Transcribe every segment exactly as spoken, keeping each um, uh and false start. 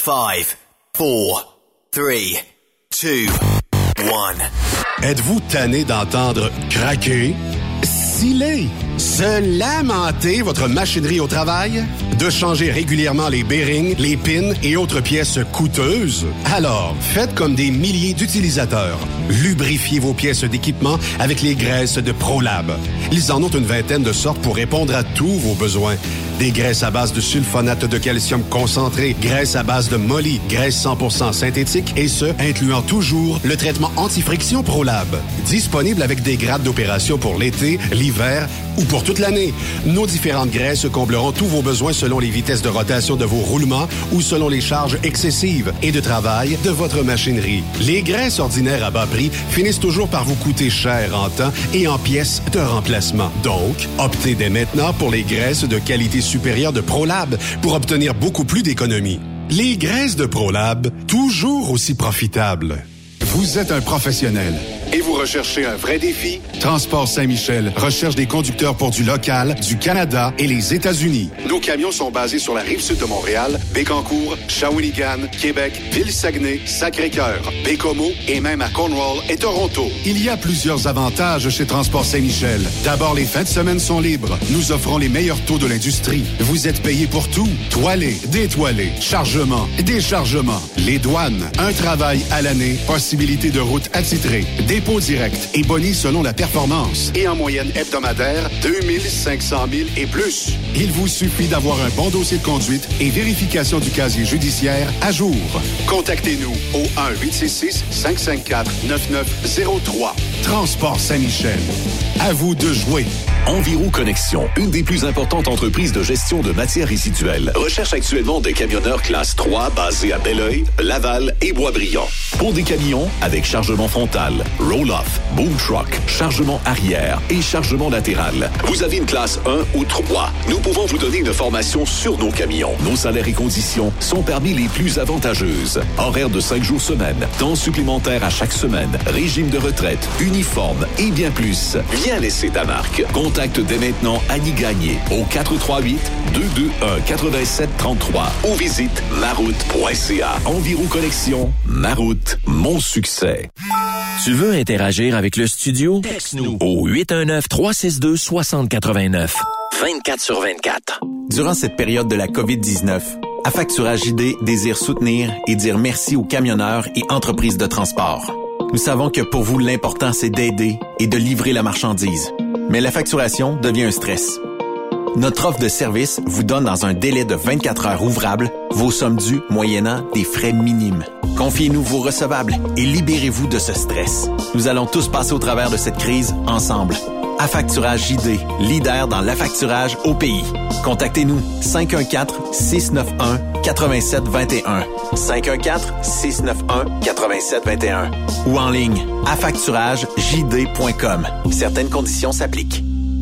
Five, four, three, two, one. Êtes-vous tanné d'entendre craquer, sciller, se lamenter votre machinerie au travail? De changer régulièrement les bearings, les pins et autres pièces coûteuses? Alors, faites comme des milliers d'utilisateurs. Lubrifiez vos pièces d'équipement avec les graisses de ProLab. Ils en ont une vingtaine de sortes pour répondre à tous vos besoins. Des graisses à base de sulfonate de calcium concentré, graisses à base de molly, graisse cent pour cent synthétique et ce, incluant toujours le traitement anti-friction ProLab. Disponible avec des grades d'opération pour l'été, l'hiver ou pour toute l'année. Nos différentes graisses combleront tous vos besoins selon les vitesses de rotation de vos roulements ou selon les charges excessives et de travail de votre machinerie. Les graisses ordinaires à bas prix finissent toujours par vous coûter cher en temps et en pièces de remplacement. Donc, optez dès maintenant pour les graisses de qualité supérieure de ProLab pour obtenir beaucoup plus d'économies. Les graisses de ProLab, toujours aussi profitables. Vous êtes un professionnel et vous recherchez un vrai défi? Transport Saint-Michel recherche des conducteurs pour du local, du Canada et les États-Unis. Nos camions sont basés sur la rive-sud de Montréal, Bécancour, Shawinigan, Québec, Ville-Saguenay, Sacré-Cœur, Bécomo et même à Cornwall et Toronto. Il y a plusieurs avantages chez Transport Saint-Michel. D'abord, les fins de semaine sont libres. Nous offrons les meilleurs taux de l'industrie. Vous êtes payé pour tout. Toilé, détoilé, chargement, déchargement, les douanes, un travail à l'année, possibilité de route attitrée, dépôt direct et boni selon la performance. Et en moyenne hebdomadaire, deux mille cinq cents milles et plus. Il vous suffit d'avoir un bon dossier de conduite et vérification du casier judiciaire à jour. Contactez-nous au un huit six six, cinq cinq quatre, neuf neuf zéro trois. Transport Saint-Michel. À vous de jouer. Enviro Connexion, une des plus importantes entreprises de gestion de matières résiduelles, recherche actuellement des camionneurs classe trois basés à Belleuil, Laval et Boisbriand. Pour des camions avec chargement frontal, roll-off, boom truck, chargement arrière et chargement latéral. Vous avez une classe un ou trois. Nous pouvons vous donner une formation sur nos camions. Nos salaires et conditions sont parmi les plus avantageuses. Horaire de cinq jours semaine, temps supplémentaire à chaque semaine, régime de retraite, uniforme et bien plus. Viens laisser ta marque. Contacte dès maintenant Annie Gagné au quatre trois huit, deux deux un, huit sept trois trois ou visite maroute point c a. Enviro Connexion, Maroute, mon succès. Tu veux interagir avec le studio? Texte-nous au huit un neuf, trois six deux, six zéro huit neuf. vingt-quatre sur vingt-quatre. Durant cette période de la covid dix-neuf, Affacturage J D désire soutenir et dire merci aux camionneurs et entreprises de transport. Nous savons que pour vous, l'important, c'est d'aider et de livrer la marchandise. Mais la facturation devient un stress. Notre offre de service vous donne dans un délai de vingt-quatre heures ouvrables vos sommes dues moyennant des frais minimes. Confiez-nous vos recevables et libérez-vous de ce stress. Nous allons tous passer au travers de cette crise ensemble. Affacturage J D, leader dans l'affacturage au pays. Contactez-nous cinq un quatre, six neuf un, huit sept deux un. cinq un quatre, six neuf un, huit sept deux un. Ou en ligne, affacturage j d point com. Certaines conditions s'appliquent.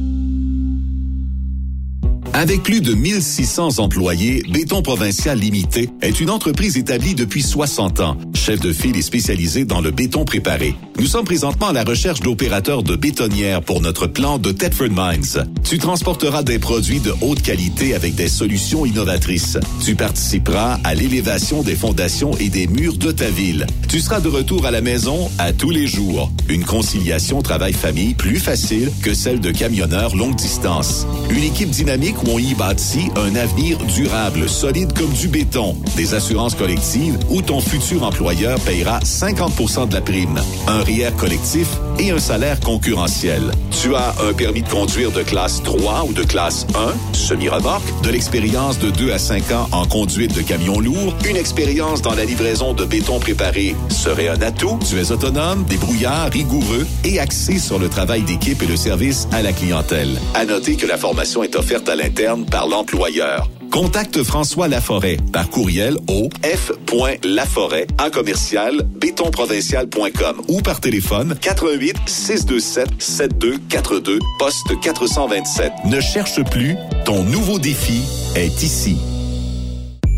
Avec plus de mille six cents employés, Béton Provincial Limité est une entreprise établie depuis soixante ans, chef de file et spécialisé dans le béton préparé. Nous sommes présentement à la recherche d'opérateurs de bétonnières pour notre plan de Thetford Mines. Tu transporteras des produits de haute qualité avec des solutions innovatrices. Tu participeras à l'élévation des fondations et des murs de ta ville. Tu seras de retour à la maison à tous les jours. Une conciliation travail-famille plus facile que celle de camionneurs longue distance. Une équipe dynamique où on y bâtit un avenir durable, solide comme du béton. Des assurances collectives où ton futur employeur payera cinquante pour cent de la prime. Un R E E R collectif et un salaire concurrentiel. Tu as un permis de conduire de classe trois ou de classe un, semi-remorque, de l'expérience de deux à cinq ans en conduite de camions lourds, une expérience dans la livraison de béton préparé serait un atout. Tu es autonome, débrouillard, rigoureux et axé sur le travail d'équipe et le service à la clientèle. À noter que la formation est offerte à l'interne par l'employeur. Contacte François Laforêt par courriel au f point laforêt en commercial bétonprovincial point com ou par téléphone quatre un huit, six deux sept, sept deux quatre deux, poste quatre cent vingt-sept. Ne cherche plus, ton nouveau défi est ici.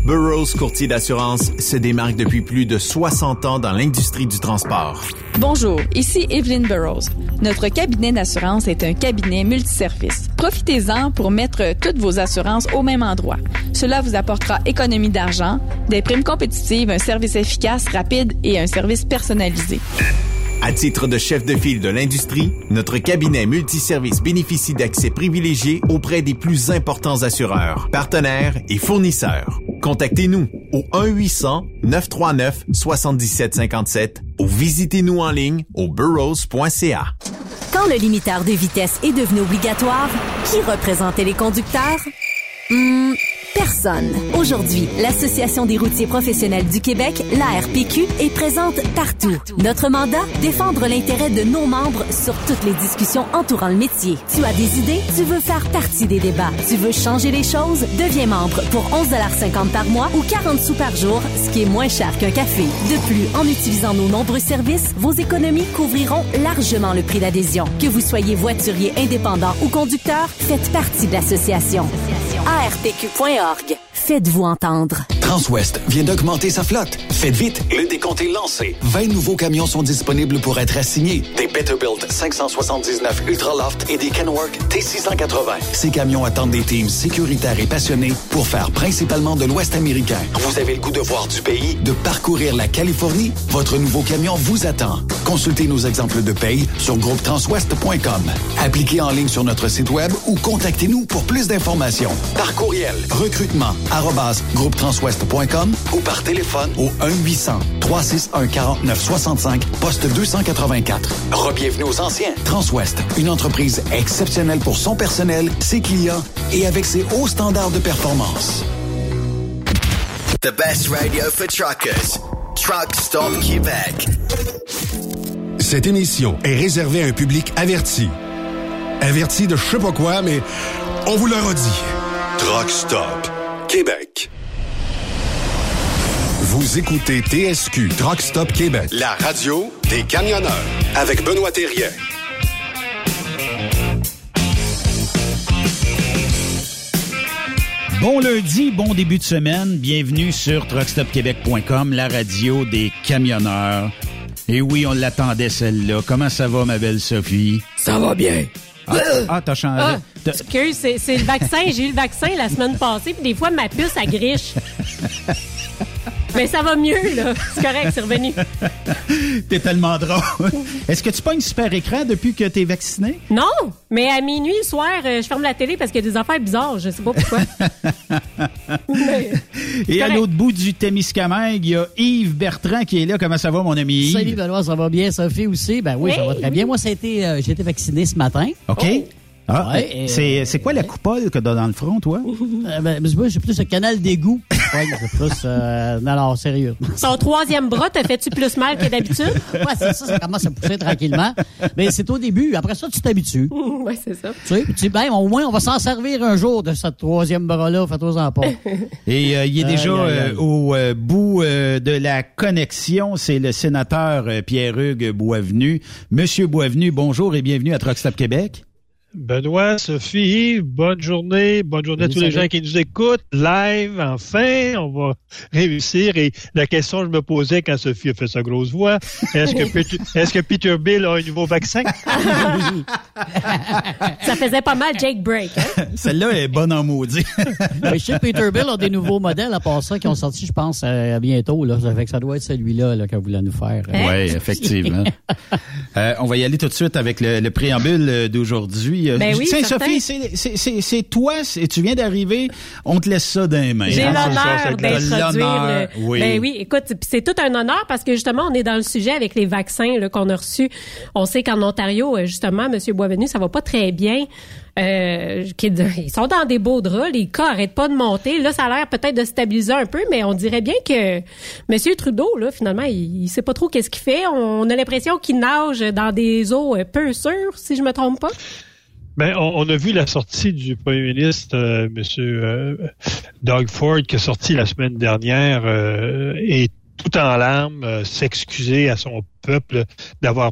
Burroughs Courtier d'assurance se démarque depuis plus de soixante ans dans l'industrie du transport. Bonjour, ici Evelyn Burroughs. Notre cabinet d'assurance est un cabinet multiservice. Profitez-en pour mettre toutes vos assurances au même endroit. Cela vous apportera économie d'argent, des primes compétitives, un service efficace, rapide et un service personnalisé. À titre de chef de file de l'industrie, notre cabinet multiservice bénéficie d'accès privilégié auprès des plus importants assureurs, partenaires et fournisseurs. Contactez-nous au un huit cents neuf trois neuf sept sept cinq sept ou visitez-nous en ligne au burroughs point c a. Quand le limiteur de vitesse est devenu obligatoire, qui représentait les conducteurs? Hmm, personne. Aujourd'hui, l'Association des routiers professionnels du Québec, l'A R P Q, est présente partout. Notre mandat, défendre l'intérêt de nos membres sur toutes les discussions entourant le métier. Tu as des idées? Tu veux faire partie des débats? Tu veux changer les choses? Deviens membre pour onze cinquante par mois ou quarante sous par jour, ce qui est moins cher qu'un café. De plus, en utilisant nos nombreux services, vos économies couvriront largement le prix d'adhésion. Que vous soyez voiturier indépendant ou conducteur, faites partie de l'association. A R P Q point org. Faites-vous entendre. Transwest vient d'augmenter sa flotte. Faites vite, le décompte est lancé. vingt nouveaux camions sont disponibles pour être assignés. Des Peterbilt cinq cent soixante-dix-neuf Ultraloft et des Kenworth T six cent quatre-vingts. Ces camions attendent des teams sécuritaires et passionnés pour faire principalement de l'Ouest américain. Vous avez le goût de voir du pays, de parcourir la Californie? Votre nouveau camion vous attend. Consultez nos exemples de paye sur groupe transwest point com. Appliquez en ligne sur notre site web ou contactez-nous pour plus d'informations. Par courriel, recrutement arobase groupe transwest point com ou par téléphone au un huit cents trois six un quarante-neuf soixante-cinq, poste deux cent quatre-vingt-quatre. Rebienvenue aux anciens. Transwest, une entreprise exceptionnelle pour son personnel, ses clients et avec ses hauts standards de performance. The best radio for truckers. Truck Stop Québec. Cette émission est réservée à un public averti. Averti de je sais pas quoi, mais on vous le redit. Truck Stop Québec. Vous écoutez T S Q Truck Stop Québec, la radio des camionneurs avec Benoît Thérien. Bon lundi, bon début de semaine. Bienvenue sur truck stop québec point com, la radio des camionneurs. Et oui, on l'attendait celle-là. Comment ça va, ma belle Sophie? Ça va bien. Ah, ah t'as changé. Ah, excuse, c'est, c'est le vaccin. J'ai eu le vaccin la semaine passée, puis des fois, ma puce, elle griche. Mais ça va mieux, là. C'est correct, c'est revenu. T'es tellement drôle. Est-ce que tu pognes super écran depuis que t'es vacciné? Non, mais à minuit, le soir, euh, je ferme la télé parce qu'il y a des affaires bizarres. Je sais pas pourquoi. Mais, et à l'autre bout du Témiscamingue, il y a Yves Bertrand qui est là. Comment ça va, mon ami Yves? Salut, Benoît, ça va bien. Sophie aussi? Ben oui, oui. Ça va très bien. Moi, ça a été, euh, j'ai été vacciné ce matin. OK. Oh. Ah, ouais, c'est, c'est quoi la coupole que t'as dans le front, toi? Euh, ben, moi, j'ai plus le canal d'égout. Ouais, c'est plus... Euh, non, non, sérieux. Son troisième bras, te fait-tu plus mal que d'habitude? Ouais, c'est ça, ça commence à pousser tranquillement. Mais c'est au début. Après ça, tu t'habitues. Ouais, c'est ça. Tu sais, tu dis, ben, au moins, on va s'en servir un jour de ce troisième bras-là. Faites-en pas. Et euh, il est déjà euh, euh, euh, au euh, bout euh, de la connexion. C'est le sénateur euh, Pierre-Hugues Boisvenu. Monsieur Boisvenu, bonjour et bienvenue à Truck Stop Québec. Benoît, Sophie, bonne journée. Bonne journée à tous les gens qui nous écoutent. Live, enfin, on va réussir. Et la question que je me posais quand Sophie a fait sa grosse voix, est-ce que, Peter, est-ce que Peterbilt a un nouveau vaccin? Ça faisait pas mal Jake Break. Hein? Celle-là est bonne en maudit. Mais chez Peterbilt a des nouveaux modèles à part ça qui ont sorti, je pense, euh, bientôt. Là. Ça fait que ça doit être celui-là là, qu'elle voulait nous faire. Hein? Oui, effectivement. euh, on va y aller tout de suite avec le, le préambule d'aujourd'hui. Ben oui, tiens, Sophie, c'est, c'est, c'est, c'est toi, c'est, tu viens d'arriver, on te laisse ça dans les mains. J'ai hein, l'honneur d'introduire le... Oui. Ben oui, écoute, c'est tout un honneur parce que justement, on est dans le sujet avec les vaccins là, qu'on a reçus. On sait qu'en Ontario, justement, M. Boisvenu, ça va pas très bien. Euh, ils sont dans des beaux draps, les cas arrêtent pas de monter. Là, ça a l'air peut-être de stabiliser un peu, mais on dirait bien que M. Trudeau, là, finalement, il, il sait pas trop qu'est-ce qu'il fait. On a l'impression qu'il nage dans des eaux peu sûres, si je me trompe pas. Ben, on, on a vu la sortie du premier ministre, euh, M. Euh, Doug Ford, qui est sorti la semaine dernière euh, et tout en larmes, euh, s'excuser à son peuple d'avoir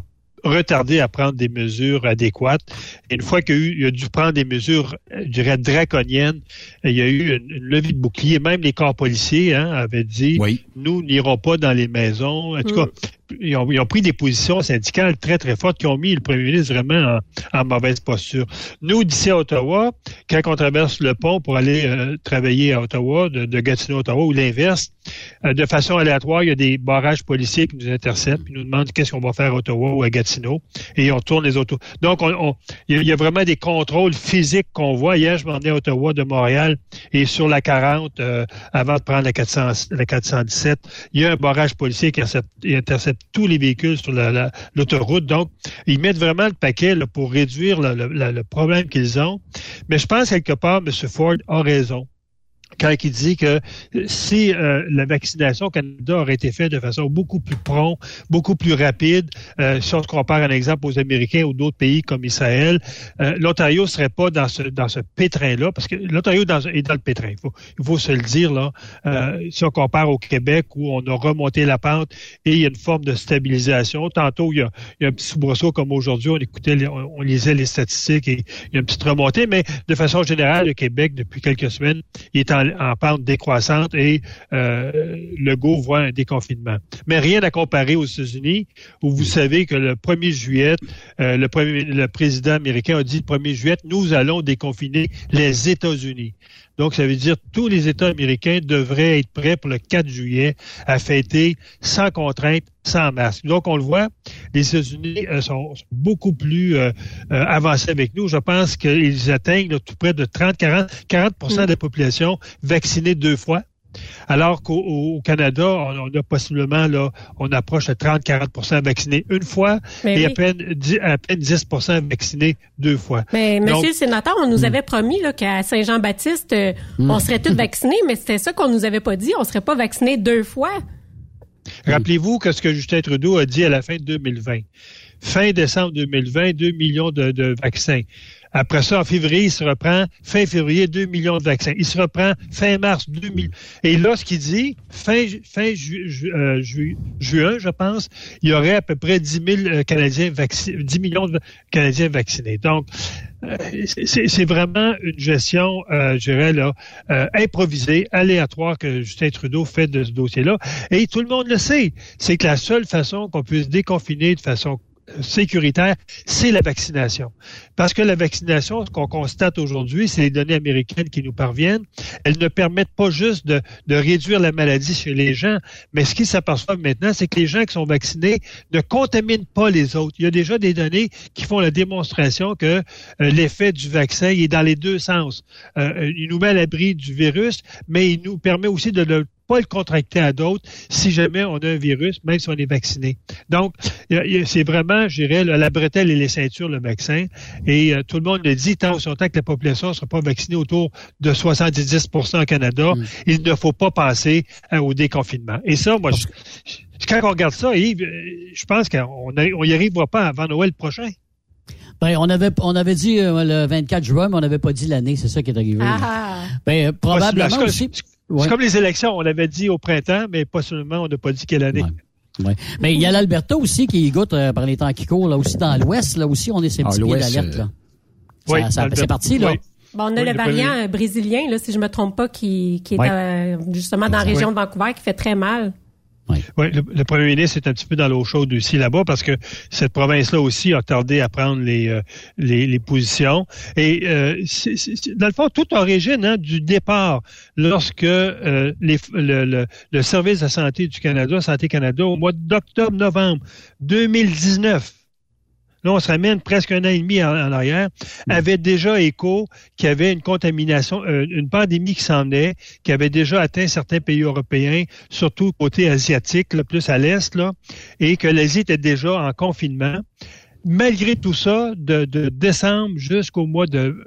retardé à prendre des mesures adéquates. Et une fois qu'il a, eu, il a dû prendre des mesures, je dirais, draconiennes, il y a eu une, une levée de bouclier. Même les corps policiers hein, avaient dit, oui. nous n'irons pas dans les maisons. En tout mm. cas, ils ont, ils ont pris des positions syndicales très, très fortes qui ont mis le premier ministre vraiment en, en mauvaise posture. Nous, d'ici à Ottawa, quand on traverse le pont pour aller euh, travailler à Ottawa, de, de Gatineau à Ottawa, ou l'inverse, euh, de façon aléatoire, il y a des barrages policiers qui nous interceptent, qui nous demandent qu'est-ce qu'on va faire à Ottawa ou à Gatineau, et on tourne les autos. Donc, on, on, il y a vraiment des contrôles physiques qu'on voit. Hier, je m'en ai à Ottawa de Montréal, et sur la quarante, euh, avant de prendre la, quatre cents, la quatre cent dix-sept, il y a un barrage policier qui intercepte, intercepte tous les véhicules sur la, la, l'autoroute. Donc, ils mettent vraiment le paquet là, pour réduire le, le, le problème qu'ils ont. Mais je pense quelque part, M. Ford a raison quand il dit que si euh, la vaccination au Canada aurait été faite de façon beaucoup plus prompte, beaucoup plus rapide, euh, si on se compare un exemple aux Américains ou d'autres pays comme Israël, euh, l'Ontario serait pas dans ce dans ce pétrin-là, parce que l'Ontario dans, est dans le pétrin, il faut, il faut se le dire, là. Euh, si on compare au Québec où on a remonté la pente et il y a une forme de stabilisation. Tantôt, il y a, il y a un petit soubresaut comme aujourd'hui, on écoutait, les, on, on lisait les statistiques et il y a une petite remontée, mais de façon générale, le Québec, depuis quelques semaines, il est en en pente décroissante et euh, Legault voit un déconfinement. Mais rien à comparer aux États-Unis, où vous savez que le premier juillet, euh, le, premier, le président américain a dit le premier juillet, nous allons déconfiner les États-Unis. Donc, ça veut dire que tous les États américains devraient être prêts pour le quatre juillet à fêter sans contrainte, sans masque. Donc, on le voit, les États-Unis euh, sont, sont beaucoup plus euh, euh, avancés avec nous. Je pense qu'ils atteignent là, tout près de trente à quarante pour cent mmh. de la population vaccinée deux fois. Alors qu'au au Canada, on, on a possiblement, là, on approche de trente à quarante pour cent vaccinés une fois mais et oui. à, peine, à peine dix pour cent vaccinés deux fois. Mais Donc, monsieur le sénateur, on nous hmm. avait promis là, qu'à Saint-Jean-Baptiste, euh, hmm. on serait tous vaccinés, mais c'était ça qu'on nous avait pas dit, on serait pas vaccinés deux fois. Rappelez-vous que ce que Justin Trudeau a dit à la fin de deux mille vingt. Fin décembre deux mille vingt, deux millions de, de vaccins. Après ça, en février, il se reprend, fin février, deux millions de vaccins. Il se reprend fin mars, deux millions. Et là, ce qu'il dit, fin, fin ju, ju, euh, ju, juin, je pense, il y aurait à peu près dix mille Canadiens vaccinés, dix millions de Canadiens vaccinés. Donc, euh, c'est, c'est vraiment une gestion, euh, je dirais, là, euh, improvisée, aléatoire que Justin Trudeau fait de ce dossier-là. Et tout le monde le sait. C'est que la seule façon qu'on puisse déconfiner de façon sécuritaire, c'est la vaccination. Parce que la vaccination, ce qu'on constate aujourd'hui, c'est les données américaines qui nous parviennent. Elles ne permettent pas juste de, de réduire la maladie chez les gens, mais ce qu'ils s'aperçoivent maintenant, c'est que les gens qui sont vaccinés ne contaminent pas les autres. Il y a déjà des données qui font la démonstration que euh, l'effet du vaccin est dans les deux sens. Euh, il nous met à l'abri du virus, mais il nous permet aussi de le pas le contracter à d'autres si jamais on a un virus, même si on est vacciné. Donc, c'est vraiment, je dirais, la bretelle et les ceintures, le vaccin. Et euh, tout le monde le dit, tant aussi longtemps que la population ne sera pas vaccinée autour de soixante-dix pour cent au Canada, mmh. il ne faut pas passer euh, au déconfinement. Et ça, moi, je, je, quand on regarde ça, Yves, je pense qu'on n'y arrivera pas avant Noël prochain. Ben, on avait, on avait dit euh, le vingt-quatre juin, mais on n'avait pas dit l'année. C'est ça qui est arrivé. Ah. Ben, euh, probablement ouais, aussi... C'est ouais. comme les élections, on l'avait dit au printemps, mais pas seulement, on n'a pas dit quelle année. Ouais. Ouais. Mais il y a l'Alberta aussi qui goûte euh, par les temps qui courent, là aussi dans l'Ouest, là aussi, on est ses petits ah, pieds d'alerte, là. Oui, ça, ça, c'est parti, là. Oui. Bon, on a oui, le variant le... brésilien, là, si je me trompe pas, qui, qui est ouais. euh, justement dans la région oui. de Vancouver, qui fait très mal. Oui, ouais, le, le premier ministre est un petit peu dans l'eau chaude aussi là-bas parce que cette province-là aussi a tardé à prendre les euh, les, les positions. Et euh, c'est, c'est, dans le fond, tout origine hein, du départ lorsque euh, les, le, le, le service de la santé du Canada, Santé Canada, au mois d'octobre-novembre deux mille dix-neuf, là, on se ramène presque un an et demi en, en arrière, avait déjà écho qu'il y avait une contamination, euh, une pandémie qui s'en venait, qui avait déjà atteint certains pays européens, surtout côté asiatique, là, plus à l'est, là, et que l'Asie était déjà en confinement. Malgré tout ça, de, de décembre jusqu'au mois de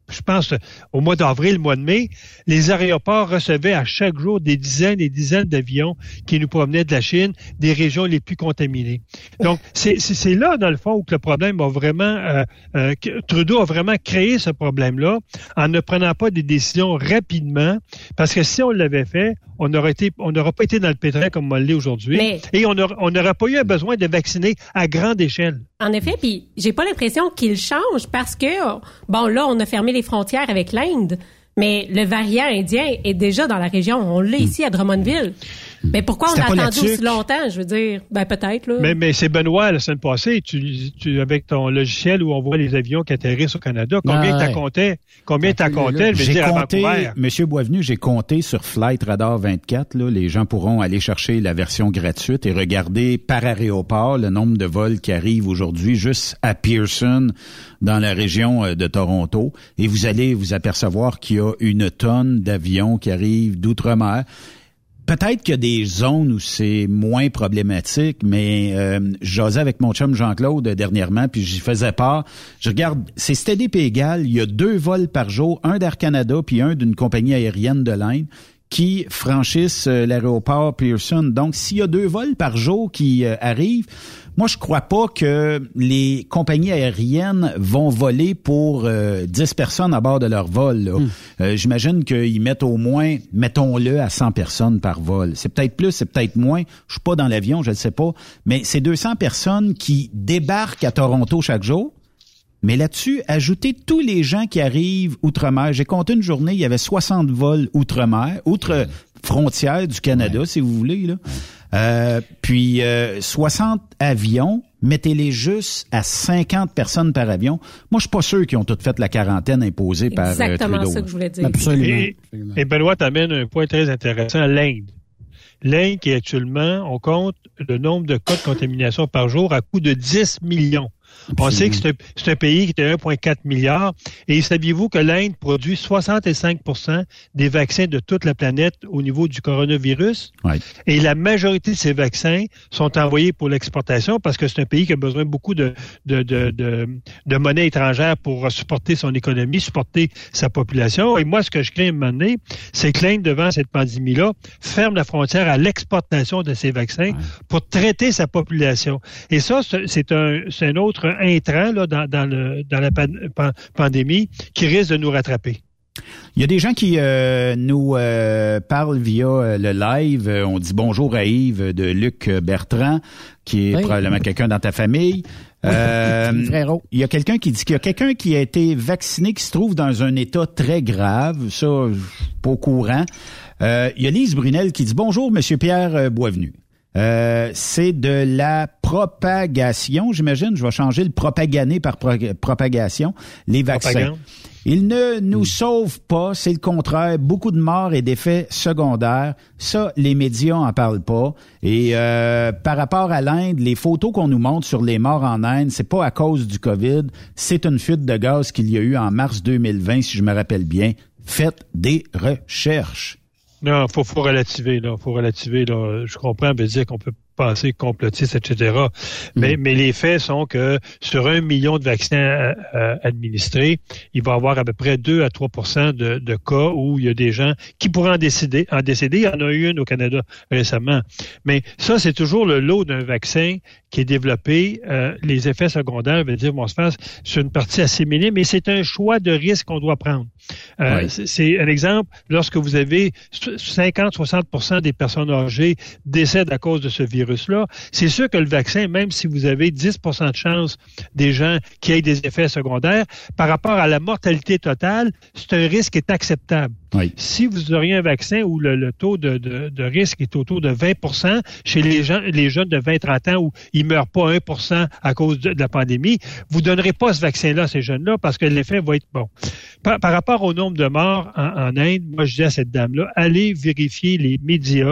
je pense, au mois d'avril, le mois de mai, les aéroports recevaient à chaque jour des dizaines et dizaines d'avions qui nous provenaient de la Chine, des régions les plus contaminées. Donc, c'est, c'est, c'est là, dans le fond, où que le problème a vraiment, euh, euh, Trudeau a vraiment créé ce problème-là en ne prenant pas des décisions rapidement, parce que si on l'avait fait, on aurait été, on n'aurait pas été dans le pétrin comme on l'est aujourd'hui, mais... et on n'aurait pas eu un besoin de vacciner à grande échelle. En effet, puis j'ai pas l'impression qu'il change parce que, bon, là, on a fermé les frontières avec l'Inde, mais le variant indien est déjà dans la région. On l'a ici à Drummondville. Mais pourquoi on a attendu aussi longtemps? Je veux dire, ben peut-être, là. Mais, mais c'est Benoît, la semaine passée, tu, tu, avec ton logiciel où on voit les avions qui atterrissent au Canada, combien ah, t'as compté? Combien t'as compté, j'ai compté, Monsieur Boisvenu, j'ai compté sur Flight Radar vingt-quatre, là, les gens pourront aller chercher la version gratuite et regarder par aéroport le nombre de vols qui arrivent aujourd'hui juste à Pearson, dans la région de Toronto, et vous allez vous apercevoir qu'il y a une tonne d'avions qui arrivent d'outre-mer. Peut-être qu'il y a des zones où c'est moins problématique, mais euh, j'osais avec mon chum Jean-Claude dernièrement, puis j'y faisais part. Je regarde, c'est steady pay égal, il y a deux vols par jour, un d'Air Canada puis un d'une compagnie aérienne de l'Inde qui franchissent euh, l'aéroport Pearson. Donc, s'il y a deux vols par jour qui euh, arrivent, moi, je crois pas que les compagnies aériennes vont voler pour euh, dix personnes à bord de leur vol. Là. Hum. Euh, j'imagine qu'ils mettent au moins, mettons-le, à cent personnes par vol. C'est peut-être plus, c'est peut-être moins. Je suis pas dans l'avion, je ne sais pas. Mais c'est deux cents personnes qui débarquent à Toronto chaque jour. Mais là-dessus, ajoutez tous les gens qui arrivent outre-mer. J'ai compté une journée, il y avait soixante vols outre-mer, outre frontière du Canada, ouais. si vous voulez. Là. Euh, puis euh, soixante avions, mettez-les juste à cinquante personnes par avion. Moi, je suis pas sûr qu'ils ont toutes fait la quarantaine imposée par euh, Trudeau. Exactement ça que je voulais dire. Absolument. Et, et Benoît t'amène un point très intéressant, l'Inde. L'Inde qui actuellement, on compte le nombre de cas de contamination par jour à coût de dix millions. On sait que c'est un, c'est un pays qui est à un virgule quatre milliard. Et saviez-vous que l'Inde produit soixante-cinq pour cent des vaccins de toute la planète au niveau du coronavirus? Oui. Et la majorité de ces vaccins sont envoyés pour l'exportation parce que c'est un pays qui a besoin beaucoup de, de, de, de, de monnaie étrangère pour supporter son économie, supporter sa population. Et moi, ce que je crains à un moment donné, c'est que l'Inde, devant cette pandémie-là, ferme la frontière à l'exportation de ces vaccins oui. pour traiter sa population. Et ça, c'est un, c'est un autre intrant là, dans, dans, le, dans la pan- pan- pandémie qui risque de nous rattraper. Il y a des gens qui euh, nous euh, parlent via euh, le live. Euh, on dit bonjour à Yves de Luc Bertrand, qui est oui. probablement quelqu'un dans ta famille. Euh, il y a quelqu'un qui dit qu'il y a quelqu'un qui a été vacciné qui se trouve dans un état très grave. Ça, je suis pas au courant. Euh, il y a Lise Brunel qui dit bonjour, Monsieur Pierre Boisvenu. Euh, c'est de la propagation, j'imagine. Je vais changer le propagané par pro- propagation. Les vaccins. Propagande. Ils ne nous mmh. sauvent pas, c'est le contraire. Beaucoup de morts et d'effets secondaires. Ça, les médias en parlent pas. Et euh, par rapport à l'Inde, les photos qu'on nous montre sur les morts en Inde, c'est pas à cause du COVID. C'est une fuite de gaz qu'il y a eu en mars deux mille vingt, si je me rappelle bien. Faites des recherches. Non, faut, faut relativer, là. Faut relativer, là. Je comprends, veut dire qu'on peut penser complotiste, et cetera. Mais, mmh. mais les faits sont que sur un million de vaccins euh, euh, administrés, il va y avoir à peu près deux à trois pour cent de, de cas où il y a des gens qui pourraient en décider, en décéder. Il y en a eu une au Canada récemment. Mais ça, c'est toujours le lot d'un vaccin qui est développé. Euh, les effets secondaires, veut dire, vont se faire sur une partie assez minime, mais c'est un choix de risque qu'on doit prendre. Euh, oui. c'est, c'est un exemple, lorsque vous avez cinquante à soixante pour cent des personnes âgées décèdent à cause de ce virus-là, c'est sûr que le vaccin, même si vous avez dix pour cent de chance des gens qui aient des effets secondaires, par rapport à la mortalité totale, c'est un risque qui est acceptable. Oui. Si vous auriez un vaccin où le, le taux de, de, de risque est autour de vingt pour cent chez les gens, les jeunes de vingt à trente ans où ils meurent pas un pour cent à cause de, de la pandémie, vous donnerez pas ce vaccin-là à ces jeunes-là parce que l'effet va être bon. Par, par rapport au nombre de morts en, en Inde, moi je dis à cette dame-là, allez vérifier les médias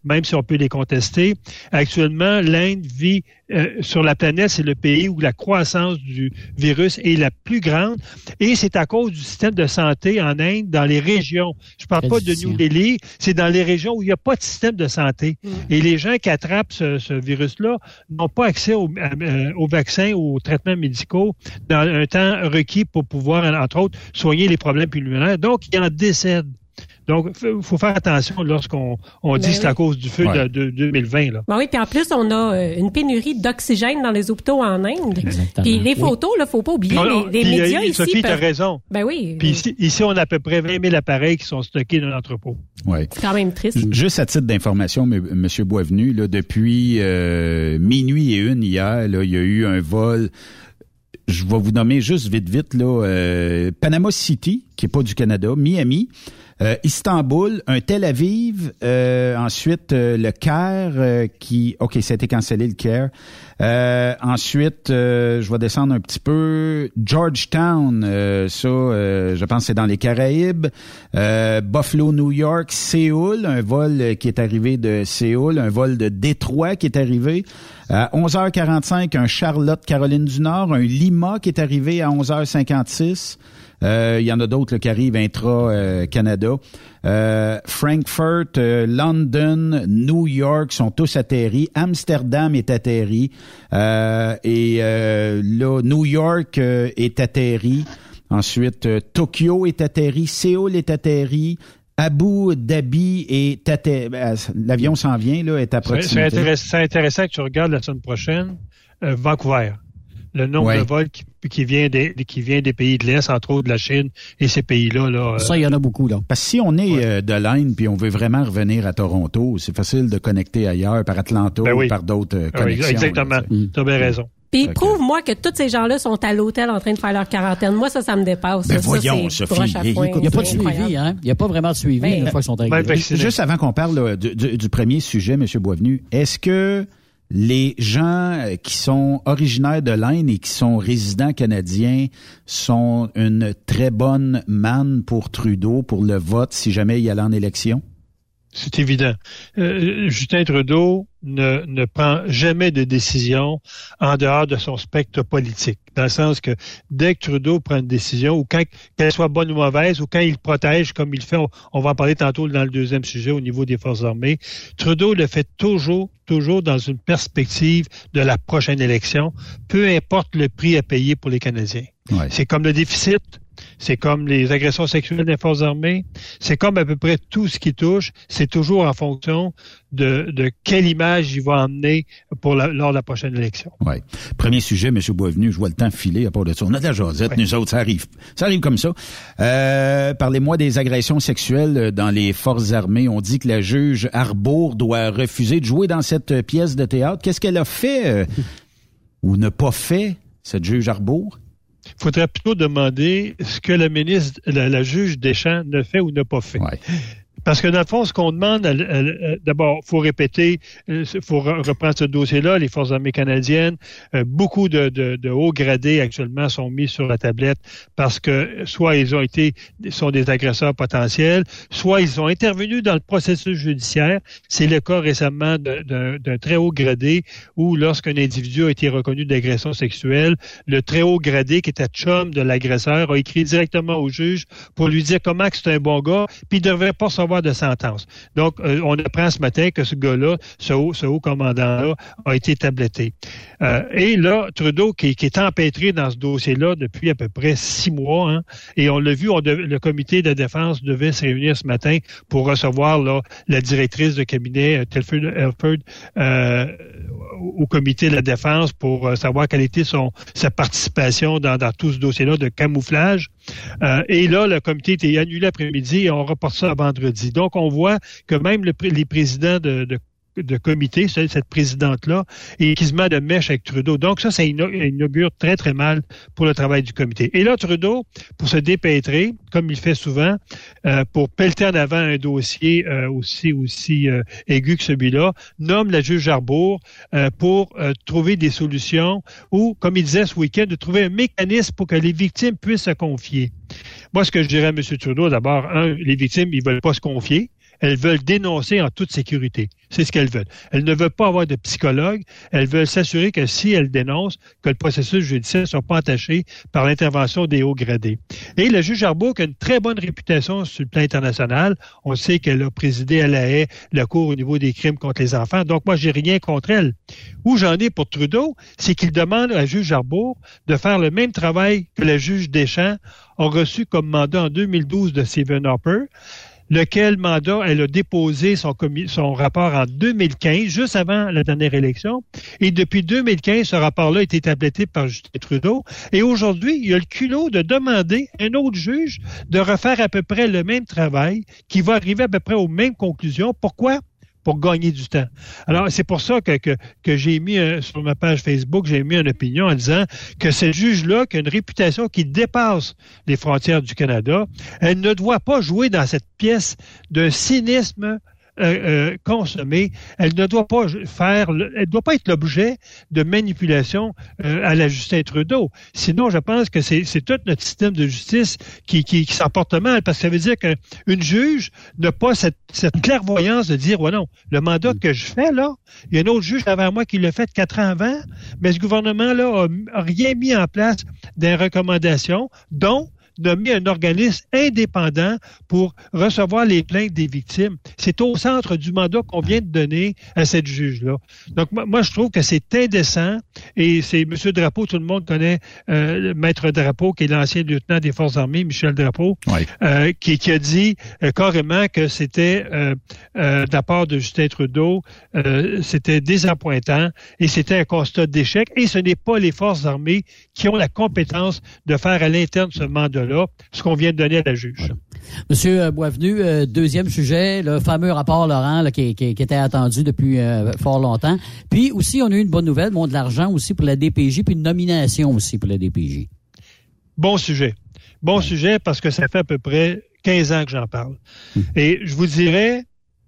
même si on peut les contester. Actuellement, l'Inde vit euh, sur la planète, c'est le pays où la croissance du virus est la plus grande, et c'est à cause du système de santé en Inde, dans les régions. Je parle pas de New Delhi, c'est dans les régions où il n'y a pas de système de santé. Mmh. Et les gens qui attrapent ce, ce virus-là n'ont pas accès au, euh, aux vaccins ou aux traitements médicaux dans un temps requis pour pouvoir, entre autres, soigner les problèmes pulmonaires. Donc, ils en décèdent. Donc, il faut faire attention lorsqu'on on dit que c'est à cause du feu ouais. de, de deux mille vingt. Là. Ben oui, puis en plus, on a une pénurie d'oxygène dans les hôpitaux en Inde. Exactement. Puis les photos, il oui. ne faut pas oublier, non, les, les puis, médias euh, ici... Sophie, peuvent... tu as raison. Ben oui. Puis ici, ici, on a à peu près vingt mille appareils qui sont stockés dans l'entrepôt. Oui. C'est quand même triste. Juste à titre d'information, M. Boisvenu, là, depuis euh, minuit et une hier, là, il y a eu un vol... Je vais vous nommer juste vite, vite, là, euh, Panama City, qui est pas du Canada, Miami, euh, Istanbul, un Tel Aviv, euh, ensuite euh, le Caire, euh, qui... OK, ça a été cancellé, le Caire. Euh, ensuite, euh, je vais descendre un petit peu. Georgetown, euh, ça, euh, je pense que c'est dans les Caraïbes. Euh, Buffalo, New York, Séoul, un vol qui est arrivé de Séoul, un vol de Détroit qui est arrivé. À onze heures quarante-cinq, un Charlotte, Caroline du Nord, un Lima qui est arrivé à onze heures cinquante-six. Euh, il y en a d'autres là, qui arrivent intra-Canada. Euh, euh, Frankfurt, euh, London, New York sont tous atterris. Amsterdam est atterri. Euh, et euh, là, New York euh, est atterri. Ensuite, euh, Tokyo est atterri. Séoul est atterri. Abu Dhabi est atterri. L'avion s'en vient, là, est à proximité. C'est intéressant, c'est intéressant que tu regardes la semaine prochaine euh, Vancouver. Le nombre ouais. de vols qui, qui, vient des, qui vient des pays de l'Est, entre autres de la Chine et ces pays-là. Là, euh... Ça, il y en a beaucoup. Là. Parce que si on est ouais. euh, de l'Inde puis on veut vraiment revenir à Toronto, c'est facile de connecter ailleurs, par Atlanta ben oui. ou par d'autres euh, connexions. Oui, exactement. Tu as bien raison. Puis okay. prouve-moi que tous ces gens-là sont à l'hôtel en train de faire leur quarantaine. Moi, ça, ça me dépasse. Ben ça, voyons, ça, Sophie. Il n'y a pas de suivi, hein? Il n'y a pas vraiment de suivi ben, une fois qu'ils sont arrivés. Ben, juste avant qu'on parle là, du, du, du premier sujet, M. Boisvenu, est-ce que les gens qui sont originaires de l'Inde et qui sont résidents canadiens sont une très bonne manne pour Trudeau, pour le vote, si jamais il allait en élection? C'est évident. Euh, Justin Trudeau ne, ne prend jamais de décision en dehors de son spectre politique. Dans le sens que dès que Trudeau prend une décision, ou quand qu'elle soit bonne ou mauvaise, ou quand il protège comme il fait, on, on va en parler tantôt dans le deuxième sujet au niveau des forces armées, Trudeau le fait toujours, toujours dans une perspective de la prochaine élection, peu importe le prix à payer pour les Canadiens. Ouais. C'est comme le déficit. C'est comme les agressions sexuelles des forces armées. C'est comme à peu près tout ce qui touche. C'est toujours en fonction de, de quelle image il va emmener pour la, lors de la prochaine élection. Oui. Premier sujet, M. Boisvenu, je vois le temps filer à part de ça. On a de la jasette, ouais. Nous autres, ça arrive. Ça arrive comme ça. Euh, parlez-moi des agressions sexuelles dans les forces armées. On dit que la juge Arbour doit refuser de jouer dans cette pièce de théâtre. Qu'est-ce qu'elle a fait euh, ou n'a pas fait, cette juge Arbour? Il faudrait plutôt demander ce que la ministre, la, la juge Deschamps ne fait ou n'a pas fait. Ouais. Parce que dans le fond, ce qu'on demande, elle, elle, d'abord, il faut répéter, il faut reprendre ce dossier-là, les Forces armées canadiennes, euh, beaucoup de, de, de hauts gradés actuellement sont mis sur la tablette parce que soit ils ont été, sont des agresseurs potentiels, soit ils ont intervenu dans le processus judiciaire. C'est le cas récemment d'un, d'un, d'un très haut gradé où lorsqu'un individu a été reconnu d'agression sexuelle, le très haut gradé qui était chum de l'agresseur a écrit directement au juge pour lui dire comment que c'est un bon gars, puis il ne devrait pas savoir de sentence. Donc, euh, on apprend ce matin que ce gars-là, ce haut, ce haut commandant-là, a été tabletté. Euh, et là, Trudeau, qui, qui est empêtré dans ce dossier-là depuis à peu près six mois, hein, et on l'a vu, on dev, le comité de défense devait se réunir ce matin pour recevoir là, la directrice de cabinet, Telford Elford, euh, au comité de la défense pour euh, savoir quelle était son, sa participation dans, dans tout ce dossier-là de camouflage. Euh, et là, le comité était annulé après-midi et on reporte ça à vendredi. Donc, on voit que même le, les présidents de, de de comité, cette présidente-là, et qui se met de mèche avec Trudeau. Donc ça, ça inaugure très, très mal pour le travail du comité. Et là, Trudeau, pour se dépêtrer, comme il fait souvent, euh, pour pelleter en avant un dossier euh, aussi aussi euh, aigu que celui-là, nomme la juge Arbour euh, pour euh, trouver des solutions ou, comme il disait ce week-end, de trouver un mécanisme pour que les victimes puissent se confier. Moi, ce que je dirais à M. Trudeau, d'abord, un, les victimes, ils veulent pas se confier. elles veulent dénoncer en toute sécurité. C'est ce qu'elles veulent. Elles ne veulent pas avoir de psychologue. Elles veulent s'assurer que si elles dénoncent, que le processus judiciaire ne soit pas entaché par l'intervention des hauts gradés. Et le juge Arbour a une très bonne réputation sur le plan international. On sait qu'elle a présidé à La Haye la Cour au niveau des crimes contre les enfants. Donc, moi, j'ai rien contre elle. Où j'en ai pour Trudeau, c'est qu'il demande à la juge Arbour de faire le même travail que le juge Deschamps a reçu comme mandat en deux mille douze de Stephen Harper, lequel mandat elle a déposé son, commis, son rapport en deux mille quinze, juste avant la dernière élection. Et depuis deux mille quinze, ce rapport-là a été complété par Justin Trudeau. Et aujourd'hui, il y a le culot de demander à un autre juge de refaire à peu près le même travail, qui va arriver à peu près aux mêmes conclusions. Pourquoi? Pour gagner du temps. Alors, c'est pour ça que, que, que j'ai mis euh, sur ma page Facebook, j'ai mis une opinion en disant que ce juge-là, qui a une réputation qui dépasse les frontières du Canada, elle ne doit pas jouer dans cette pièce d'un cynisme Euh, euh, consommée. Elle ne doit pas faire, elle ne doit pas être l'objet de manipulation euh, à la Justin Trudeau. Sinon, je pense que c'est, c'est tout notre système de justice qui, qui, qui s'en porte mal, parce que ça veut dire qu'une juge n'a pas cette, cette clairvoyance de dire, ouais non, le mandat que je fais là, il y a un autre juge avant moi qui l'a fait quatre ans avant, mais ce gouvernement-là a rien mis en place des recommandations, dont nommer un organisme indépendant pour recevoir les plaintes des victimes. C'est au centre du mandat qu'on vient de donner à cette juge-là. Donc, moi, moi je trouve que c'est indécent et c'est M. Drapeau, tout le monde connaît euh, Maître Drapeau, qui est l'ancien lieutenant des Forces armées, Michel Drapeau, oui. euh, qui, qui a dit euh, carrément que c'était, euh, euh, de la part de Justin Trudeau, euh, c'était désappointant et c'était un constat d'échec. Et ce n'est pas les Forces armées qui ont la compétence de faire à l'interne ce mandat-là, ce qu'on vient de donner à la juge. Voilà. Monsieur Boisvenu, euh, deuxième sujet, le fameux rapport Laurent là, qui, qui, qui était attendu depuis euh, fort longtemps. Puis aussi, on a eu une bonne nouvelle, bon, de l'argent aussi pour la D P J, puis une nomination aussi pour la D P J. Bon sujet. Bon ouais. sujet parce que ça fait à peu près quinze ans que j'en parle. Hum. Et je vous dirais,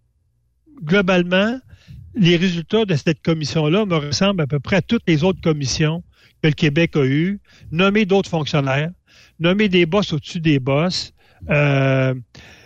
globalement, les résultats de cette commission-là me ressemblent à peu près à toutes les autres commissions que le Québec a eues, nommer d'autres fonctionnaires, nommer des boss au-dessus des boss, euh,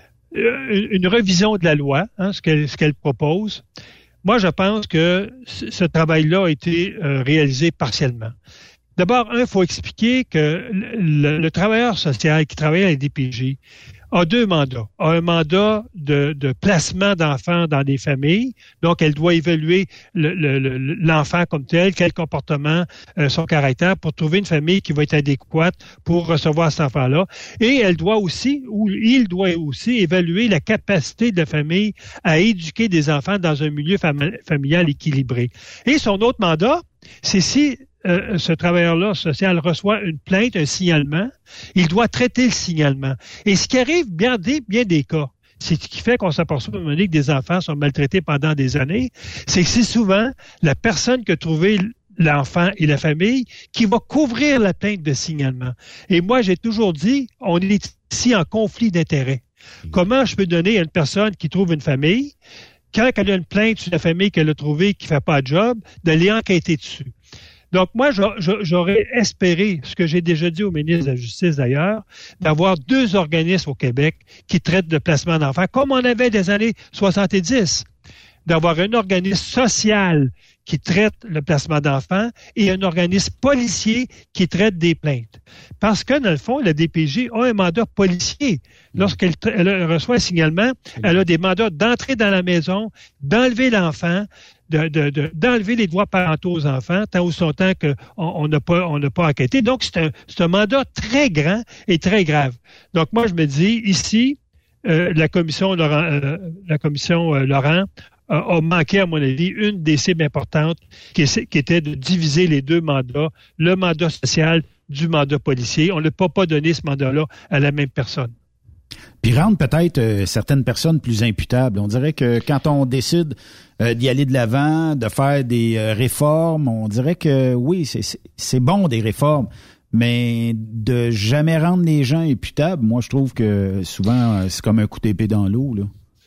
une revision de la loi, hein, ce qu'elle, ce qu'elle propose. Moi, je pense que ce travail-là a été euh, réalisé partiellement. D'abord, un, il faut expliquer que le, le travailleur social qui travaille à la D P J a deux mandats. A un mandat de, de placement d'enfants dans des familles. Donc, elle doit évaluer le, le, le, l'enfant comme tel, quel comportement, euh, son caractère, pour trouver une famille qui va être adéquate pour recevoir cet enfant-là. Et elle doit aussi, ou il doit aussi évaluer la capacité de la famille à éduquer des enfants dans un milieu fam- familial équilibré. Et son autre mandat, c'est si Euh, ce travailleur-là social reçoit une plainte, un signalement, il doit traiter le signalement. Et ce qui arrive bien des, bien des cas, c'est ce qui fait qu'on s'aperçoit à un moment donné que des enfants sont maltraités pendant des années, c'est que c'est souvent la personne qui a trouvé l'enfant et la famille qui va couvrir la plainte de signalement. Et moi, j'ai toujours dit, on est ici en conflit d'intérêts. Comment je peux donner à une personne qui trouve une famille, quand elle a une plainte sur la famille qu'elle a trouvée qui ne fait pas de job, de les enquêter dessus? Donc, moi, j'aurais espéré, ce que j'ai déjà dit au ministre de la Justice d'ailleurs, d'avoir deux organismes au Québec qui traitent de placement d'enfants, comme on avait des années soixante-dix, d'avoir un organisme social qui traite le placement d'enfants et un organisme policier qui traite des plaintes. Parce que, dans le fond, la D P J a un mandat policier. Lorsqu'elle elle reçoit un signalement, elle a des mandats d'entrer dans la maison, d'enlever l'enfant, De, de, de, d'enlever les droits parentaux aux enfants, tant ou son temps qu'on n'a pas, on n'a pas enquêté. Donc, c'est un, c'est un mandat très grand et très grave. Donc, moi, je me dis, ici, euh, la commission Laurent, euh, la commission euh, Laurent euh, a manqué, à mon avis, une des cibles importantes qui, qui était de diviser les deux mandats, le mandat social du mandat policier. On ne peut pas donner ce mandat-là à la même personne. Puis rendre peut-être euh, certaines personnes plus imputables. On dirait que quand on décide euh, d'y aller de l'avant, de faire des euh, réformes, on dirait que oui, c'est, c'est, c'est bon des réformes, mais de jamais rendre les gens imputables, moi je trouve que souvent c'est comme un coup d'épée dans l'eau, là.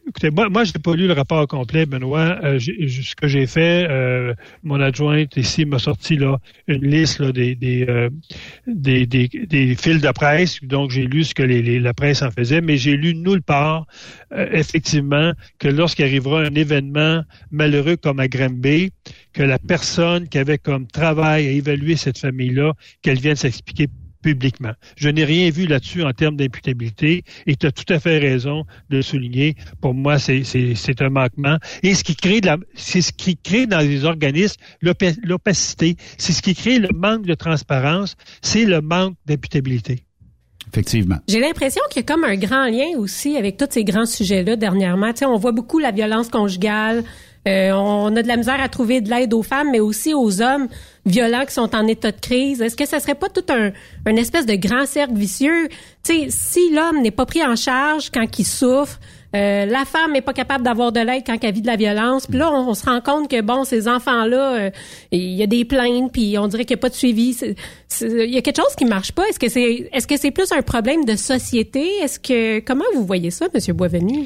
Écoutez, moi, moi, je n'ai pas lu le rapport complet, Benoît. Euh, j'ai, ce que j'ai fait, euh, mon adjointe ici m'a sorti là une liste là, des, des, euh, des, des, des fils de presse. Donc, j'ai lu ce que les, les, la presse en faisait, mais j'ai lu nulle part, euh, effectivement, que lorsqu'il arrivera un événement malheureux comme à Granby, que la personne qui avait comme travail à évaluer cette famille-là, qu'elle vienne s'expliquer publiquement. Je n'ai rien vu là-dessus en termes d'imputabilité et tu as tout à fait raison de le souligner. Pour moi, c'est, c'est, c'est un manquement. Et ce qui crée de la, c'est ce qui crée dans les organismes l'opacité, c'est ce qui crée le manque de transparence, c'est le manque d'imputabilité. Effectivement. J'ai l'impression qu'il y a comme un grand lien aussi avec tous ces grands sujets-là dernièrement. Tu sais, on voit beaucoup la violence conjugale. Euh, on a de la misère à trouver de l'aide aux femmes, mais aussi aux hommes violents qui sont en état de crise. Est-ce que ça serait pas tout un, un espèce de grand cercle vicieux? Tu sais, si l'homme n'est pas pris en charge quand il souffre, euh, la femme n'est pas capable d'avoir de l'aide quand elle vit de la violence, puis là, on, on se rend compte que, bon, ces enfants-là, euh, il y a des plaintes, puis on dirait qu'il n'y a pas de suivi. C'est, c'est, il y a quelque chose qui marche pas. Est-ce que c'est, est-ce que c'est plus un problème de société? Est-ce que, comment vous voyez ça, M. Boisvenu?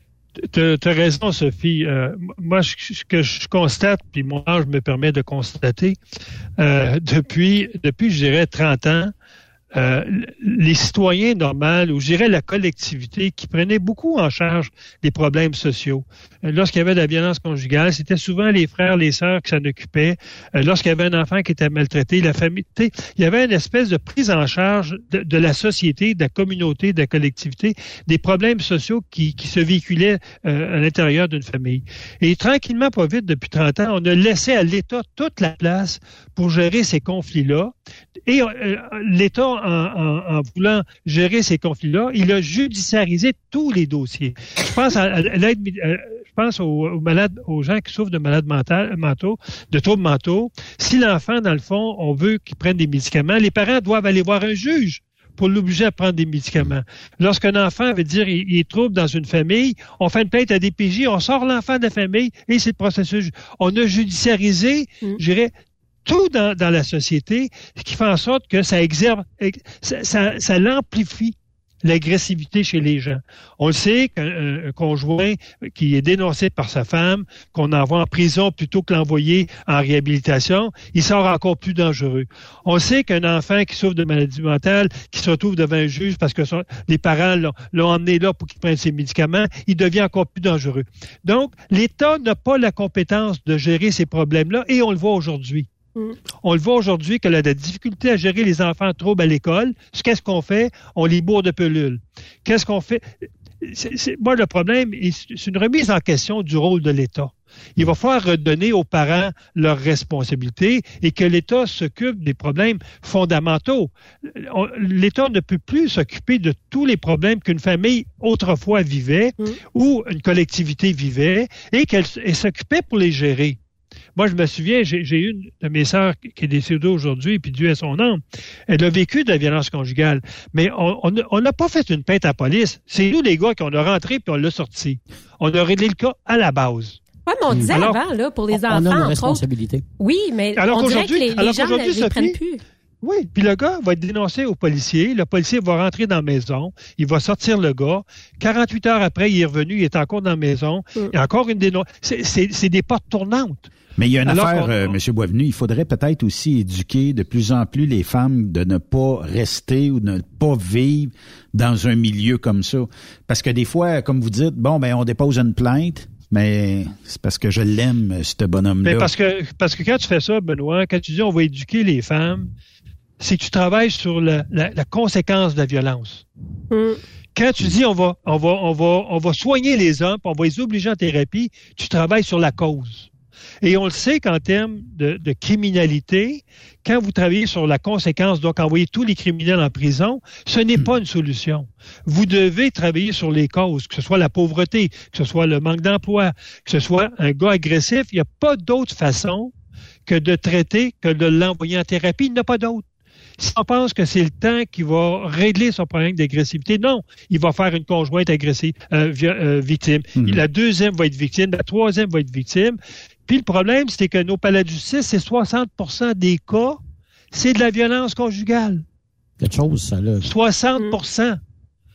Tu as raison, Sophie. Euh, moi, ce que je constate, puis moi, je me permets de constater, euh, depuis, depuis, je dirais, trente ans, euh, les citoyens normaux, ou je dirais la collectivité, qui prenaient beaucoup en charge des problèmes sociaux. Euh, lorsqu'il y avait de la violence conjugale, c'était souvent les frères, les sœurs qui s'en occupaient. Euh, lorsqu'il y avait un enfant qui était maltraité, la famille, tu sais, il y avait une espèce de prise en charge de, de la société, de la communauté, de la collectivité, des problèmes sociaux qui, qui se véhiculaient euh, à l'intérieur d'une famille. Et tranquillement, pas vite, depuis trente ans, on a laissé à l'État toute la place pour gérer ces conflits-là. Et euh, l'État, en, en, en voulant gérer ces conflits-là, il a judiciarisé tous les dossiers. Je pense à, à l'aide, euh, je pense aux, aux malades, aux gens qui souffrent de malades mentales, mentaux, de troubles mentaux. Si l'enfant, dans le fond, on veut qu'il prenne des médicaments, les parents doivent aller voir un juge pour l'obliger à prendre des médicaments. Lorsqu'un enfant veut dire il, il est trouble dans une famille, on fait une plainte à D P J, on sort l'enfant de la famille et c'est le processus. On a judiciarisé, mmh. je dirais, tout dans, dans la société, ce qui fait en sorte que ça exerce, ça, ça, ça l'amplifie l'agressivité chez les gens. On le sait qu'un un conjoint qui est dénoncé par sa femme, qu'on envoie en prison plutôt que l'envoyer en réhabilitation, il sort encore plus dangereux. On sait qu'un enfant qui souffre de maladie mentale, qui se retrouve devant un juge parce que son, les parents l'ont, l'ont emmené là pour qu'il prenne ses médicaments, il devient encore plus dangereux. Donc, l'État n'a pas la compétence de gérer ces problèmes-là et on le voit aujourd'hui. Mm. On le voit aujourd'hui que la, la difficulté à gérer les enfants troubles à l'école, qu'est-ce qu'on fait? On les bourre de pelules. Qu'est-ce qu'on fait? C'est, c'est, moi, le problème, c'est une remise en question du rôle de l'État. Il va falloir redonner aux parents leurs responsabilités et que l'État s'occupe des problèmes fondamentaux. On, L'État ne peut plus s'occuper de tous les problèmes qu'une famille autrefois vivait mm. ou une collectivité vivait et qu'elle elle s'occupait pour les gérer. Moi, je me souviens, j'ai, j'ai une de mes sœurs qui est décédée aujourd'hui, puis Dieu ait son âme. Elle a vécu de la violence conjugale. Mais on n'a pas fait une plainte à la police. C'est nous, les gars, qu'on a rentré puis on l'a sorti. On a réglé le cas à la base. Oui, mais on disait alors, avant, là, pour les on, enfants, on a une entre responsabilité. Autres. Oui, mais alors on dirait que les, les gens ne les prennent plus. Oui, puis le gars va être dénoncé au policier. Le policier va rentrer dans la maison. Il va sortir le gars. quarante-huit heures après, il est revenu. Il est encore dans la maison. Mm. Il y a encore une dénonciation. C'est, c'est, c'est des portes tournantes. Mais il y a une Alors affaire, euh, M. Boisvenu, il faudrait peut-être aussi éduquer de plus en plus les femmes de ne pas rester ou de ne pas vivre dans un milieu comme ça. Parce que des fois, comme vous dites, bon, ben on dépose une plainte, mais c'est parce que je l'aime, ce bonhomme-là. Mais parce que, parce que quand tu fais ça, Benoît, quand tu dis on va éduquer les femmes, c'est que tu travailles sur la, la, la conséquence de la violence. Mm. Quand tu dis on va, on va, on va, on va soigner les hommes, on va les obliger en thérapie, tu travailles sur la cause. Et on le sait qu'en termes de, de criminalité, quand vous travaillez sur la conséquence, donc envoyer tous les criminels en prison, ce n'est pas une solution. Vous devez travailler sur les causes, que ce soit la pauvreté, que ce soit le manque d'emploi, que ce soit un gars agressif. Il n'y a pas d'autre façon que de traiter, que de l'envoyer en thérapie. Il n'y en a pas d'autre. Si on pense que c'est le temps qui va régler son problème d'agressivité, non. Il va faire une conjointe agressive, euh, via, euh, victime. Mm-hmm. La deuxième va être victime, la troisième va être victime. Puis le problème, c'est que nos palais de justice, c'est soixante pour cent des cas, c'est de la violence conjugale. Quelque chose, ça, là. soixante pour cent.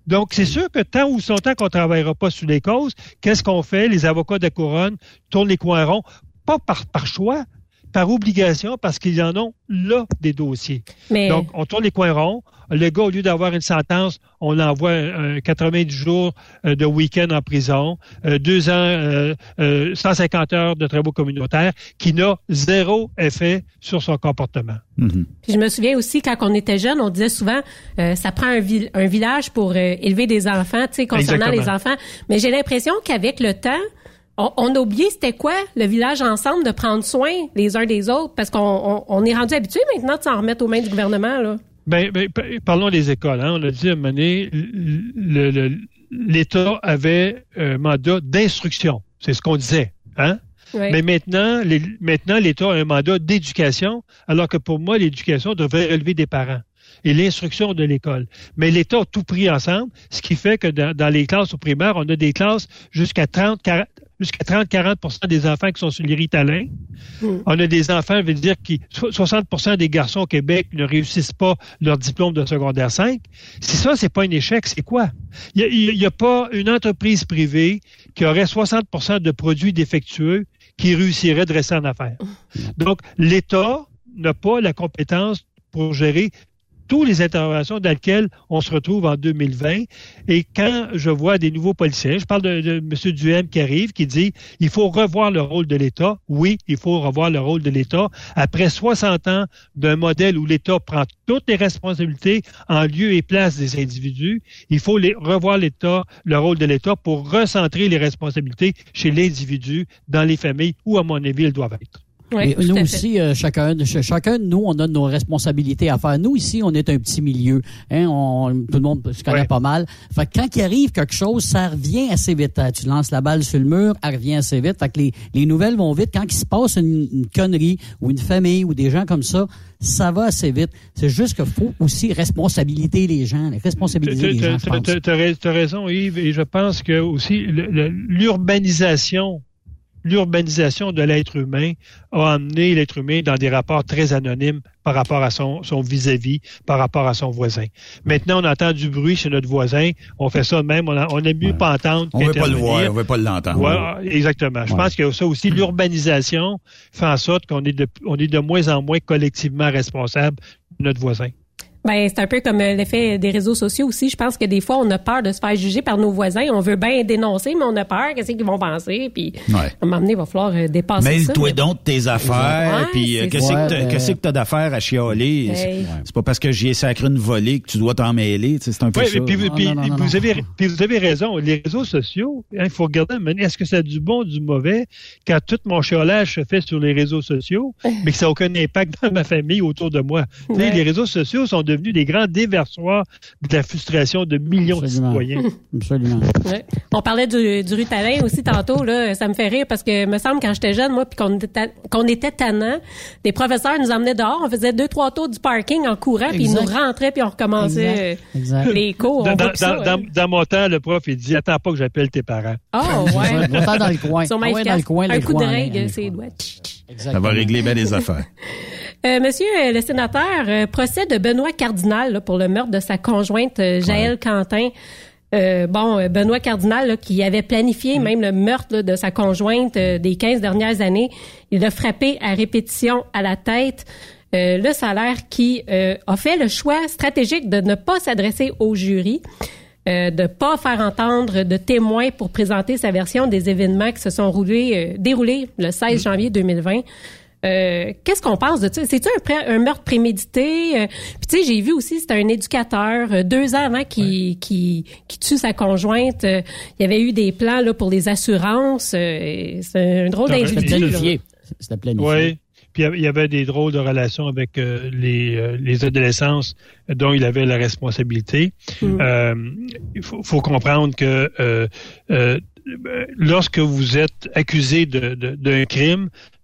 Donc, c'est sûr que tant ou longtemps qu'on ne travaillera pas sur les causes, qu'est-ce qu'on fait? Les avocats de la couronne tournent les coins ronds, pas par, par choix, par obligation, parce qu'ils en ont là des dossiers. Mais... Donc, on tourne les coins ronds. Le gars, au lieu d'avoir une sentence, on l'envoie un, un quatre-vingt-dix jours de week-end en prison, euh, deux ans, euh, euh, cent cinquante heures de travaux communautaires, qui n'a zéro effet sur son comportement. Mm-hmm. Puis je me souviens aussi, quand on était jeune, on disait souvent, euh, ça prend un, vi- un village pour euh, élever des enfants, tu sais, concernant Exactement. les enfants. Mais j'ai l'impression qu'avec le temps, On, on a oublié c'était quoi le village ensemble, de prendre soin les uns des autres, parce qu'on on, on est rendu habitué maintenant de s'en remettre aux mains du gouvernement, là. Ben, ben parlons des écoles. Hein. On a dit à un moment donné, le, le, l'État avait un mandat d'instruction. C'est ce qu'on disait. Hein? Oui. Mais maintenant, les, maintenant, l'État a un mandat d'éducation, alors que pour moi, l'éducation devrait relever des parents et l'instruction de l'école. Mais l'État a tout pris ensemble, ce qui fait que dans, dans les classes au primaire, on a des classes jusqu'à trente, quarante jusqu'à trente à quarante pour cent des enfants qui sont sur les Ritalin. Mm. On a des enfants, je veux dire, qui soixante pour cent des garçons au Québec ne réussissent pas leur diplôme de secondaire cinq. Si ça, c'est pas un échec, c'est quoi? Il n'y a, a pas une entreprise privée qui aurait soixante pour cent de produits défectueux qui réussirait de rester en affaires. Donc, l'État n'a pas la compétence pour gérer toutes les interventions dans lesquelles on se retrouve en deux mille vingt. Et quand je vois des nouveaux policiers, je parle de, de M. Duhem qui arrive, qui dit « Il faut revoir le rôle de l'État ». Oui, il faut revoir le rôle de l'État. Après soixante ans d'un modèle où l'État prend toutes les responsabilités en lieu et place des individus, il faut les, revoir l'État, le rôle de l'État pour recentrer les responsabilités chez l'individu, dans les familles, où, à mon avis, elles doivent être. Oui, nous aussi, euh, chacun, ch- chacun de nous, on a nos responsabilités à faire. Nous, ici, on est un petit milieu. Hein, on, tout le monde se connaît ouais. pas mal. Fait que quand il arrive quelque chose, ça revient assez vite. Hein. Tu lances la balle sur le mur, elle revient assez vite. Fait que les, les nouvelles vont vite. Quand il se passe une, une connerie ou une famille ou des gens comme ça, ça va assez vite. C'est juste qu'il faut aussi responsabiliser les gens. Responsabiliser les gens, je pense. Tu as raison, Yves. Et je pense que aussi le, le, l'urbanisation L'urbanisation de l'être humain a amené l'être humain dans des rapports très anonymes par rapport à son, son vis-à-vis, par rapport à son voisin. Maintenant, on entend du bruit chez notre voisin, on fait ça de même, on, a, on aime mieux ouais. pas entendre on qu'intervenir. On veut pas le voir, on veut pas l'entendre. Ouais, exactement. Je ouais. pense que ça aussi, l'urbanisation fait en sorte qu'on est de, on est de moins en moins collectivement responsable de notre voisin. Ben, c'est un peu comme l'effet des réseaux sociaux aussi. Je pense que des fois, on a peur de se faire juger par nos voisins. On veut bien dénoncer, mais on a peur. Qu'est-ce qu'ils vont penser? Puis, ouais. à un moment donné, il va falloir dépasser Mêle ça. Mêle-toi mais... donc de tes affaires. Ouais, puis, euh, qu'est-ce, ouais, que ben... qu'est-ce que t'as d'affaires à chialer? Hey. C'est, c'est pas parce que j'y ai sacré une volée que tu dois t'en mêler. C'est un peu ouais, ça. Puis, puis, puis, non, non, non, vous, avez, puis vous avez raison. Les réseaux sociaux, il hein, faut regarder, est-ce que ça a du bon ou du mauvais quand tout mon chiolage se fait sur les réseaux sociaux, mais que ça n'a aucun impact dans ma famille autour de moi? Ouais. Les réseaux sociaux sont devenus des grands déversoirs de la frustration de millions Absolument. de citoyens. Absolument. Ouais. On parlait du, du Ritalin aussi tantôt, là, ça me fait rire parce que me semble quand j'étais jeune, moi, puis qu'on était, ta- qu'on était tannant, les professeurs nous emmenaient dehors, on faisait deux, trois tours du parking en courant, puis ils nous rentraient, puis on recommençait exact. Exact. les cours. Dans, dans, ça, dans, ouais. dans mon temps, le prof, il dit, attends pas que j'appelle tes parents. Oh, ouais. Va dans le coin. Ah ouais, dans le coin. Un coup de règle, c'est doigts. Ça va régler bien les affaires. Euh, monsieur euh, le sénateur, euh, procès de Benoît Cardinal là, pour le meurtre de sa conjointe euh, Jaël ouais. Quentin. Euh, bon, euh, Benoît Cardinal là, qui avait planifié mmh. même le meurtre là, de sa conjointe euh, des quinze dernières années. Il l'a frappé à répétition à la tête. Euh, là, ça a l'air qu'il euh, a fait le choix stratégique de ne pas s'adresser au jury. Euh, de pas faire entendre de témoins pour présenter sa version des événements qui se sont roulés, euh, déroulés le seize janvier deux mille vingt. Euh, qu'est-ce qu'on pense de ça? C'est-tu un, pré- un meurtre prémédité? Euh, Puis tu sais, j'ai vu aussi, c'était un éducateur, euh, deux ans avant qu'il ouais. qui, qui tue sa conjointe. Euh, il y avait eu des plans là pour les assurances. Euh, c'est un drôle d'individu. C'était planifié. C'était planifié. Oui. Puis il y avait des drôles de relations avec euh, les, euh, les adolescences dont il avait la responsabilité. Mm. Euh, il faut, faut comprendre que euh, euh, lorsque vous êtes accusé de, de, d'un crime,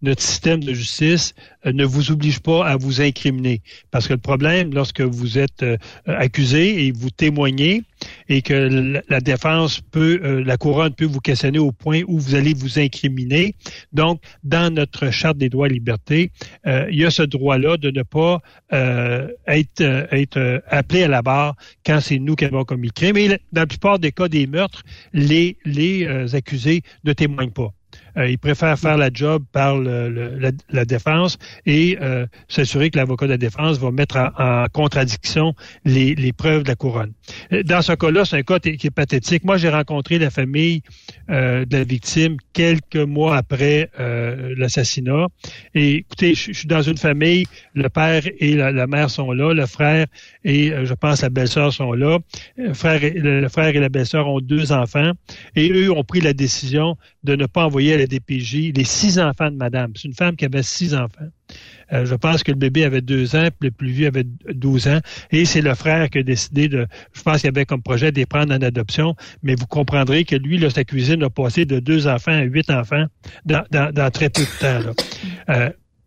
notre système de justice euh, ne vous oblige pas à vous incriminer. Parce que le problème, lorsque vous êtes euh, accusé et vous témoignez, et que la, la défense peut, euh, la couronne peut vous questionner au point où vous allez vous incriminer. Donc, dans notre Charte des droits et libertés, euh, il y a ce droit-là de ne pas euh, être, euh, être euh, appelé à la barre quand c'est nous qui avons commis le crime. Et dans la plupart des cas des meurtres, les, les euh, accusés ne témoignent pas. Euh, ils préfèrent faire la job par le, le, la, la défense et euh, s'assurer que l'avocat de la défense va mettre en, en contradiction les, les preuves de la couronne. Dans ce cas-là, c'est un cas t- qui est pathétique. Moi, j'ai rencontré la famille euh, de la victime quelques mois après euh, l'assassinat. Et écoutez, je, je suis dans une famille, le père et la, la mère sont là, le frère et, euh, je pense, la belle-sœur sont là. Le frère, et, le, le frère et la belle-sœur ont deux enfants et eux ont pris la décision de ne pas envoyer à la D P J les six enfants de madame. C'est une femme qui avait six enfants. Euh, je pense que le bébé avait deux ans, puis le plus vieux avait douze ans. Et c'est le frère qui a décidé de, je pense qu'il avait comme projet de les prendre en adoption, mais vous comprendrez que lui, là, sa cuisine a passé de deux enfants à huit enfants dans, dans, dans très peu de temps, là. Euh,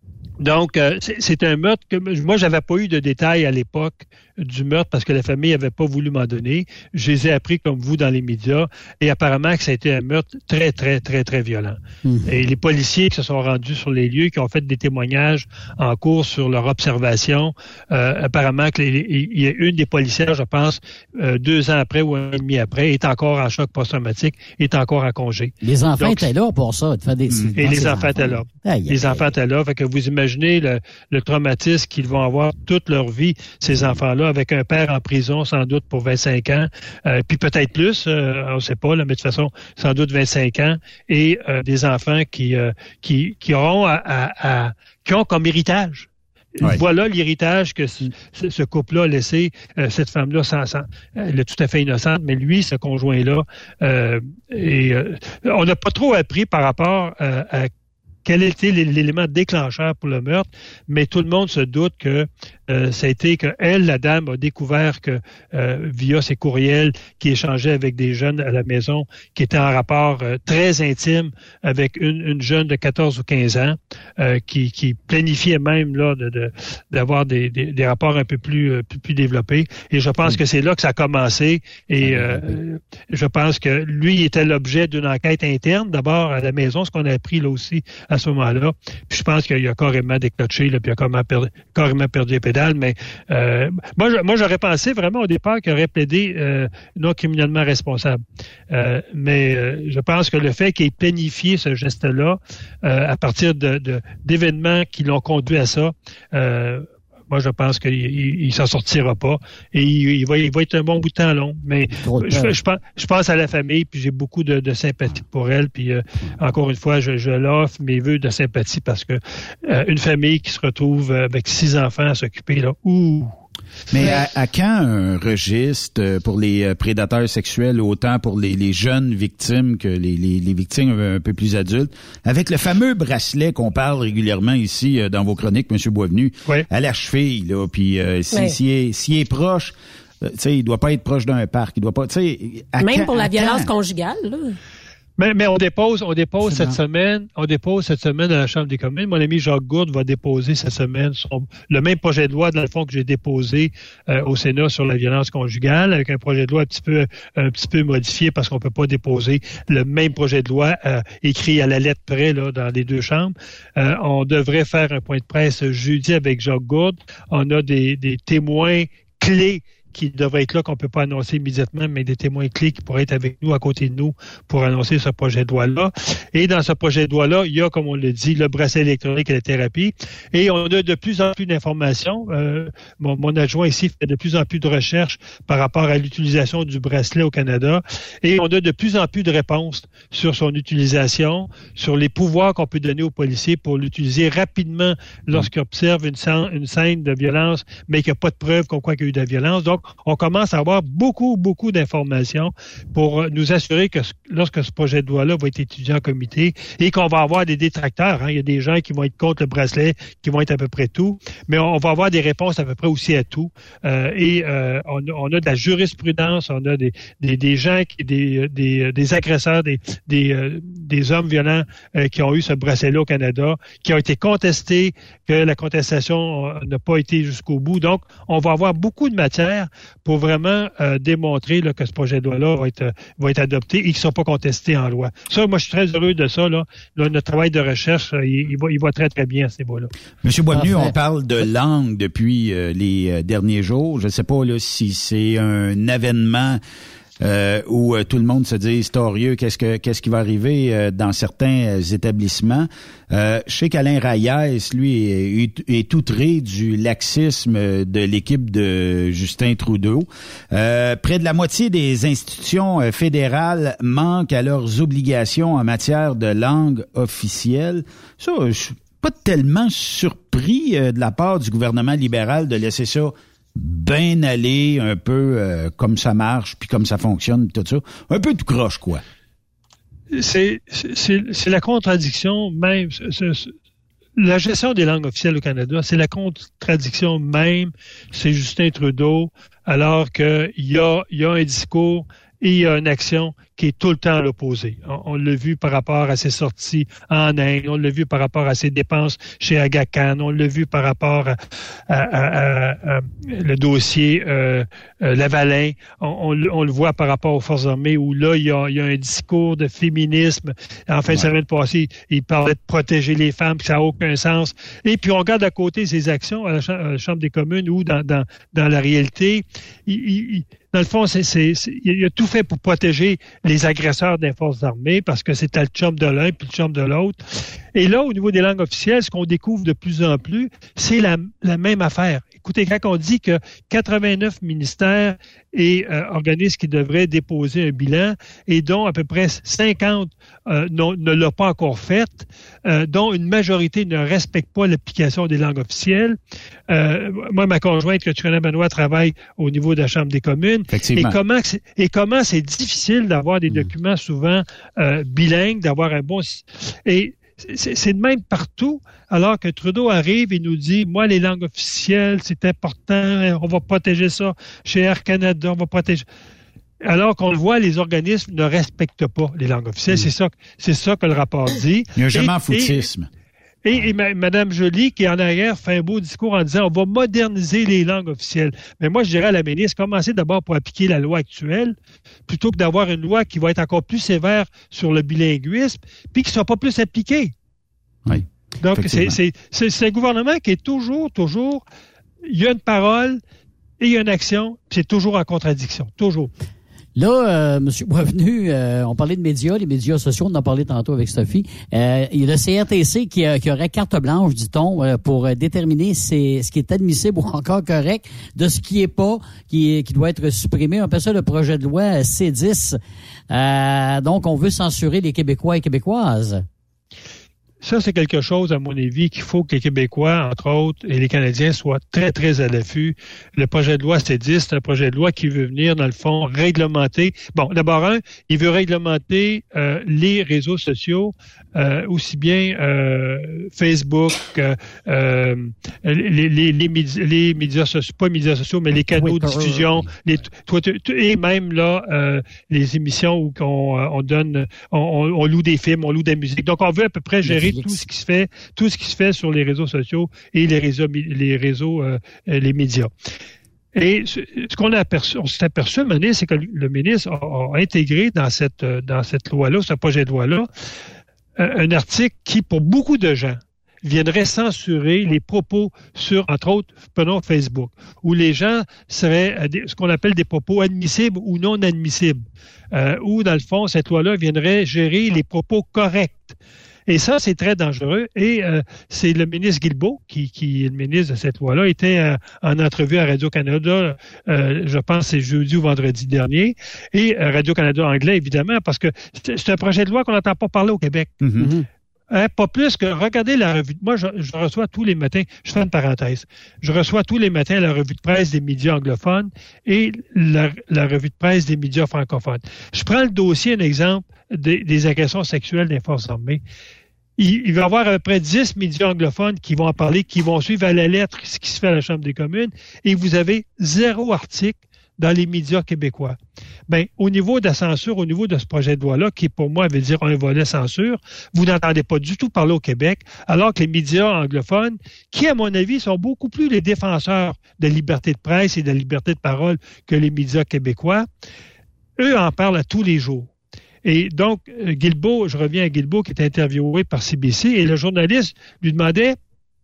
Donc, euh, c'est, c'est un meurtre que moi, j'avais pas eu de détails à l'époque du meurtre parce que la famille avait pas voulu m'en donner. Je les ai appris comme vous dans les médias et apparemment que ça a été un meurtre très, très, très, très violent. Mmh. Et les policiers qui se sont rendus sur les lieux, qui ont fait des témoignages en cours sur leur observation, euh, apparemment que les, il y a une des policières, je pense, euh, deux ans après ou un an et demi après, est encore en choc post-traumatique, est encore en congé. Les enfants Donc, étaient là pour ça. De faire des, mmh. Et les enfants, enfants étaient là. Aïe, les aïe, enfants aïe. étaient là. Fait que vous imaginez le, le traumatisme qu'ils vont avoir toute leur vie, ces enfants-là, avec un père en prison, sans doute, pour vingt-cinq ans, euh, puis peut-être plus, euh, on ne sait pas, là, mais de toute façon, sans doute vingt-cinq ans, et euh, des enfants qui, euh, qui, qui auront à, à, à, qui ont comme héritage. Ouais. Voilà l'héritage que ce, ce couple-là a laissé, euh, cette femme-là, sans, sans, elle est tout à fait innocente, mais lui, ce conjoint-là, euh, et euh, on n'a pas trop appris par rapport euh, à quel était l'élément déclencheur pour le meurtre, mais tout le monde se doute que euh, ça a été que elle, la dame, a découvert que euh, via ses courriels qui échangeait avec des jeunes à la maison, qui étaient en rapport euh, très intime avec une, une jeune de quatorze ou quinze ans, euh, qui, qui planifiait même là de, de, d'avoir des, des, des rapports un peu plus, euh, plus, plus développés. Et je pense oui. que c'est là que ça a commencé. Et euh, oui. je pense que lui était l'objet d'une enquête interne, d'abord à la maison, ce qu'on a appris là aussi à ce moment-là. Puis je pense qu'il a carrément déclenché, là, puis il a carrément perdu, carrément perdu les pédales. Mais euh, moi, je, moi, j'aurais pensé vraiment au départ qu'il aurait plaidé euh, non criminellement responsable. Euh, mais euh, je pense que le fait qu'il ait planifié ce geste-là euh, à partir de, de, d'événements qui l'ont conduit à ça, euh, moi, je pense qu'il il, il s'en sortira pas. Et il, il, va, il va être un bon bout de temps long. Mais je, je, je, pense, je pense à la famille, puis j'ai beaucoup de, de sympathie pour elle. Puis euh, encore une fois, je, je l'offre mes vœux de sympathie parce que euh, une famille qui se retrouve avec six enfants à s'occuper, là, ouh! Mais à, à quand un registre pour les prédateurs sexuels, autant pour les, les jeunes victimes que les, les, les victimes un peu plus adultes, avec le fameux bracelet qu'on parle régulièrement ici dans vos chroniques, M. Boisvenu, oui. à la cheville, là, puis euh, s'il oui. si est, si est proche, euh, tu sais, il doit pas être proche d'un parc, il doit pas, tu sais, même quand, pour la violence quand? conjugale, là. Mais, mais on dépose, on dépose C'est cette bien. semaine, on dépose cette semaine à la Chambre des communes. Mon ami Jacques Gourde va déposer cette semaine son, le même projet de loi, dans le fond, que j'ai déposé euh, au Sénat sur la violence conjugale, avec un projet de loi un petit peu, un petit peu modifié parce qu'on peut pas déposer le même projet de loi euh, écrit à la lettre près là dans les deux chambres. Euh, on devrait faire un point de presse jeudi avec Jacques Gourde. On a des, des témoins clés qui devraient être là, qu'on peut pas annoncer immédiatement, mais des témoins clés qui pourraient être avec nous, à côté de nous, pour annoncer ce projet de loi-là. Et dans ce projet de loi-là, il y a, comme on le dit, le bracelet électronique et la thérapie. Et on a de plus en plus d'informations. Euh, mon, mon adjoint ici fait de plus en plus de recherches par rapport à l'utilisation du bracelet au Canada. Et on a de plus en plus de réponses sur son utilisation, sur les pouvoirs qu'on peut donner aux policiers pour l'utiliser rapidement lorsqu'ils observent une scène, une scène de violence, mais qu'il n'y a pas de preuve qu'on croit qu'il y a eu de la violence. Donc, on commence à avoir beaucoup, beaucoup d'informations pour nous assurer que lorsque ce projet de loi-là va être étudié en comité et qu'on va avoir des détracteurs, hein, il y a des gens qui vont être contre le bracelet, qui vont être à peu près tout, mais on va avoir des réponses à peu près aussi à tout. Euh, et euh, on, on a de la jurisprudence, on a des, des, des gens, qui, des, des, des agresseurs, des, des, euh, des hommes violents euh, qui ont eu ce bracelet-là au Canada, qui ont été contestés, que la contestation euh, n'a pas été jusqu'au bout. Donc, on va avoir beaucoup de matière pour vraiment euh, démontrer là, que ce projet de loi-là va être, va être adopté et qu'il ne sera pas contesté en loi. Ça, moi, je suis très heureux de ça. Là. Là, notre travail de recherche, il, il, va, il va très, très bien à ce niveau-là. Monsieur Boisvenu, on parle de langue depuis euh, les euh, derniers jours. Je ne sais pas là, si c'est un avènement Euh, où euh, tout le monde se dit historieux, qu'est-ce que qu'est-ce qui va arriver euh, dans certains euh, établissements. Euh, je sais qu'Alain Raies, lui, est, est outré du laxisme de l'équipe de Justin Trudeau. Euh, près de la moitié des institutions euh, fédérales manquent à leurs obligations en matière de langue officielle. Ça, je suis pas tellement surpris euh, de la part du gouvernement libéral de laisser ça bien aller, un peu euh, comme ça marche, puis comme ça fonctionne, tout ça. Un peu tout croche, quoi. C'est, c'est, c'est la contradiction même. C'est, c'est, la gestion des langues officielles au Canada, c'est la contradiction même. C'est Justin Trudeau, alors qu'il y a, il y a un discours et il y a une action qui est tout le temps à l'opposé. On, on l'a vu par rapport à ses sorties en Inde, on l'a vu par rapport à ses dépenses chez Aga Khan, on l'a vu par rapport à, à, à, à, à le dossier euh, euh, Lavalin, on, on, on le voit par rapport aux Forces armées où là, il y a, il y a un discours de féminisme. En fin de semaine passée, il parlait de protéger les femmes, puis ça n'a aucun sens. Et puis on regarde à côté ses actions à la, Ch- à la Chambre des communes où dans, dans, dans la réalité, il, il, dans le fond, c'est, c'est, c'est, il a tout fait pour protéger les agresseurs des forces armées parce que c'était le chum de l'un puis le chum de l'autre. Et là, au niveau des langues officielles, ce qu'on découvre de plus en plus, c'est la, la même affaire. Écoutez, quand on dit que quatre-vingt-neuf ministères et euh, organismes qui devraient déposer un bilan et dont à peu près cinquante euh, ne l'ont pas encore fait, euh, dont une majorité ne respecte pas l'application des langues officielles. Euh, moi, ma conjointe, que tu connais, Benoît, travaille au niveau de la Chambre des communes. Et comment c'est, et comment c'est difficile d'avoir des mmh. documents souvent euh, bilingues, d'avoir un bon... Et c'est, c'est de même partout, alors que Trudeau arrive et nous dit, moi, les langues officielles, c'est important, on va protéger ça chez Air Canada, on va protéger... Alors qu'on le voit, les organismes ne respectent pas les langues officielles. Mmh. C'est ça, c'est ça que le rapport dit. Il y a jamais un foutisme. Et, et, et Mme Joly, qui en arrière fait un beau discours en disant, on va moderniser les langues officielles. Mais moi, je dirais à la ministre, commencez d'abord pour appliquer la loi actuelle, plutôt que d'avoir une loi qui va être encore plus sévère sur le bilinguisme, puis qui ne sera pas plus appliquée. Oui. Donc, c'est, c'est, c'est, c'est un gouvernement qui est toujours, toujours, il y a une parole et il y a une action, puis c'est toujours en contradiction, toujours. Là, euh, M. Boisvenu, euh, on parlait de médias, les médias sociaux, on en a parlé tantôt avec Sophie. Euh, il y a le C R T C qui, euh, qui aurait carte blanche, dit-on, euh, pour euh, déterminer c'est, ce qui est admissible ou encore correct de ce qui est pas, qui, qui doit être supprimé. On appelle ça le projet de loi C dix. Euh, donc, on veut censurer les Québécois et Québécoises. Ça, c'est quelque chose, à mon avis, qu'il faut que les Québécois, entre autres, et les Canadiens soient très, très à l'affût. Le projet de loi C dix, c'est un projet de loi qui veut venir, dans le fond, réglementer. Bon, d'abord, un, il veut réglementer euh, les réseaux sociaux, euh, aussi bien euh, Facebook, euh, euh, les, les, les, médias, les médias sociaux, pas les médias sociaux, mais les canaux de diffusion, les, Twitter, et même là, euh, les émissions où on, on donne, on, on loue des films, on loue de la musique. Donc, on veut à peu près gérer tout ce qui se fait, tout ce qui se fait sur les réseaux sociaux et les réseaux, les réseaux, euh, les médias. Et ce, ce qu'on a aperçu, on s'est aperçu, à un moment donné, c'est que le ministre a, a intégré dans cette, dans cette loi-là, ce projet de loi-là, un article qui, pour beaucoup de gens, viendrait censurer les propos sur, entre autres, prenons Facebook, où les gens seraient des, ce qu'on appelle des propos admissibles ou non admissibles, euh, où, dans le fond, cette loi-là viendrait gérer les propos corrects. Et ça, c'est très dangereux. Et euh, c'est le ministre Guilbeault, qui, qui est le ministre de cette loi-là, était euh, en entrevue à Radio-Canada, euh, je pense c'est jeudi ou vendredi dernier, et euh, Radio-Canada anglais, évidemment, parce que c'est, c'est un projet de loi qu'on n'entend pas parler au Québec. Mm-hmm. Hein, pas plus que, regardez la revue. Moi, je, je reçois tous les matins, je fais une parenthèse, je reçois tous les matins la revue de presse des médias anglophones et la, la revue de presse des médias francophones. Je prends le dossier, un exemple, des, des agressions sexuelles des forces armées. Il, il va y avoir à peu près dix médias anglophones qui vont en parler, qui vont suivre à la lettre ce qui se fait à la Chambre des communes, et vous avez zéro article dans les médias québécois. Bien, au niveau de la censure, au niveau de ce projet de loi-là, qui pour moi veut dire un volet censure, vous n'entendez pas du tout parler au Québec, alors que les médias anglophones, qui, à mon avis, sont beaucoup plus les défenseurs de la liberté de presse et de la liberté de parole que les médias québécois, eux en parlent à tous les jours. Et donc, Guilbeault, je reviens à Guilbeault, qui est interviewé par C B C, et le journaliste lui demandait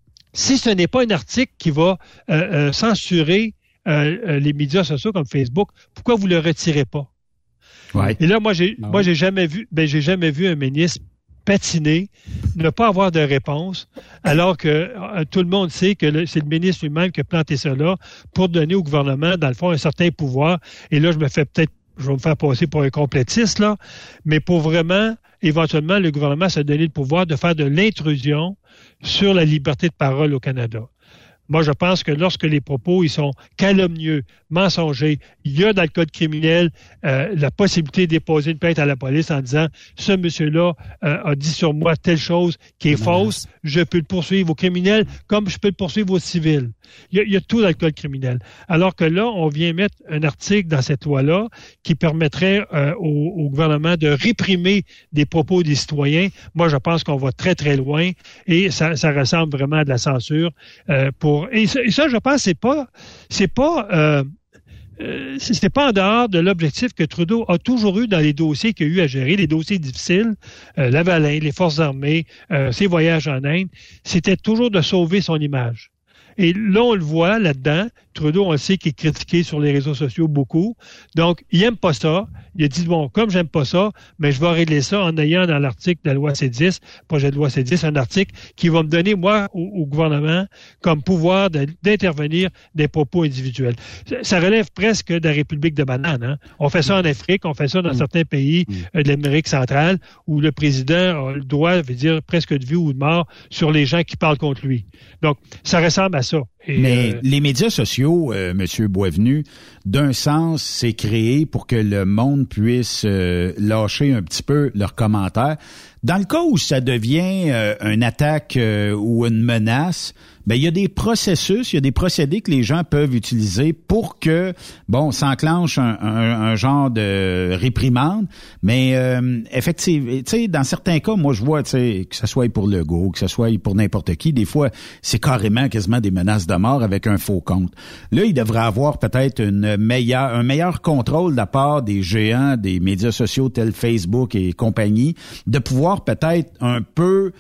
si ce n'est pas un article qui va euh, euh, censurer Euh, les médias sociaux comme Facebook, pourquoi vous le retirez pas? Ouais. Et là, moi, j'ai, ah ouais. moi, j'ai jamais vu, ben, j'ai jamais vu un ministre patiner, ne pas avoir de réponse, alors que euh, tout le monde sait que le, c'est le ministre lui-même qui a planté ça là pour donner au gouvernement, dans le fond, un certain pouvoir. Et là, je me fais peut-être, je vais me faire passer pour un complétiste, là, mais pour vraiment, éventuellement, le gouvernement s'est donné le pouvoir de faire de l'intrusion sur la liberté de parole au Canada. Moi, je pense que lorsque les propos ils sont calomnieux, mensongers, il y a dans le code criminel euh, la possibilité de déposer une plainte à la police en disant « Ce monsieur-là euh, a dit sur moi telle chose qui est fausse, je peux le poursuivre au criminel comme je peux le poursuivre au civil. » Il y a, il y a tout dans le code criminel. Alors que là, on vient mettre un article dans cette loi-là qui permettrait euh, au, au gouvernement de réprimer des propos des citoyens. Moi, je pense qu'on va très, très loin et ça, ça ressemble vraiment à de la censure euh, pour Et ça, et ça, je pense, c'est pas, c'est pas, euh, euh, c'est pas en dehors de l'objectif que Trudeau a toujours eu dans les dossiers qu'il a eu à gérer, les dossiers difficiles, euh, Lavalin, les forces armées, euh, ses voyages en Inde. C'était toujours de sauver son image. Et là, on le voit là-dedans. Trudeau, on le sait qu'il est critiqué sur les réseaux sociaux beaucoup. Donc, il aime pas ça. Il a dit, bon, comme j'aime pas ça, mais je vais régler ça en ayant dans l'article de la loi C dix, projet de loi C dix, un article qui va me donner, moi, au, au gouvernement, comme pouvoir de, d'intervenir des propos individuels. Ça relève presque de la République de banane. Hein? On fait ça en Afrique, on fait ça dans certains pays euh, de l'Amérique centrale, où le président a le droit, veut dire, presque de vie ou de mort sur les gens qui parlent contre lui. Donc, ça ressemble à ça. Et Mais euh, les médias sociaux, euh, Monsieur Boisvenu, d'un sens, c'est créé pour que le monde puisse euh, lâcher un petit peu leurs commentaires. Dans le cas où ça devient euh, une attaque euh, ou une menace, ben il y a des processus, il y a des procédés que les gens peuvent utiliser pour que, bon, s'enclenche un, un, un genre de réprimande. Mais euh, effectivement, tu sais, dans certains cas, moi je vois, tu sais, que ce soit pour Legault, que ce soit pour n'importe qui, des fois, c'est carrément quasiment des menaces de mort avec un faux compte. Là, il devrait avoir peut-être une meilleure, un meilleur contrôle de la part des géants des médias sociaux tels Facebook et compagnie, de pouvoir peut-être un peu...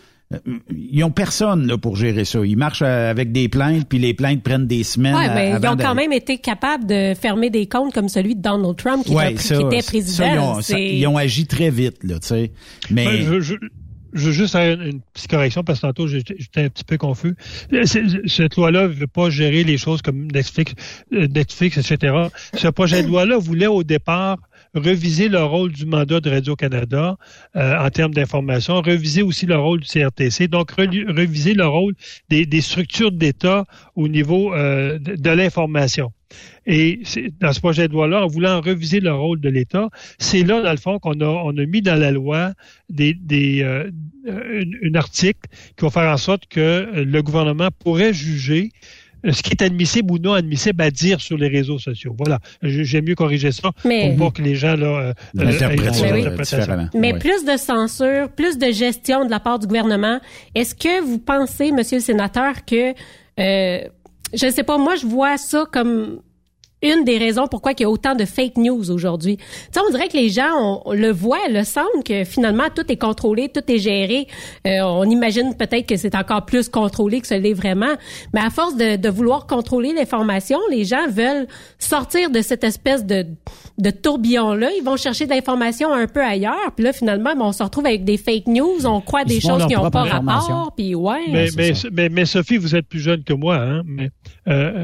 Ils ont personne là pour gérer ça. Ils marchent avec des plaintes, puis les plaintes prennent des semaines. Oui, mais avant ils ont de... quand même été capables de fermer des comptes comme celui de Donald Trump qui, ouais, était, ça, qui était président. Ça, ils, ont, ça, ils ont agi très vite, là, tu sais. Mais ben, je, je, je veux juste faire une, une petite correction parce que tantôt j'étais, j'étais un petit peu confus. C'est, cette loi-là ne veut pas gérer les choses comme Netflix, Netflix, et cetera. Ce projet de loi-là voulait au départ reviser le rôle du mandat de Radio-Canada euh, en termes d'information, reviser aussi le rôle du C R T C, donc re- reviser le rôle des, des structures d'État au niveau euh, de, de l'information. Et c'est, dans ce projet de loi-là, en voulant reviser le rôle de l'État, c'est là, dans le fond, qu'on a, on a mis dans la loi des, des, euh, un, un article qui va faire en sorte que le gouvernement pourrait juger ce qui est admissible ou non admissible à dire sur les réseaux sociaux. Voilà. J'aime mieux corriger ça mais, pour pas que les gens là euh, l'interprètent euh, différemment. Mais ouais. plus de censure, plus de gestion de la part du gouvernement. Est-ce que vous pensez, Monsieur le sénateur, que euh, je ne sais pas, moi je vois ça comme une des raisons pourquoi il y a autant de fake news aujourd'hui. Tu sais, on dirait que les gens on, on le voient, le sentent que finalement tout est contrôlé, tout est géré. Euh, on imagine peut-être que c'est encore plus contrôlé que ce l'est vraiment. Mais à force de, de vouloir contrôler l'information, les gens veulent sortir de cette espèce de, de tourbillon-là. Ils vont chercher de l'information un peu ailleurs. Puis là, finalement, ben, on se retrouve avec des fake news. On croit des choses qui n'ont pas rapport. Puis ouais. Mais, mais, mais, mais Sophie, vous êtes plus jeune que moi, hein. Mais euh,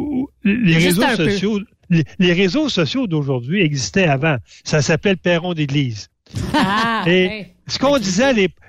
les réseaux sociaux, les, les réseaux sociaux d'aujourd'hui existaient avant. Ça s'appelle Perron d'église. Ah, et ouais. ce qu'on disait à l'époque,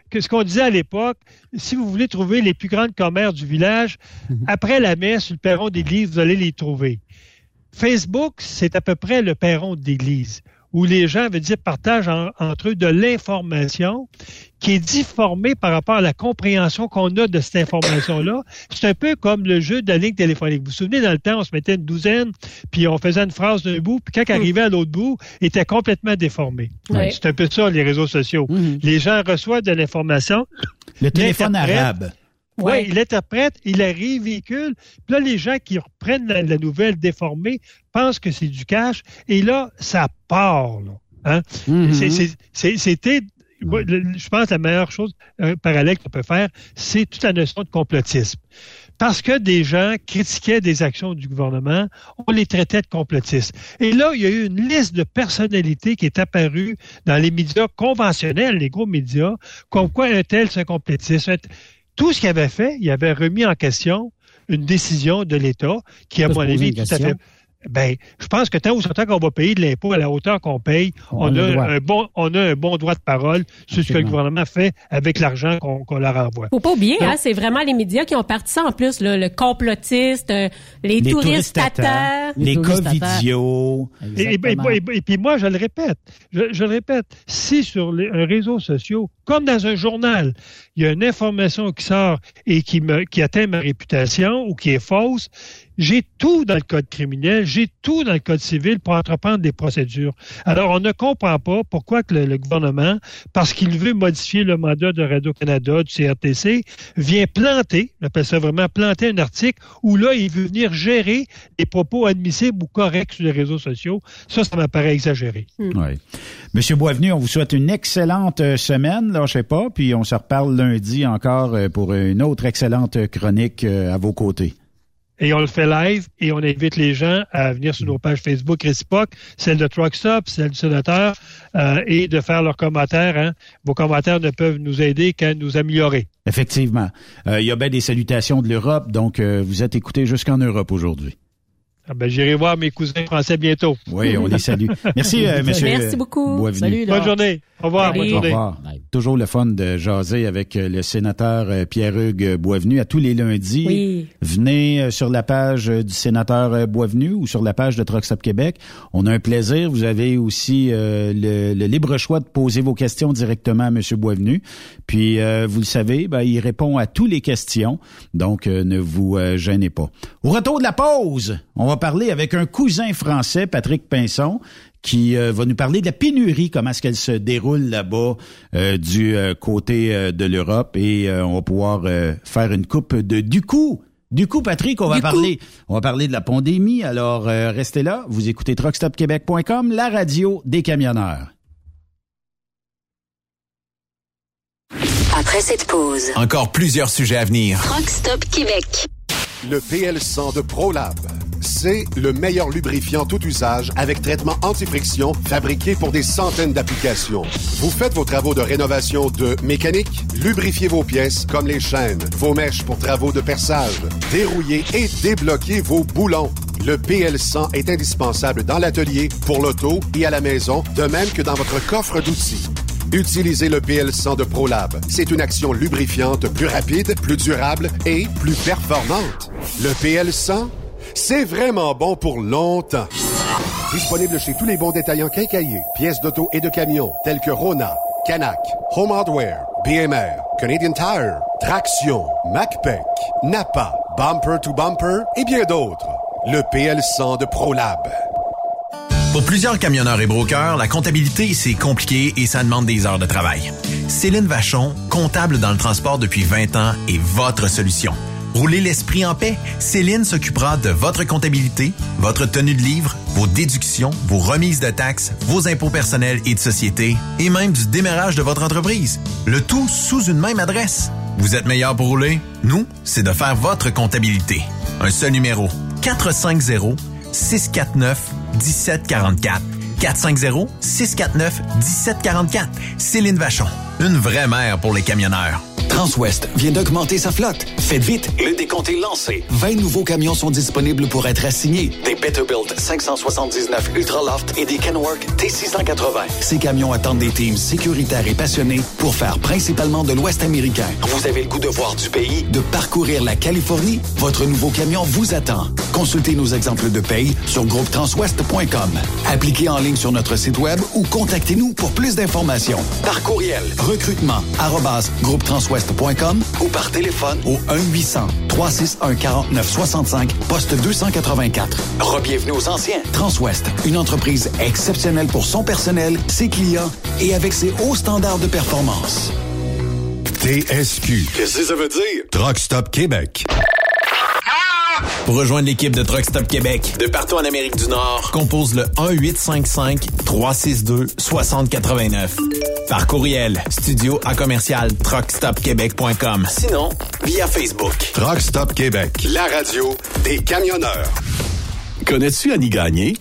que ce qu'on disait à l'époque, si vous voulez trouver les plus grandes commerces du village, mm-hmm. après la messe, sur le perron d'église, vous allez les trouver. Facebook, c'est à peu près le perron d'église, où les gens, veut dire, partagent en, entre eux de l'information qui est difformée par rapport à la compréhension qu'on a de cette information-là. C'est un peu comme le jeu de la ligne téléphonique. Vous vous souvenez, dans le temps, on se mettait une douzaine, puis on faisait une phrase d'un bout, puis quand arrivait à l'autre bout, il était complètement déformé. Oui. C'est un peu ça, les réseaux sociaux. Mm-hmm. Les gens reçoivent de l'information. Le téléphone arabe. Oui, ouais, il l'interprète, il la révéhicule. Puis là, les gens qui reprennent la, la nouvelle déformée pensent que c'est du cash. Et là, ça part. Là, hein? Mm-hmm. c'est, c'est, c'est, c'était, moi, le, je pense que la meilleure chose, un parallèle qu'on peut faire, c'est toute la notion de complotisme. Parce que des gens critiquaient des actions du gouvernement, on les traitait de complotistes. Et là, il y a eu une liste de personnalités qui est apparue dans les médias conventionnels, les gros médias, comme quoi un tel, c'est un complotiste. Tout ce qu'il avait fait, il avait remis en question une décision de l'État qui, à mon avis, tout à fait... Ben, je pense que tant ou tant qu'on va payer de l'impôt à la hauteur qu'on paye, on, on, a, un bon, on a un bon droit de parole sur ce que le gouvernement fait avec l'argent qu'on, qu'on leur envoie. Faut pas oublier, hein, c'est vraiment les médias qui ont parti ça en plus, là, le complotiste, euh, les, les touristes tata, les covidios. Et, et, et, et, et puis moi, je le répète, je, je le répète, si sur les, un réseau social, comme dans un journal, il y a une information qui sort et qui, me, qui atteint ma réputation ou qui est fausse, j'ai tout dans le code criminel, j'ai tout dans le code civil pour entreprendre des procédures. Alors, on ne comprend pas pourquoi que le, le gouvernement, parce qu'il veut modifier le mandat de Radio-Canada, du C R T C, vient planter, on appelle ça vraiment planter un article, où là, il veut venir gérer les propos admissibles ou corrects sur les réseaux sociaux. Ça, ça m'apparaît exagéré. Mm. Oui. Monsieur Boisvenu, on vous souhaite une excellente semaine, là, je sais pas, puis on se reparle lundi encore pour une autre excellente chronique à vos côtés. Et on le fait live et on invite les gens à venir sur nos pages Facebook réciproques, celle de Truck Stop, celle du sénateur, euh, et de faire leurs commentaires. Hein. Vos commentaires ne peuvent nous aider qu'à nous améliorer. Effectivement. Euh, il y a bien des salutations de l'Europe, donc euh, vous êtes écoutés jusqu'en Europe aujourd'hui. Ah ben, j'irai voir mes cousins français bientôt. Oui, on les salue. Merci, euh, monsieur. Merci beaucoup. Boisvenu. Salut, bonne journée. Au revoir. Bonne journée. Au revoir. Toujours le fun de jaser avec le sénateur Pierre-Hugues Boisvenu à tous les lundis. Oui. Venez sur la page du sénateur Boisvenu ou sur la page de Truck Stop Québec. On a un plaisir. Vous avez aussi euh, le, le libre choix de poser vos questions directement à monsieur Boisvenu. Puis, euh, vous le savez, ben, il répond à toutes les questions. Donc, euh, ne vous euh, gênez pas. Au retour de la pause, on va parler avec un cousin français, Patrick Pinson, qui euh, va nous parler de la pénurie, comment est-ce qu'elle se déroule là-bas euh, du euh, côté euh, de l'Europe, et euh, on va pouvoir euh, faire une coupe de du coup. Du coup, Patrick, on va du parler coup. on va parler de la pandémie. Alors, euh, restez là, vous écoutez truck stop québec point com, la radio des camionneurs. Après cette pause, Encore plusieurs sujets à venir. Truck Stop Québec. Le P L cent de ProLab. C'est le meilleur lubrifiant tout usage avec traitement anti-friction fabriqué pour des centaines d'applications. Vous faites vos travaux de rénovation de mécanique, lubrifiez vos pièces comme les chaînes, vos mèches pour travaux de perçage, dérouillez et débloquez vos boulons. Le P L cent est indispensable dans l'atelier, pour l'auto et à la maison, de même que dans votre coffre d'outils. Utilisez le P L cent de ProLab. C'est une action lubrifiante plus rapide, plus durable et plus performante. Le P L cent, c'est vraiment bon pour longtemps. Disponible chez tous les bons détaillants quincailliers, pièces d'auto et de camions, tels que Rona, Canac, Home Hardware, B M R, Canadian Tire, Traction, MacPac, Napa, Bumper to Bumper et bien d'autres. Le P L cent de ProLab. Pour plusieurs camionneurs et brokers, la comptabilité, c'est compliqué et ça demande des heures de travail. Céline Vachon, comptable dans le transport depuis vingt ans, est votre solution. Roulez l'esprit en paix. Céline s'occupera de votre comptabilité, votre tenue de livre, vos déductions, vos remises de taxes, vos impôts personnels et de société, et même du démarrage de votre entreprise. Le tout sous une même adresse. Vous êtes meilleur pour rouler? Nous, c'est de faire votre comptabilité. Un seul numéro. quatre cinq zéro, six quatre neuf, un sept quatre quatre. quatre cinq zéro, six quatre neuf, un sept quatre quatre. Céline Vachon. Une vraie mère pour les camionneurs. Transwest vient d'augmenter sa flotte. Faites vite, le décompte est lancé. vingt nouveaux camions sont disponibles pour être assignés. Des Peterbilt cinq cent soixante-dix-neuf Ultraloft et des Kenworth T six cent quatre-vingts. Ces camions attendent des teams sécuritaires et passionnés pour faire principalement de l'Ouest américain. Vous avez le goût de voir du pays, de parcourir la Californie? Votre nouveau camion vous attend. Consultez nos exemples de paye sur groupe transwest point com. Appliquez en ligne sur notre site web ou contactez-nous pour plus d'informations. Par courriel, recrutement arobase groupe transwest point com ou par téléphone au un huit cents trois six un quarante-neuf soixante-cinq, poste deux cent quatre-vingt-quatre. Re-bienvenue aux anciens. Transwest, une entreprise exceptionnelle pour son personnel, ses clients et avec ses hauts standards de performance. T S Q. Qu'est-ce que ça veut dire? Truck Stop Québec. Pour rejoindre l'équipe de Truck Stop Québec, de partout en Amérique du Nord, compose le un huit cinq cinq trois six deux six zéro huit neuf. Par courriel, studio à commercial truck stop québec point com. Sinon, via Facebook. Truck Stop Québec, la radio des camionneurs. Connais-tu Annie Gagné?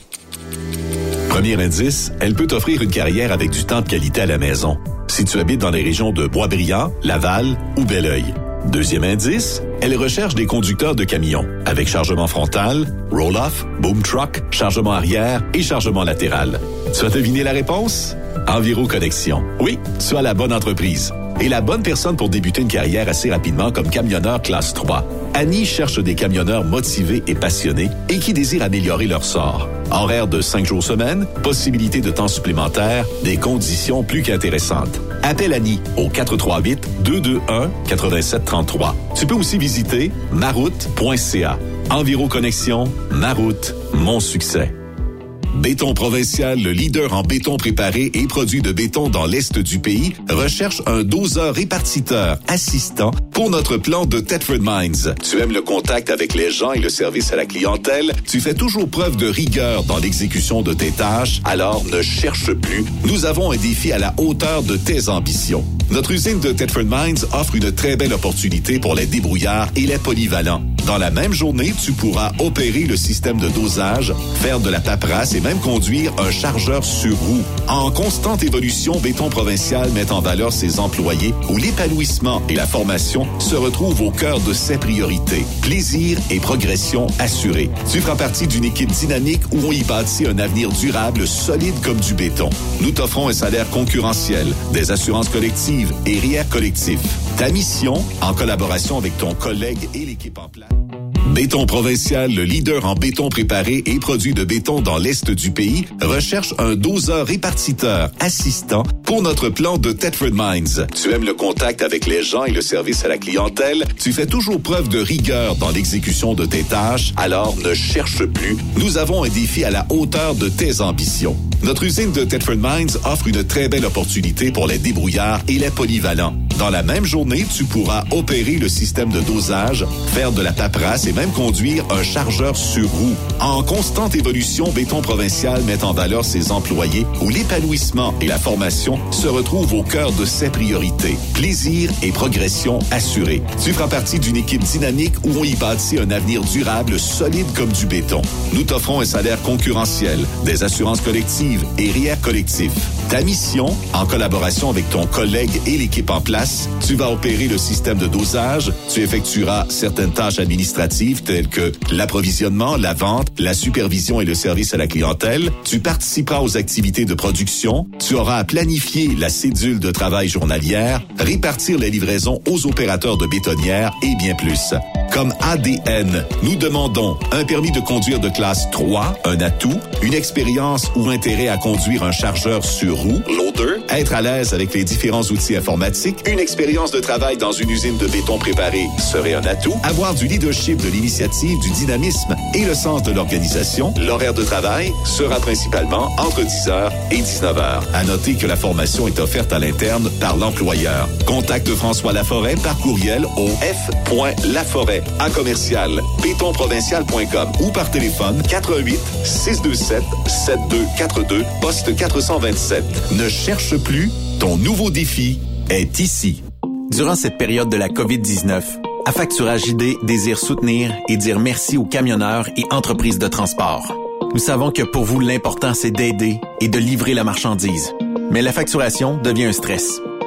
Premier indice, elle peut t'offrir une carrière avec du temps de qualité à la maison. Si tu habites dans les régions de Boisbriand, Laval ou Belleuil. Deuxième indice, elle recherche des conducteurs de camions avec chargement frontal, roll-off, boom truck, chargement arrière et chargement latéral. Tu as deviné la réponse? Enviro Connexion. Oui, tu as la bonne entreprise. Et la bonne personne pour débuter une carrière assez rapidement comme camionneur classe trois. Annie cherche des camionneurs motivés et passionnés et qui désirent améliorer leur sort. Horaire de cinq jours semaine, possibilité de temps supplémentaire, des conditions plus qu'intéressantes. Appelle Annie au quatre trois huit deux deux un huit sept trois trois. Tu peux aussi visiter maroute point c a. Enviro Connexion, Maroute, mon succès. Béton Provincial, le leader en béton préparé et produit de béton dans l'Est du pays, recherche un doseur répartiteur assistant pour notre plan de Thetford Mines. Tu aimes le contact avec les gens et le service à la clientèle? Tu fais toujours preuve de rigueur dans l'exécution de tes tâches? Alors ne cherche plus. Nous avons un défi à la hauteur de tes ambitions. Notre usine de Thetford Mines offre une très belle opportunité pour les débrouillards et les polyvalents. Dans la même journée, tu pourras opérer le système de dosage, faire de la paperasse et même conduire un chargeur sur roue. En constante évolution, Béton Provincial met en valeur ses employés où l'épanouissement et la formation se retrouvent au cœur de ses priorités. Plaisir et progression assurés. Tu feras partie d'une équipe dynamique où on y bâtit un avenir durable, solide comme du béton. Nous t'offrons un salaire concurrentiel, des assurances collectives et R I E R collectif. Ta mission, en collaboration avec ton collègue et l'équipe en place. Béton Provincial, le leader en béton préparé et produit de béton dans l'Est du pays, recherche un doseur répartiteur assistant pour notre plan de Thetford Mines. Tu aimes le contact avec les gens et le service à la clientèle? Tu fais toujours preuve de rigueur dans l'exécution de tes tâches? Alors ne cherche plus. Nous avons un défi à la hauteur de tes ambitions. Notre usine de Thetford Mines offre une très belle opportunité pour les débrouillards et les polyvalents. Dans la même journée, tu pourras opérer le système de dosage, faire de la paperasse et même conduire un chargeur sur roue. En constante évolution, Béton Provincial met en valeur ses employés où l'épanouissement et la formation se retrouvent au cœur de ses priorités. Plaisir et progression assurés. Tu feras partie d'une équipe dynamique où on y bâtit un avenir durable, solide comme du béton. Nous t'offrons un salaire concurrentiel, des assurances collectives et R I E R collectif. Ta mission, en collaboration avec ton collègue et l'équipe en place, tu vas opérer le système de dosage, tu effectueras certaines tâches administratives telles que l'approvisionnement, la vente, la supervision et le service à la clientèle, tu participeras aux activités de production, tu auras à planifier la cédule de travail journalière, répartir les livraisons aux opérateurs de bétonnières et bien plus. Comme A D N, nous demandons un permis de conduire de classe trois, un atout, une expérience ou intérêt à conduire un chargeur sur roue, loader, être à l'aise avec les différents outils informatiques, une expérience de travail dans une usine de béton préparé serait un atout, avoir du leadership, de l'initiative, du dynamisme et le sens de l'organisation. L'horaire de travail sera principalement entre dix heures et dix-neuf heures. À noter que la formation est offerte à l'interne par l'employeur. Contacte François Laforêt par courriel au f point laforêt à commercial béton provincial point com ou par téléphone quatre un huit six deux sept sept deux quatre deux poste quatre cent vingt-sept. Ne cherche plus, ton nouveau défi est ici. Durant cette période de la covid dix-neuf, Affacturage I D désire soutenir et dire merci aux camionneurs et entreprises de transport. Nous savons que pour vous, l'important, c'est d'aider et de livrer la marchandise. Mais la facturation devient un stress.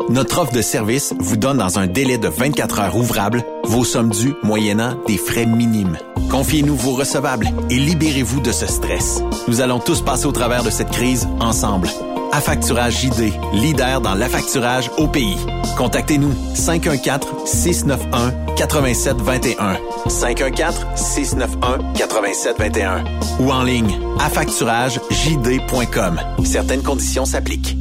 Notre offre de service vous donne dans un délai de vingt-quatre heures ouvrables vos sommes dues moyennant des frais minimes. Confiez-nous vos recevables et libérez-vous de ce stress. Nous allons tous passer au travers de cette crise ensemble. Affacturage J D, leader dans l'affacturage au pays. Contactez-nous cinq un quatre, six neuf un, huit sept deux un. cinq un quatre, six neuf un, huit sept deux un. Ou en ligne, affacturage j d point com. Certaines conditions s'appliquent.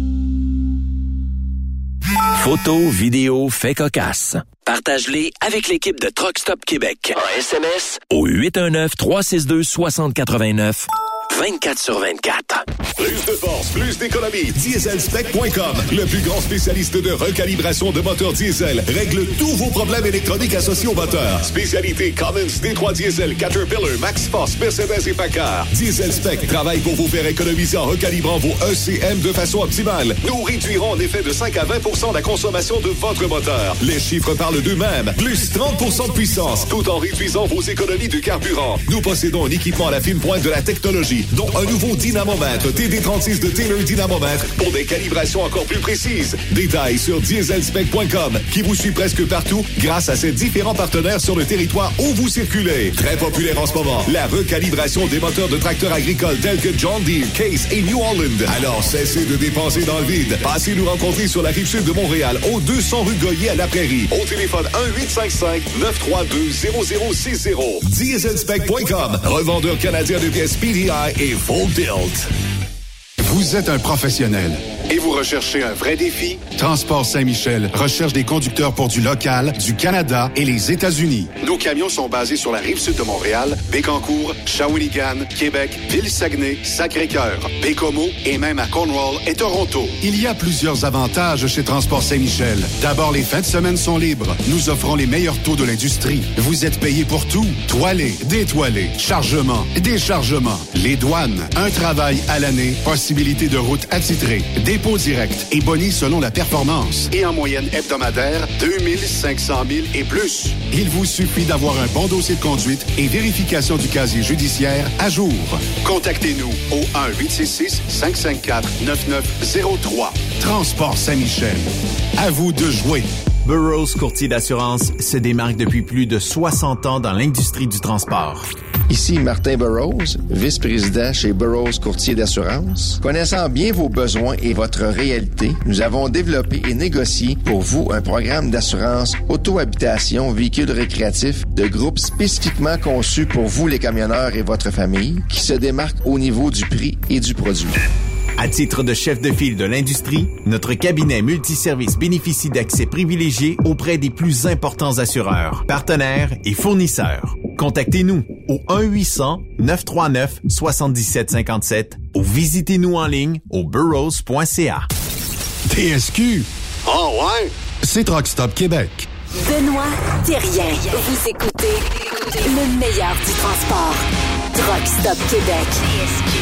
Photos, vidéos, faits cocasses. Partage-les avec l'équipe de Truck Stop Québec. En S M S au huit un neuf, trois six deux, six zéro huit neuf. vingt-quatre sur vingt-quatre. Plus de force, plus d'économie. diesel spec point com, le plus grand spécialiste de recalibration de moteurs diesel, règle tous vos problèmes électroniques associés au moteur. Spécialité Cummins, Détroit Diesel, Caterpillar, Maxfos, Mercedes et Packard. Diesel Spec travaille pour vous faire économiser en recalibrant vos E C M de façon optimale. Nous réduirons en effet de cinq à vingt pour cent la consommation de votre moteur. Les chiffres parlent d'eux-mêmes. Plus trente pour cent de puissance, tout en réduisant vos économies de carburant. Nous possédons un équipement à la fine pointe de la technologie, dont un nouveau dynamomètre T D trente-six de Taylor Dynamomètre pour des calibrations encore plus précises. Détails sur diesel spec point com qui vous suit presque partout grâce à ses différents partenaires sur le territoire où vous circulez. Très populaire en ce moment, la recalibration des moteurs de tracteurs agricoles tels que John Deere, Case et New Holland. Alors cessez de dépenser dans le vide. Passez nous rencontrer sur la rive sud de Montréal au deux cents rue Goyer à La Prairie. Au téléphone un huit cinq cinq, neuf trois deux, zéro zéro six zéro. diesel spec point com, revendeur canadien de pièces P D I et Full Tilt. Vous êtes un professionnel et vous recherchez un vrai défi? Transport Saint-Michel recherche des conducteurs pour du local, du Canada et les États-Unis. Nos camions sont basés sur la rive sud de Montréal, Bécancour, Shawinigan, Québec, Ville-Saguenay, Sacré-Cœur, Bécomo et même à Cornwall et Toronto. Il y a plusieurs avantages chez Transport Saint-Michel. D'abord, les fins de semaine sont libres. Nous offrons les meilleurs taux de l'industrie. Vous êtes payé pour tout. Toilé, détoilé, chargement, déchargement, les douanes, un travail à l'année, possibilité de route attitrée, dépôt direct et boni selon la performance. Et en moyenne hebdomadaire, deux mille cinq cents milles et plus. Il vous suffit d'avoir un bon dossier de conduite et vérification du casier judiciaire à jour. Contactez-nous au un huit six six, cinq cinq quatre, neuf neuf zéro trois. Transport Saint-Michel. À vous de jouer. Burroughs Courtier d'assurance se démarque depuis plus de soixante ans dans l'industrie du transport. Ici Martin Burroughs, vice-président chez Burroughs Courtier d'assurance. Connaissant bien vos besoins et votre réalité, nous avons développé et négocié pour vous un programme d'assurance auto-habitation véhicule récréatif de groupe spécifiquement conçu pour vous les camionneurs et votre famille, qui se démarque au niveau du prix et du produit. À titre de chef de file de l'industrie, notre cabinet multiservice bénéficie d'accès privilégié auprès des plus importants assureurs, partenaires et fournisseurs. Contactez-nous au un huit cents, neuf trois neuf, sept sept cinq sept ou visitez-nous en ligne au burroughs point c a. T S Q. Oh ouais? C'est Truck Stop Québec. Benoît Thérien. Vous écoutez le meilleur du transport. Truck Stop Québec. T S Q.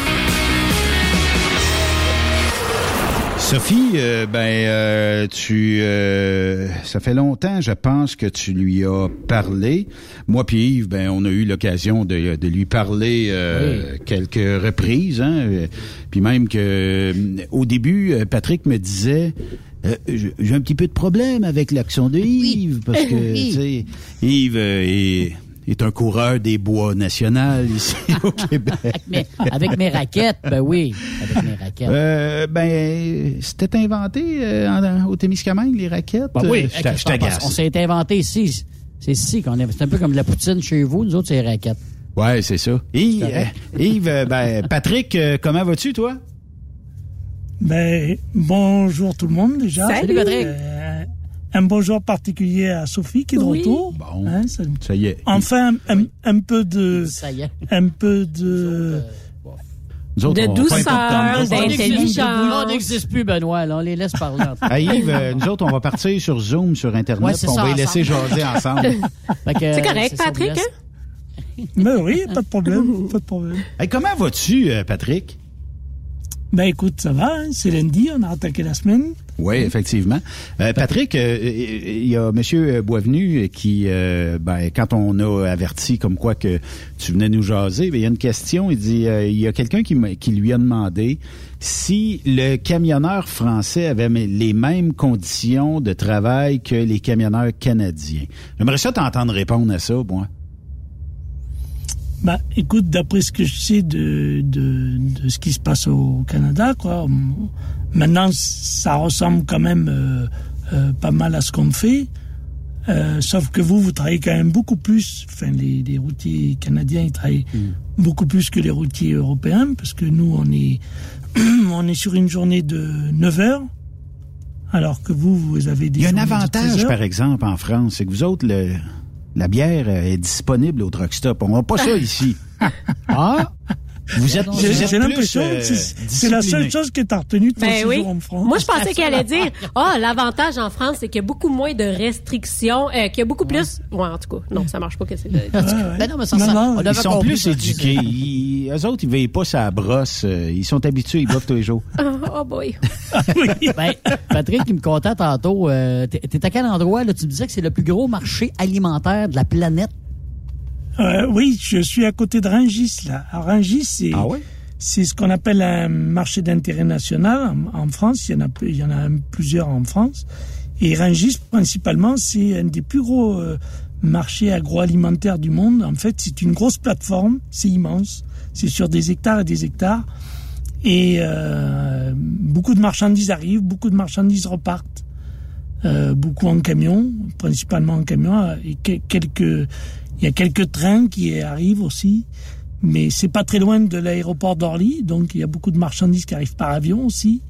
Sophie, euh, ben, euh, tu, euh, ça fait longtemps, je pense que tu lui as parlé. Moi puis Yves, ben, on a eu l'occasion de, de lui parler euh, oui. quelques reprises, hein. Puis même que, euh, au début, Patrick me disait. Euh, j'ai un petit peu de problème avec l'action de Yves oui. parce que, oui. tu sais, Yves euh, est est un coureur des bois national ici au Québec. avec, mes, avec mes raquettes, ben oui, avec mes raquettes. Euh, ben, c'était inventé euh, en, au Témiscamingue, les raquettes. Ben oui, euh, je t'agace. On s'est inventé ici. C'est ici qu'on est. C'est un peu comme de la poutine chez vous, nous autres, c'est les raquettes. Ouais, c'est ça. Yves, euh, Yves ben, Patrick, euh, comment vas-tu, toi? Ben, bonjour tout le monde, déjà. Salut, Patrick. Euh, Un bonjour particulier à Sophie qui est de oui. retour. Bon, hein, ça, ça y est. Enfin, un, oui. un, un peu de, ça y est. un peu de, nous autres, de on douceur, d'intelligence. On n'existe plus, Benoît. Là, on les laisse parler. Hey, Yves, euh, nous autres, on va partir sur Zoom, sur Internet, ouais, on ça, va les laisser jaser ensemble. C'est correct, Patrick? Hein? Mais oui, pas de problème, pas de problème. Hey, comment vas-tu, Patrick? Ben écoute, ça va, hein? C'est lundi, on a attaqué la semaine. Oui, effectivement. Euh, Patrick, il euh, y a M. Boisvenu qui, euh, ben, quand on a averti comme quoi que tu venais nous jaser, il y a une question, il dit, il euh, y a quelqu'un qui, qui lui a demandé si le camionneur français avait les mêmes conditions de travail que les camionneurs canadiens. J'aimerais ça t'entendre répondre à ça, moi. Bah, écoute, d'après ce que je sais de, de, de ce qui se passe au Canada, quoi, maintenant, ça ressemble quand même euh, euh, pas mal à ce qu'on fait. Euh, sauf que vous, vous travaillez quand même beaucoup plus. Enfin, les, les routiers canadiens, ils travaillent mmh. beaucoup plus que les routiers européens, parce que nous, on est, on est sur une journée de neuf heures, alors que vous, vous avez des. Il y a un journées de avantage, par exemple, en France, c'est que vous autres, le. La bière est disponible au Truck Stop. On n'a pas ça ici. Ah! Vous êtes, j'ai, vous êtes j'ai plus, l'impression euh, que c'est, c'est la seule chose que tu as retenue de ton ben séjour oui. en France. Moi, je pensais qu'elle allait dire « Ah, oh, l'avantage en France, c'est qu'il y a beaucoup moins de restrictions, euh, qu'il y a beaucoup plus... » Ouais, en tout cas, non, ça marche pas que c'est... Ouais, ouais. Ben non, mais ça, non, ça, non, on ils sont plus éduqués. Ils, eux autres, ils veillent pas sa brosse. Ils sont habitués, ils boivent tous les jours. Oh, oh boy. Ben, Patrick, il me contait tantôt, euh, t'es, t'es à quel endroit? Là, tu me disais que c'est le plus gros marché alimentaire de la planète. Euh, oui, je suis à côté de Rungis, là. À Rungis, c'est... Ah ouais? C'est ce qu'on appelle un marché d'intérêt national en, en France. Il y en a, il y en a plusieurs en France. Et Rungis, principalement, c'est un des plus gros euh, marchés agroalimentaires du monde. En fait, c'est une grosse plateforme. C'est immense. C'est sur des hectares et des hectares. Et euh, beaucoup de marchandises arrivent, beaucoup de marchandises repartent. Euh, beaucoup en camion, principalement en camion. Et que, quelques, il y a quelques trains qui arrivent aussi. Mais c'est pas très loin de l'aéroport d'Orly, donc il y a beaucoup de marchandises qui arrivent par avion aussi.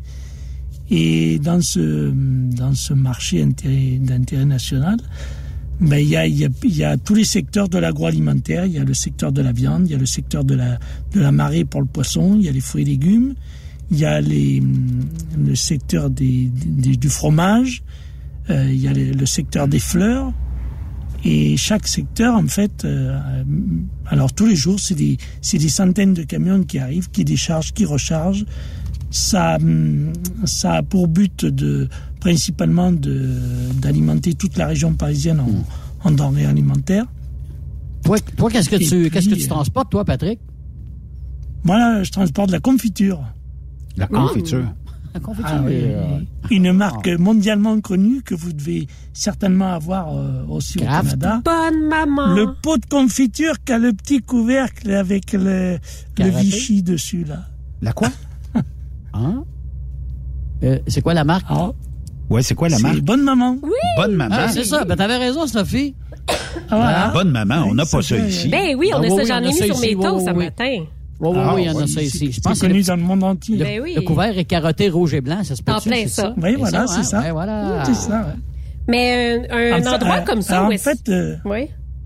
Et dans ce dans ce marché intérêt, d'intérêt national, ben il y a il y a il y a tous les secteurs de l'agroalimentaire. Il y a le secteur de la viande, il y a le secteur de la de la marée pour le poisson, il y a les fruits et légumes, il y a les le secteur des, des du fromage, euh, il y a le, le secteur des fleurs. Et chaque secteur, en fait, euh, alors tous les jours, c'est des, c'est des centaines de camions qui arrivent, qui déchargent, qui rechargent. Ça, ça a pour but de, principalement de, d'alimenter toute la région parisienne en, mmh. en denrées alimentaires. Toi, toi qu'est-ce que Et tu, puis, qu'est-ce que tu transportes, toi, Patrick? Moi, là, je transporte de la confiture. La confiture? Mmh. La confiture. Ah, oui, euh... Une marque ah. mondialement connue que vous devez certainement avoir euh, aussi Kraft. Au Canada. Bonne maman. Le pot de confiture qui a le petit couvercle avec le, le Vichy dessus, là. La quoi? Hein? euh, c'est quoi la marque? Ah. Ouais, c'est quoi la c'est marque? Bonne maman. Oui. Bonne maman. Ah, c'est ça. Ben, t'avais raison, Sophie. Ah, voilà. Bonne maman, on n'a pas ça ici. Ben oui, on ah, a oui, ça, j'en ai mis sur ici, mes oui, toasts oui, ce oui. matin. Oui, oui, ah, oui, il y en a oui, ça ici. C'est, Je pense c'est connu dans le monde entier. Ben oui. Le couvert est carotté rouge et blanc, ça se peut. En plein c'est ça. ça. Oui, voilà, ça, c'est ça. Ouais, voilà. C'est ça, ouais. Mais euh, un en endroit fait, comme ça, alors, où en est-ce... fait, euh, oui.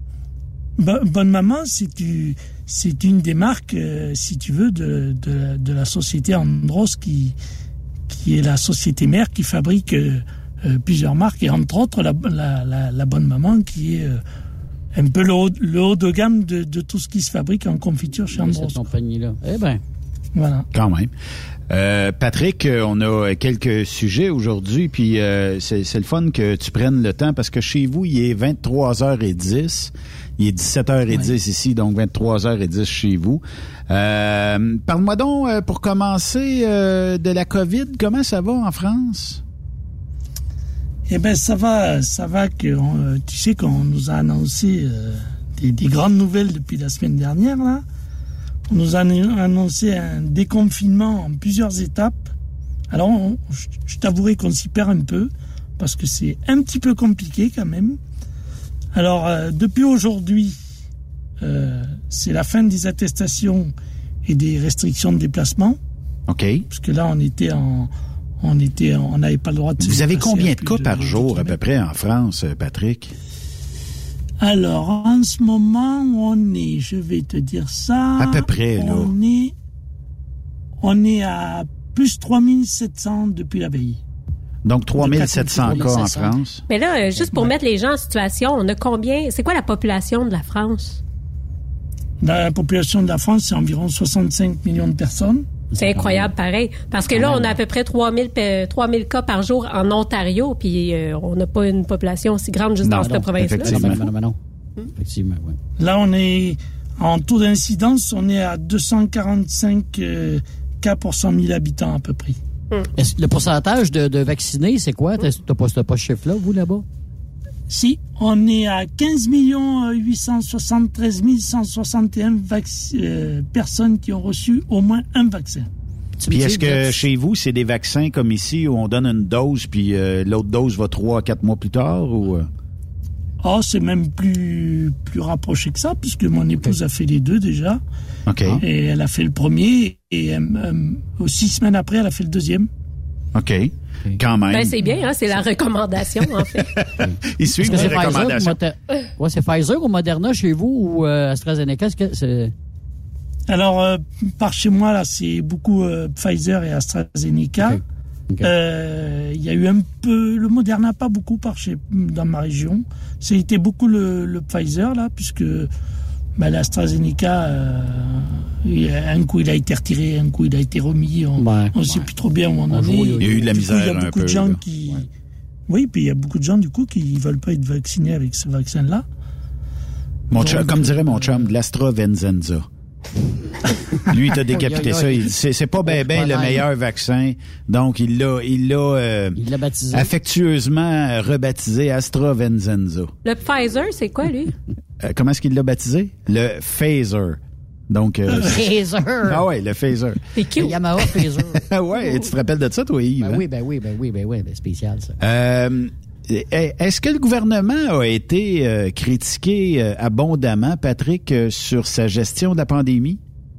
Bonne Maman, c'est, tu, c'est une des marques, euh, si tu veux, de, de, de la société Andros, qui, qui est la société mère qui fabrique euh, euh, plusieurs marques, et entre autres la, la, la, la Bonne Maman, qui est euh, un peu le haut, le haut de gamme de, de tout ce qui se fabrique en confiture chez Andros. Cette compagnie-là. Eh ben. Voilà. Quand même. Euh, Patrick, on a quelques sujets aujourd'hui, puis euh, c'est, c'est le fun que tu prennes le temps parce que chez vous, il est vingt-trois heures dix. Il est dix-sept heures dix oui. ici, donc vingt-trois heures dix chez vous. Euh, parle-moi donc, euh, pour commencer, euh, de la COVID. Comment ça va en France? Eh ben, ça va, ça va que, on, tu sais qu'on nous a annoncé euh, des, des grandes nouvelles depuis la semaine dernière, là. On nous a annoncé un déconfinement en plusieurs étapes. Alors, on, je, je t'avouerai qu'on s'y perd un peu, parce que c'est un petit peu compliqué quand même. Alors, euh, depuis aujourd'hui, euh, c'est la fin des attestations et des restrictions de déplacement. OK. Parce que là, on était en... On était, on n'avait pas le droit de... Vous avez combien de cas par jour, à peu près, en France, Patrick? Alors, en ce moment, on est, je vais te dire ça... À peu près, là. On est, on est à plus trois mille sept cents depuis la veille. Donc, trois mille sept cents cas en France. Mais là, juste pour ouais. mettre les gens en situation, on a combien... C'est quoi la population de la France? La population de la France, c'est environ soixante-cinq millions de personnes. C'est incroyable, pareil. Parce que là, on a à peu près trois mille cas par jour en Ontario, puis euh, on n'a pas une population aussi grande juste non, dans cette non, province-là. Effectivement, non, non, non, non. Hmm? Effectivement, oui. Là, on est en taux d'incidence, on est à deux cent quarante-cinq euh, cas pour cent mille habitants à peu près. Hmm. Est-ce, le pourcentage de, de vaccinés, c'est quoi? T'as, t'as pas, t'as pas ce chiffre-là, vous, là-bas? Si, on est à quinze millions huit cent soixante-treize mille cent soixante et un vac- euh, personnes qui ont reçu au moins un vaccin. Puis est-ce que chez vous, c'est des vaccins comme ici où on donne une dose puis euh, l'autre dose va trois à quatre mois plus tard ou... Oh, c'est même plus, plus rapproché que ça, puisque mon épouse a fait les deux déjà. OK. Et elle a fait le premier et euh, six semaines après, elle a fait le deuxième. OK. Quand même. Ben, c'est bien, hein, c'est la recommandation, en fait. Ils suivent les recommandations. Moder- ouais, c'est Pfizer ou Moderna chez vous ou euh, AstraZeneca? Est-ce que c'est... Alors, euh, par chez moi, là, c'est beaucoup euh, Pfizer et AstraZeneca. Il okay. okay. euh, y a eu un peu... Le Moderna, pas beaucoup par chez, dans ma région. C'était beaucoup le, le Pfizer, là, puisque ben, l'AstraZeneca, euh, un coup, il a été retiré, un coup, il a été remis. On ne ouais, sait ouais. plus trop bien où on en est. Il y a eu de la misère coup, il y a beaucoup un de peu, gens là. qui... Ouais. Oui, puis il y a beaucoup de gens, du coup, qui ne veulent pas être vaccinés avec ce vaccin-là. Mon Donc, chum, comme dirait mon chum, de l'AstraVenzenza. Lui, il t'a décapité ça. Il, c'est, c'est pas ben ben le meilleur vaccin. Donc, il l'a, il l'a, euh, il l'a baptisé. affectueusement rebaptisé AstraVenzenza. Le Pfizer, c'est quoi, lui? Euh, comment est-ce qu'il l'a baptisé? Le Phaser. Donc, euh, Phaser. Ah ouais, le Phaser. C'est cute. Le Yamaha Phaser. Ouais, tu te rappelles de ça, toi, Yves? Ben hein? oui, ben oui, ben oui, ben oui, ben spécial, ça. Euh, Est-ce que le gouvernement a été euh, critiqué euh, abondamment, Patrick, euh, sur sa gestion de la pandémie?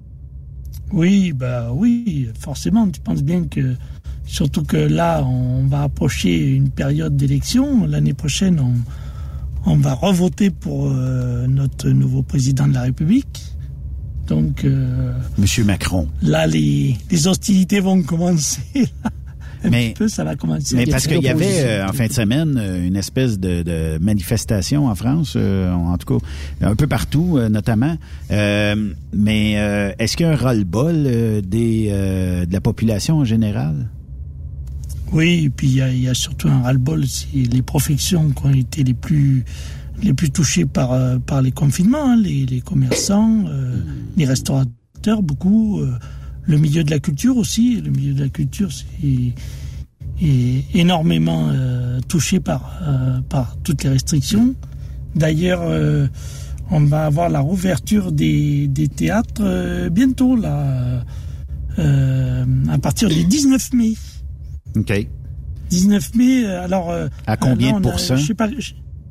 Oui, bah oui, forcément. Tu penses bien que, surtout que là, on va approcher une période d'élection. L'année prochaine, on, on va revoter pour euh, notre nouveau président de la République. Donc, euh, Monsieur Macron. Là, les, les hostilités vont commencer. Là. Un mais, petit peu, ça va commencer. Mais parce qu'il y avait, euh, en fin de semaine, une espèce de, de manifestation en France, euh, en tout cas, un peu partout, euh, notamment. Euh, mais euh, est-ce qu'il y a un ras-le-bol euh, des, euh, de la population en général? Oui, et puis il y, y a surtout un ras-le-bol, c'est les professions qui ont été les plus, les plus touchées par, euh, par les confinements, hein, les, les commerçants, euh, les restaurateurs, beaucoup... Euh, le milieu de la culture aussi, le milieu de la culture c'est est énormément euh, touché par euh, par toutes les restrictions. D'ailleurs, euh, on va avoir la rouverture des des théâtres euh, bientôt là, euh, à partir du dix-neuf mai. Ok. dix-neuf mai. Alors euh, à combien là, de pourcents? Je sais pas. Je,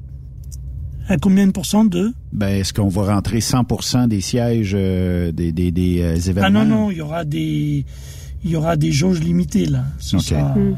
À combien de pourcents de? Ben, est-ce qu'on va rentrer cent pour cent des sièges euh, des, des, des euh, événements? Ah non, non, il y aura des, il y aura des jauges limitées, là. Ce okay. sera, mm.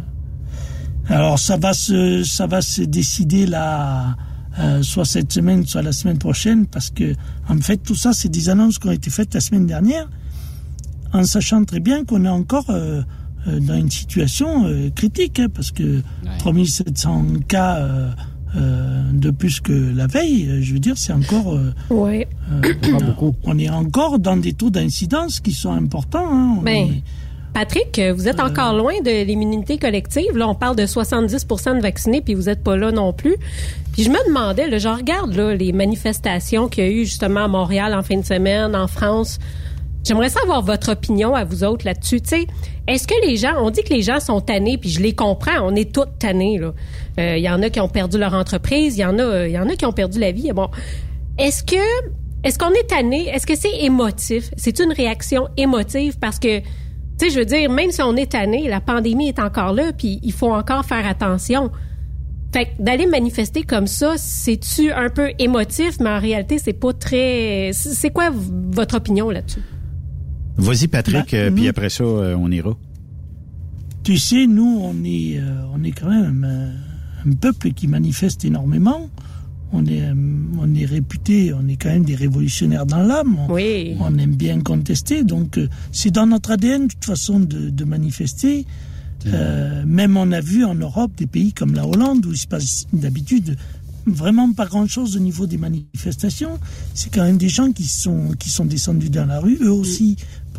Alors, ça va se, ça va se décider, là, euh, soit cette semaine, soit la semaine prochaine, parce que, en fait, tout ça, c'est des annonces qui ont été faites la semaine dernière, en sachant très bien qu'on est encore euh, euh, dans une situation euh, critique, hein, parce que ouais. trois mille sept cents cas... Euh, Euh, de plus que la veille, je veux dire, c'est encore... Euh, oui. Euh, pas beaucoup. On est encore dans des taux d'incidence qui sont importants. Hein. Ben, est, Patrick, vous êtes euh, encore loin de l'immunité collective. Là, on parle de soixante-dix pour cent de vaccinés, puis vous n'êtes pas là non plus. Puis je me demandais, là, je regarde là, les manifestations qu'il y a eu justement à Montréal en fin de semaine, en France. J'aimerais savoir votre opinion à vous autres là-dessus. Tu sais, est-ce que les gens, on dit que les gens sont tannés, puis je les comprends, on est tous tannés, là. Il euh, y en a qui ont perdu leur entreprise, il y en a, il y en a qui ont perdu la vie. Bon, est-ce que, est-ce qu'on est tanné? Est-ce que c'est émotif? C'est une réaction émotive parce que, tu sais, je veux dire, même si on est tanné, la pandémie est encore là, puis il faut encore faire attention. Fait que d'aller manifester comme ça, c'est-tu un peu émotif, mais en réalité, c'est pas très... C'est quoi votre opinion là-dessus? Vas-y, Patrick, bah, euh, puis après ça, euh, on ira. Tu sais, nous, on est, euh, on est quand même un, un peuple qui manifeste énormément. On est, on est réputé, on est quand même des révolutionnaires dans l'âme. On, oui. on aime bien contester. Donc, euh, c'est dans notre A D N, de toute façon, de, de manifester. Euh, même on a vu en Europe des pays comme la Hollande, où il se passe d'habitude vraiment pas grand-chose au niveau des manifestations. C'est quand même des gens qui sont, qui sont descendus dans la rue, eux aussi, pour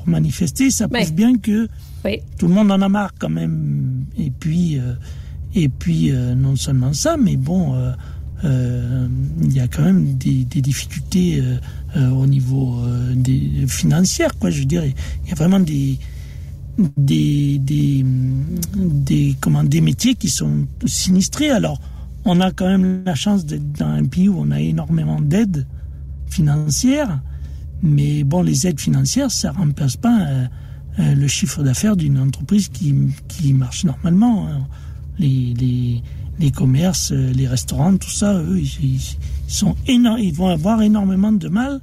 pour manifester, ça prouve ben, bien que oui. tout le monde en a marre quand même. Et puis, euh, et puis euh, non seulement ça, mais bon, euh, euh, il y a quand même des, des difficultés euh, euh, au niveau euh, des financières, quoi. Je veux dire, il y a vraiment des des des des comment des métiers qui sont sinistrés. Alors, on a quand même la chance d'être dans un pays où on a énormément d'aides financières, mais bon, les aides financières, ça remplace pas euh, euh, le chiffre d'affaires d'une entreprise qui qui marche normalement. Hein. Les les les commerces, les restaurants, tout ça, eux, ils, ils sont énormes, ils vont avoir énormément de mal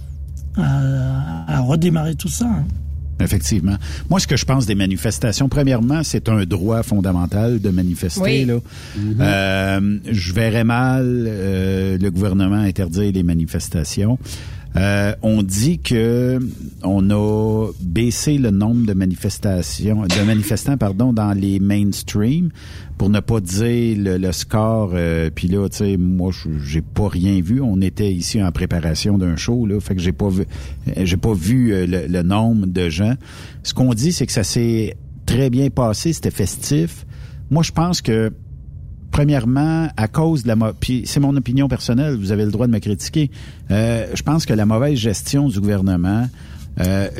à, à redémarrer tout ça. Hein. Effectivement. Moi, ce que je pense des manifestations, premièrement, c'est un droit fondamental de manifester. Oui. Là. Mm-hmm. Euh, je verrais mal euh, le gouvernement interdire les manifestations. Euh, on dit que on a baissé le nombre de manifestations, de manifestants, pardon, dans les mainstream, pour ne pas dire le, le score. Euh, Puis là, tu sais, moi, j'ai pas rien vu. On était ici en préparation d'un show, là, fait que j'ai pas vu, j'ai pas vu le, le nombre de gens. Ce qu'on dit, c'est que ça s'est très bien passé, c'était festif. Moi, je pense que premièrement, à cause de la... Mo- puis c'est mon opinion personnelle, vous avez le droit de me critiquer. Euh, je pense que la mauvaise gestion du gouvernement, euh,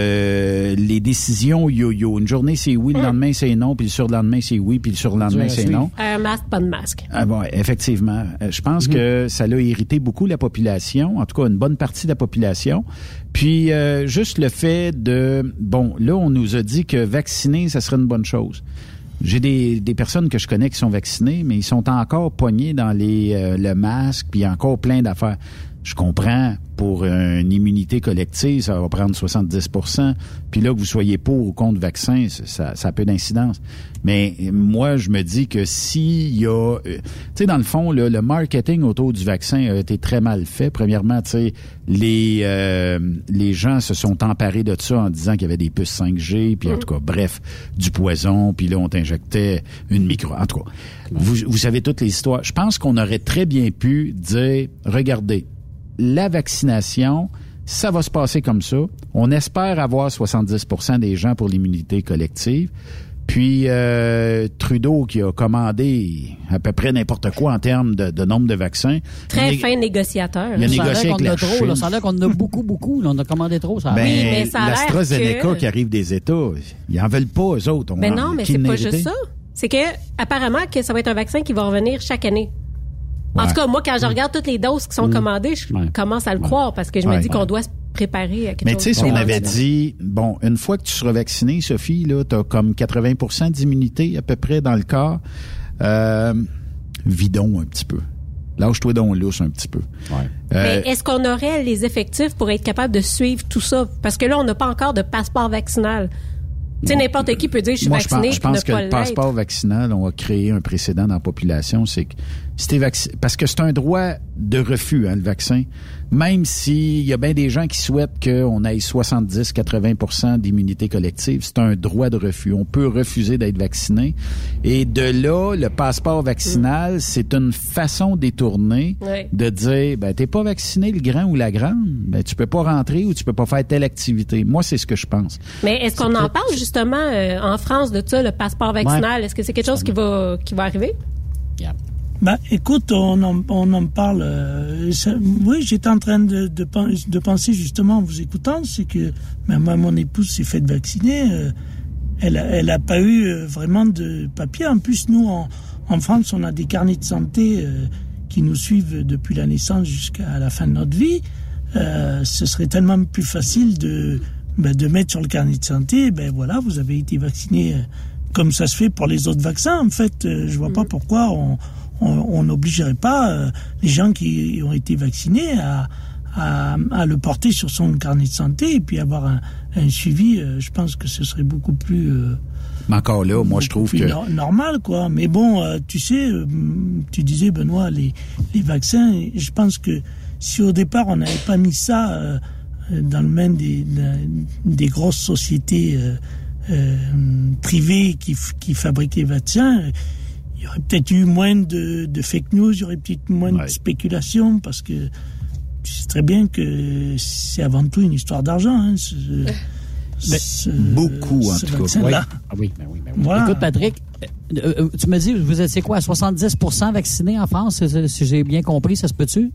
le, les décisions yo-yo, une journée c'est oui, le lendemain c'est non, puis le surlendemain c'est oui, puis le surlendemain c'est non. Un masque, pas de masque. Ah bon, effectivement. Je pense mm-hmm. que ça l'a irrité beaucoup la population, en tout cas une bonne partie de la population. Puis euh, juste le fait de... Bon, là, on nous a dit que vacciner, ça serait une bonne chose. J'ai des, des personnes que je connais qui sont vaccinées, mais ils sont encore pognés dans les euh, le masque, puis encore plein d'affaires. Je comprends, pour une immunité collective, ça va prendre soixante-dix pour cent. Puis là, que vous soyez pour ou contre vaccin, ça, ça a peu d'incidence. Mais moi, je me dis que s'il y a... Euh, tu sais, dans le fond, là, le marketing autour du vaccin a été très mal fait. Premièrement, tu sais, les euh, les gens se sont emparés de ça en disant qu'il y avait des puces cinq G, puis en tout cas, bref, du poison, puis là, on t'injectait une micro... En tout cas, vous, vous savez toutes les histoires. Je pense qu'on aurait très bien pu dire, regardez, la vaccination, ça va se passer comme ça. On espère avoir soixante-dix pour cent des gens pour l'immunité collective. Puis euh, Trudeau qui a commandé à peu près n'importe quoi en termes de, de nombre de vaccins. Très il fin né- négociateur. Il a ça négocié avec la trop, Chine. là, ça a l'air qu'on en a beaucoup, beaucoup. Là, on a commandé trop. Ça ben, oui, mais ça a l'AstraZeneca que... qui arrive des États, ils en veulent pas, eux autres. On mais non, mais c'est pas mérité. juste ça. C'est que apparemment que ça va être un vaccin qui va revenir chaque année. En ouais. tout cas, moi, quand je regarde toutes les doses qui sont mmh. commandées, je ouais. commence à le ouais. croire parce que je me ouais. dis qu'on doit se préparer à quelque Mais chose. Mais tu sais, si on avait dit, bon, une fois que tu seras vacciné, Sophie, là, t'as comme quatre-vingts pour cent d'immunité à peu près dans le corps, euh, vidons un petit peu. Lâche-toi donc lousse un petit peu. Ouais. Euh, Mais est-ce qu'on aurait les effectifs pour être capable de suivre tout ça? Parce que là, on n'a pas encore de passeport vaccinal. Tu sais, n'importe qui peut dire je suis moi, vacciné. Je pense, je pense ne que pas le passeport vaccinal, on va créer un précédent dans la population. C'est que si t'es vacciné, parce que c'est un droit de refus, hein, le vaccin. Même s'il y a bien des gens qui souhaitent qu'on ait soixante-dix à quatre-vingts pour cent d'immunité collective, c'est un droit de refus. On peut refuser d'être vacciné. Et de là, le passeport vaccinal, mmh. c'est une façon détournée oui. de dire, ben, t'es pas vacciné, le grand ou la grande, ben, tu peux pas rentrer ou tu peux pas faire telle activité. Moi, c'est ce que je pense. Mais est-ce qu'on c'est en parle justement euh, en France de ça, le passeport vaccinal? Ouais. Est-ce que c'est quelque chose qui va, qui va arriver? Yeah. Ben, écoute, on en, on en parle. Euh, ça, oui, j'étais en train de, de, de penser justement en vous écoutant, c'est que ben, moi, mon épouse s'est faite vacciner. Euh, elle, a, elle a pas eu euh, vraiment de papier. En plus, nous, en, en France, on a des carnets de santé euh, qui nous suivent depuis la naissance jusqu'à la fin de notre vie. Euh, ce serait tellement plus facile de, ben, de mettre sur le carnet de santé, ben voilà, vous avez été vacciné euh, comme ça se fait pour les autres vaccins. En fait, euh, je vois mmh. pas pourquoi on on n'obligerait pas euh, les gens qui ont été vaccinés à, à, à le porter sur son carnet de santé et puis avoir un, un suivi. Euh, je pense que ce serait beaucoup plus... Euh, Mais encore là, moi, je trouve que... No- normal, quoi. Mais bon, euh, tu sais, euh, tu disais, Benoît, les, les vaccins, je pense que si au départ, on n'avait pas mis ça euh, dans le domaine des, des grosses sociétés euh, euh, privées qui, qui fabriquent les vaccins... Il y aurait peut-être eu moins de, de fake news, il y aurait peut-être moins ouais. de spéculation, parce que tu sais très bien que c'est avant tout une histoire d'argent. Hein. ce, beaucoup, en ce tout vaccin cas. là. Ah oui, ben oui, ben oui. Voilà. Écoute, Patrick, euh, euh, tu me dis, vous êtes, c'est quoi, soixante-dix pour cent vaccinés en France, si, si j'ai bien compris, ça se peut-tu?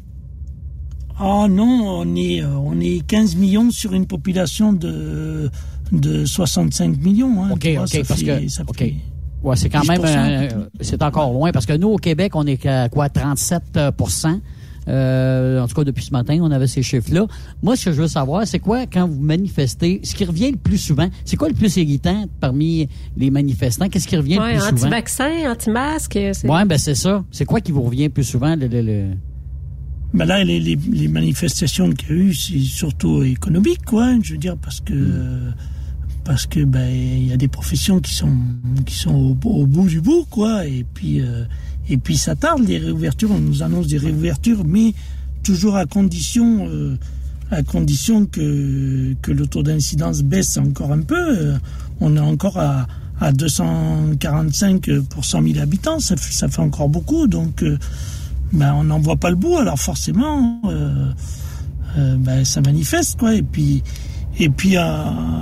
Ah non, on est, on est quinze millions sur une population de, de soixante-cinq millions. Hein, OK, vois, OK, ça parce fait, que... ça OK. fait Ouais, c'est quand dix pour cent. même... Euh, c'est encore loin, parce que nous, au Québec, on est à quoi, trente-sept pour cent. Euh, en tout cas, depuis ce matin, on avait ces chiffres-là. Moi, ce que je veux savoir, c'est quoi, quand vous manifestez, ce qui revient le plus souvent, c'est quoi le plus irritant parmi les manifestants? Qu'est-ce qui revient ouais, le plus souvent? Anti-vaccin, anti-masque. C'est... Oui, ben c'est ça. C'est quoi qui vous revient le plus souvent? Le, le, le... Ben là, les, les, les manifestations qu'il y a eu, c'est surtout économique, quoi. Je veux dire, parce que... Mm. Parce que ben il y a des professions qui sont qui sont au, au bout du bout, quoi. Et puis euh, et puis ça tarde les réouvertures. On nous annonce des réouvertures, mais toujours à condition euh, à condition que que le taux d'incidence baisse encore un peu. On est encore à à deux cent quarante-cinq pour cent mille habitants. Ça fait, ça fait encore beaucoup. Donc euh, ben on n'en voit pas le bout. Alors forcément, euh, euh, ben ça manifeste, quoi. Et puis et puis euh,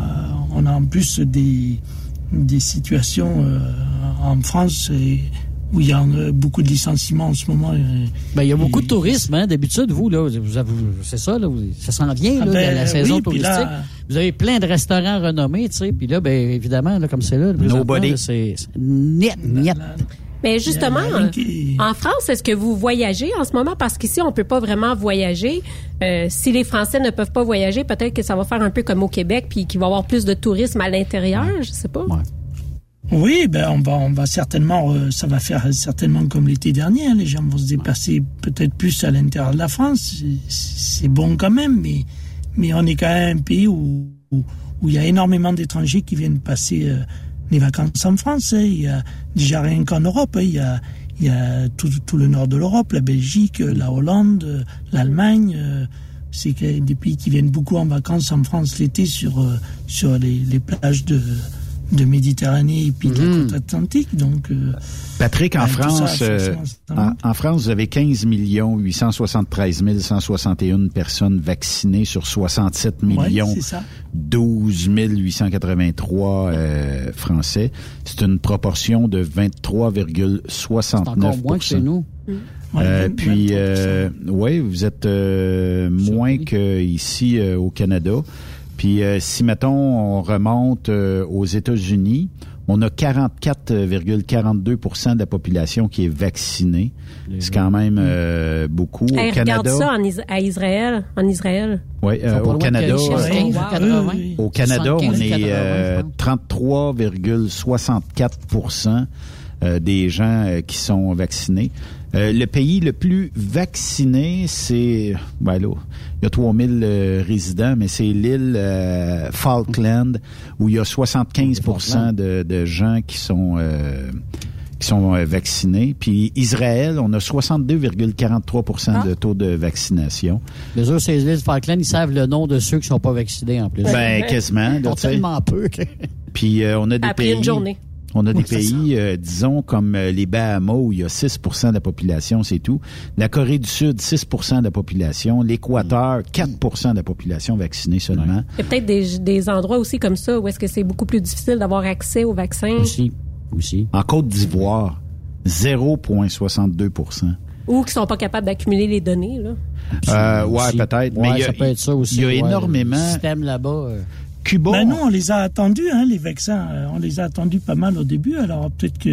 on a en plus des, des situations euh, en France et, où il y a euh, beaucoup de licenciements en ce moment. Et, ben, il y a beaucoup et, de tourisme, hein, d'habitude, vous, là, vous avez, c'est ça, là, vous, ça s'en vient, là, ah ben, la saison oui, touristique. Là, vous avez plein de restaurants renommés, tu sais, puis là, ben, évidemment, là, comme c'est là, Nobody. Là, c'est, c'est net, net. La, la, Mais justement, qui... en France, est-ce que vous voyagez en ce moment? Parce qu'ici, on peut pas vraiment voyager. Euh, si les Français ne peuvent pas voyager, peut-être que ça va faire un peu comme au Québec, puis qu'il va y avoir plus de tourisme à l'intérieur, je sais pas. Ouais. Oui, ben on va, on va certainement, euh, ça va faire certainement comme l'été dernier. Hein, les gens vont se déplacer peut-être plus à l'intérieur de la France. C'est, c'est bon quand même, mais mais on est quand même un pays où où, où il y a énormément d'étrangers qui viennent passer euh, les vacances en France. Hein. Il y a déjà rien qu'en Europe. Hein. Il y a, il y a tout, tout le nord de l'Europe, la Belgique, la Hollande, l'Allemagne. Euh, c'est des pays qui viennent beaucoup en vacances en France l'été sur, euh, sur les, les plages de, de Méditerranée et puis de mmh. la côte atlantique. Donc, euh, Patrick, en ben, France, ça, euh, en, en France, vous avez quinze millions huit cent soixante-treize mille cent soixante et un personnes vaccinées sur soixante-sept millions ouais, douze mille huit cent quatre-vingt-trois euh, Français. C'est une proportion de vingt-trois virgule soixante-neuf pour cent. C'est encore moins que chez nous. Mmh. Euh, puis, euh, oui, vous êtes euh, moins qu'ici euh, au Canada. Puis, euh, si, mettons, on remonte euh, aux États-Unis, on a quarante-quatre virgule quarante-deux pour cent de la population qui est vaccinée. Les C'est quand même euh, beaucoup. Au hey, Canada, regarde ça en is- à Israël. En Israël. Oui, euh, au Canada, euh, au Canada, on est euh, trente-trois virgule soixante-quatre pour cent euh, des gens euh, qui sont vaccinés. Euh, le pays le plus vacciné, c'est... Ben là, il y a trois mille euh, résidents, mais c'est l'île euh, Falkland, où il y a soixante-quinze pour cent de, de gens qui sont euh, qui sont euh, vaccinés. Puis Israël, on a soixante-deux virgule quarante-trois pour cent ah. de taux de vaccination. Les autres, ces îles Falkland, ils savent le nom de ceux qui ne sont pas vaccinés en plus. Ben, quasiment. Ils ont tellement peu. Que... Puis euh, on a des Après pays... une journée. On a des pays, euh, disons, comme euh, les Bahamas, où il y a six pour cent de la population, c'est tout. La Corée du Sud, six pour cent de la population. L'Équateur, quatre pour cent de la population vaccinée seulement. Il y a peut-être des, des endroits aussi comme ça où est-ce que c'est beaucoup plus difficile d'avoir accès aux vaccins. Aussi, aussi. En Côte d'Ivoire, zéro virgule soixante-deux pour cent. Ou qui sont pas capables d'accumuler les données, là. Euh, ouais, aussi. peut-être. Ouais, mais il y a, ça peut être ça aussi. Il y a ouais, énormément... Le système là-bas... Euh... Cuba. Ben non, on les a attendus, hein, les vaccins. On les a attendus pas mal au début. Alors peut-être que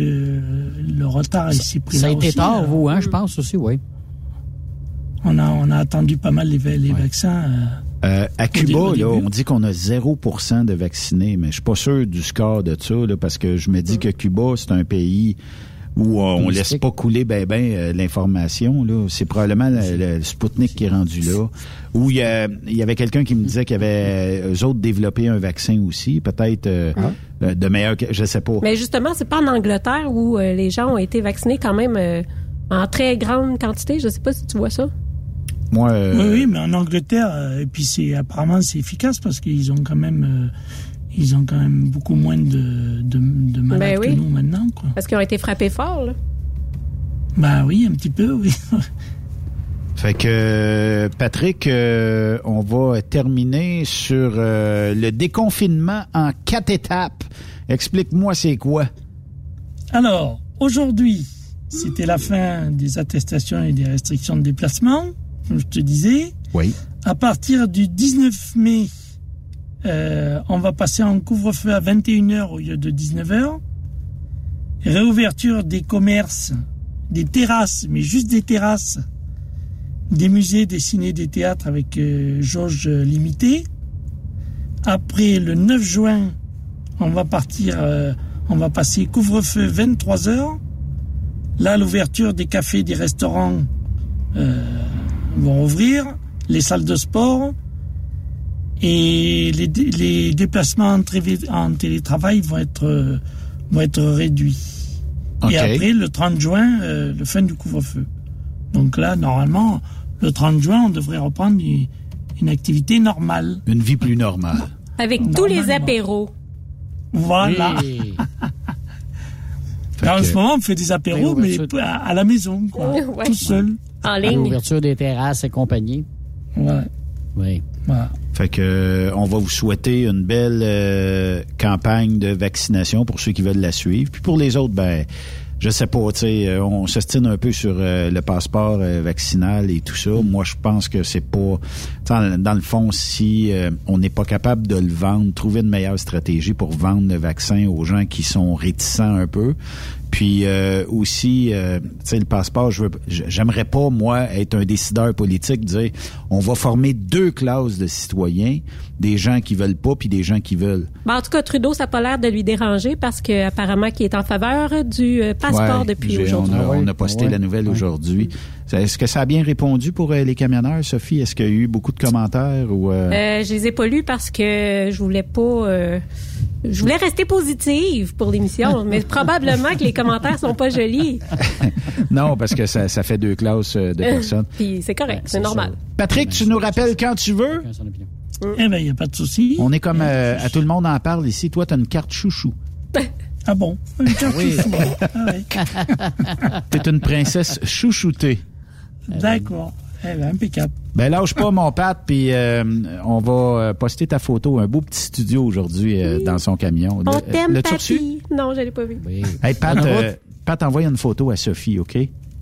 le retard il s'est pris ça là aussi. Ça a été tard, alors. vous, hein, je pense aussi, oui. On a, on a attendu pas mal les, les ouais. vaccins. Euh, euh, à Cuba, là, on dit qu'on a zéro pour cent de vaccinés, mais je suis pas sûr du score de ça, là, parce que je me dis que Cuba, c'est un pays où euh, on laisse pas couler ben ben euh, l'information. Là, c'est probablement le, le Sputnik qui est rendu là. Où il y, a, il y avait quelqu'un qui me disait qu'il y avait eux autres développé un vaccin aussi, peut-être euh, ah. de meilleur, je sais pas. Mais justement, c'est pas en Angleterre où euh, les gens ont été vaccinés quand même euh, en très grande quantité. Je sais pas si tu vois ça. Moi, euh... oui, oui, mais en Angleterre, euh, et puis c'est apparemment c'est efficace parce qu'ils ont quand même. Euh, Ils ont quand même beaucoup moins de, de, de malades ben oui. que nous maintenant. Quoi. Parce qu'ils ont été frappés fort, là. Ben oui, un petit peu, oui. Fait que, Patrick, euh, on va terminer sur euh, le déconfinement en quatre étapes. Explique-moi c'est quoi? Alors, aujourd'hui, c'était la fin des attestations et des restrictions de déplacement, comme je te disais. Oui. À partir du dix-neuf mai, euh, on va passer en couvre-feu à vingt et une heures au lieu de dix-neuf heures. Réouverture des commerces, des terrasses, mais juste des terrasses, des musées, des ciné, des théâtres avec euh, jauge limitée. Après, le neuf juin, on va partir, euh, on va passer couvre-feu vingt-trois heures. Là, l'ouverture des cafés, des restaurants euh, vont ouvrir, les salles de sport et les, les déplacements en, trévi- en télétravail vont être, euh, vont être réduits. Okay. Et après, le trente juin, euh, le fin du couvre-feu. Donc là, normalement, le trente juin, on devrait reprendre une, une activité normale. Une vie plus normale. Avec tous les apéros. Voilà. Oui. En ce moment, on fait des apéros, mais à, à la maison, quoi. Ouais. Tout seul. En ligne. L'ouverture des terrasses et compagnie. Ouais. Oui. Voilà. Fait que euh, on va vous souhaiter une belle euh, campagne de vaccination pour ceux qui veulent la suivre. Puis pour les autres, ben, je sais pas, tu sais, on s'estime un peu sur euh, le passeport euh, vaccinal et tout ça. Moi, je pense que c'est pas... Dans, dans le fond, si euh, on n'est pas capable de le vendre, trouver une meilleure stratégie pour vendre le vaccin aux gens qui sont réticents un peu. Puis euh, aussi, euh, tu sais, le passeport, je veux, j'aimerais pas, moi, être un décideur politique, dire on va former deux classes de citoyens, des gens qui veulent pas puis des gens qui veulent. Ben, en tout cas, Trudeau, ça n'a pas l'air de lui déranger parce que apparemment qu'il est en faveur du euh, passeport ouais, depuis aujourd'hui. On a, on a posté ouais, la nouvelle ouais. aujourd'hui. Est-ce que ça a bien répondu pour euh, les camionneurs, Sophie? Est-ce qu'il y a eu beaucoup de commentaires? ou euh... Euh, Je les ai pas lus parce que je voulais pas... Euh, je voulais rester positive pour l'émission, mais probablement que les commentaires sont pas jolis. Non, parce que ça, ça fait deux classes de personnes. Puis c'est correct, c'est, c'est normal. Ça. Patrick, tu nous rappelles quand tu veux? Eh bien, il n'y a pas de souci. On est comme euh, à tout le monde en parle ici. Toi, tu as une carte chouchou. Ah bon? Une carte oui. chouchou. Ah ouais. T'es une princesse chouchoutée. D'accord. Eh bien, impeccable. Ben lâche pas mon Pat, puis euh, on va poster ta photo, un beau petit studio aujourd'hui euh, oui. dans son camion. On le, t'aime, L'as-tu Papi. reçu? Non, je l'ai pas vu. Oui. Hey, Pat, euh, Pat, envoie une photo à Sophie, OK?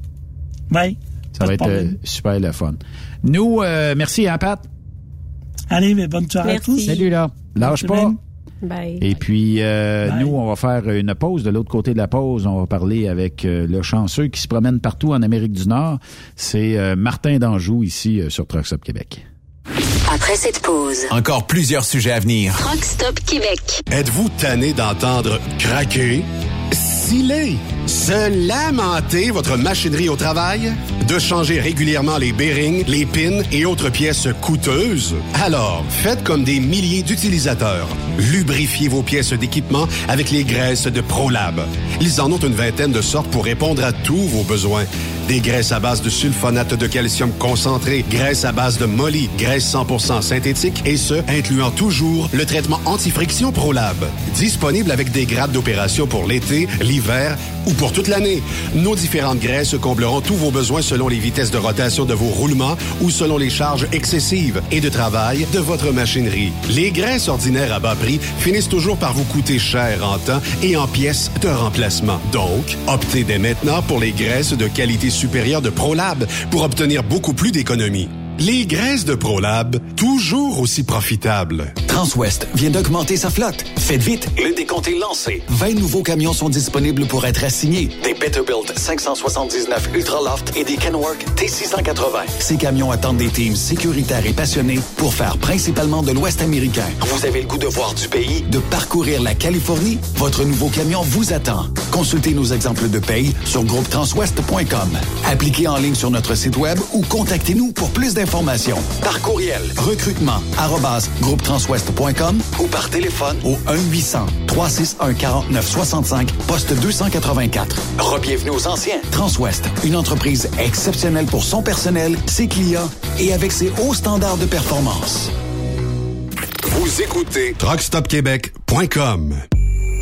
Oui. Ça va être euh, super le fun. Nous, euh, merci, hein, Pat? Allez, mais bonne soirée merci. à tous. Salut, là. Lâche pas. Bye. Et puis, euh, nous, on va faire une pause. De l'autre côté de la pause, on va parler avec euh, le chanceux qui se promène partout en Amérique du Nord. C'est euh, Martin d'Anjou, ici, euh, sur Truck Stop Québec. Après cette pause, encore plusieurs sujets à venir. Truck Stop Québec. Êtes-vous tanné d'entendre craquer, sciller, se lamenter votre machinerie au travail? De changer régulièrement les bearings, les pins et autres pièces coûteuses? Alors, faites comme des milliers d'utilisateurs. Lubrifiez vos pièces d'équipement avec les graisses de ProLab. Ils en ont une vingtaine de sortes pour répondre à tous vos besoins. Des graisses à base de sulfonate de calcium concentré, graisses à base de molly, graisse cent pour cent synthétique et ce, incluant toujours le traitement anti-friction ProLab. Disponible avec des grades d'opération pour l'été, l'hiver ou pour toute l'année. Nos différentes graisses combleront tous vos besoins selon les vitesses de rotation de vos roulements ou selon les charges excessives et de travail de votre machinerie. Les graisses ordinaires à bas prix finissent toujours par vous coûter cher en temps et en pièces de remplacement. Donc, optez dès maintenant pour les graisses de qualité supérieure de ProLab pour obtenir beaucoup plus d'économies. Les graisses de ProLab, toujours aussi profitables. Transwest vient d'augmenter sa flotte. Faites vite, le décompte est lancé. vingt nouveaux camions sont disponibles pour être assignés. Des Peterbilt cinq cent soixante-dix-neuf Ultraloft et des Kenworth T six cent quatre-vingts. Ces camions attendent des teams sécuritaires et passionnés pour faire principalement de l'Ouest américain. Vous avez le goût de voir du pays, de parcourir la Californie? Votre nouveau camion vous attend. Consultez nos exemples de paye sur groupe transwest point com. Appliquez en ligne sur notre site web ou contactez-nous pour plus d'informations. Informations. Par courriel, recrutement, arobase, groupe transwest point com ou par téléphone au un huit cents, trois six un, quarante-neuf soixante-cinq, poste deux cent quatre-vingt-quatre. Rebienvenue aux anciens. Transwest, une entreprise exceptionnelle pour son personnel, ses clients et avec ses hauts standards de performance. Vous écoutez truck stop québec point com.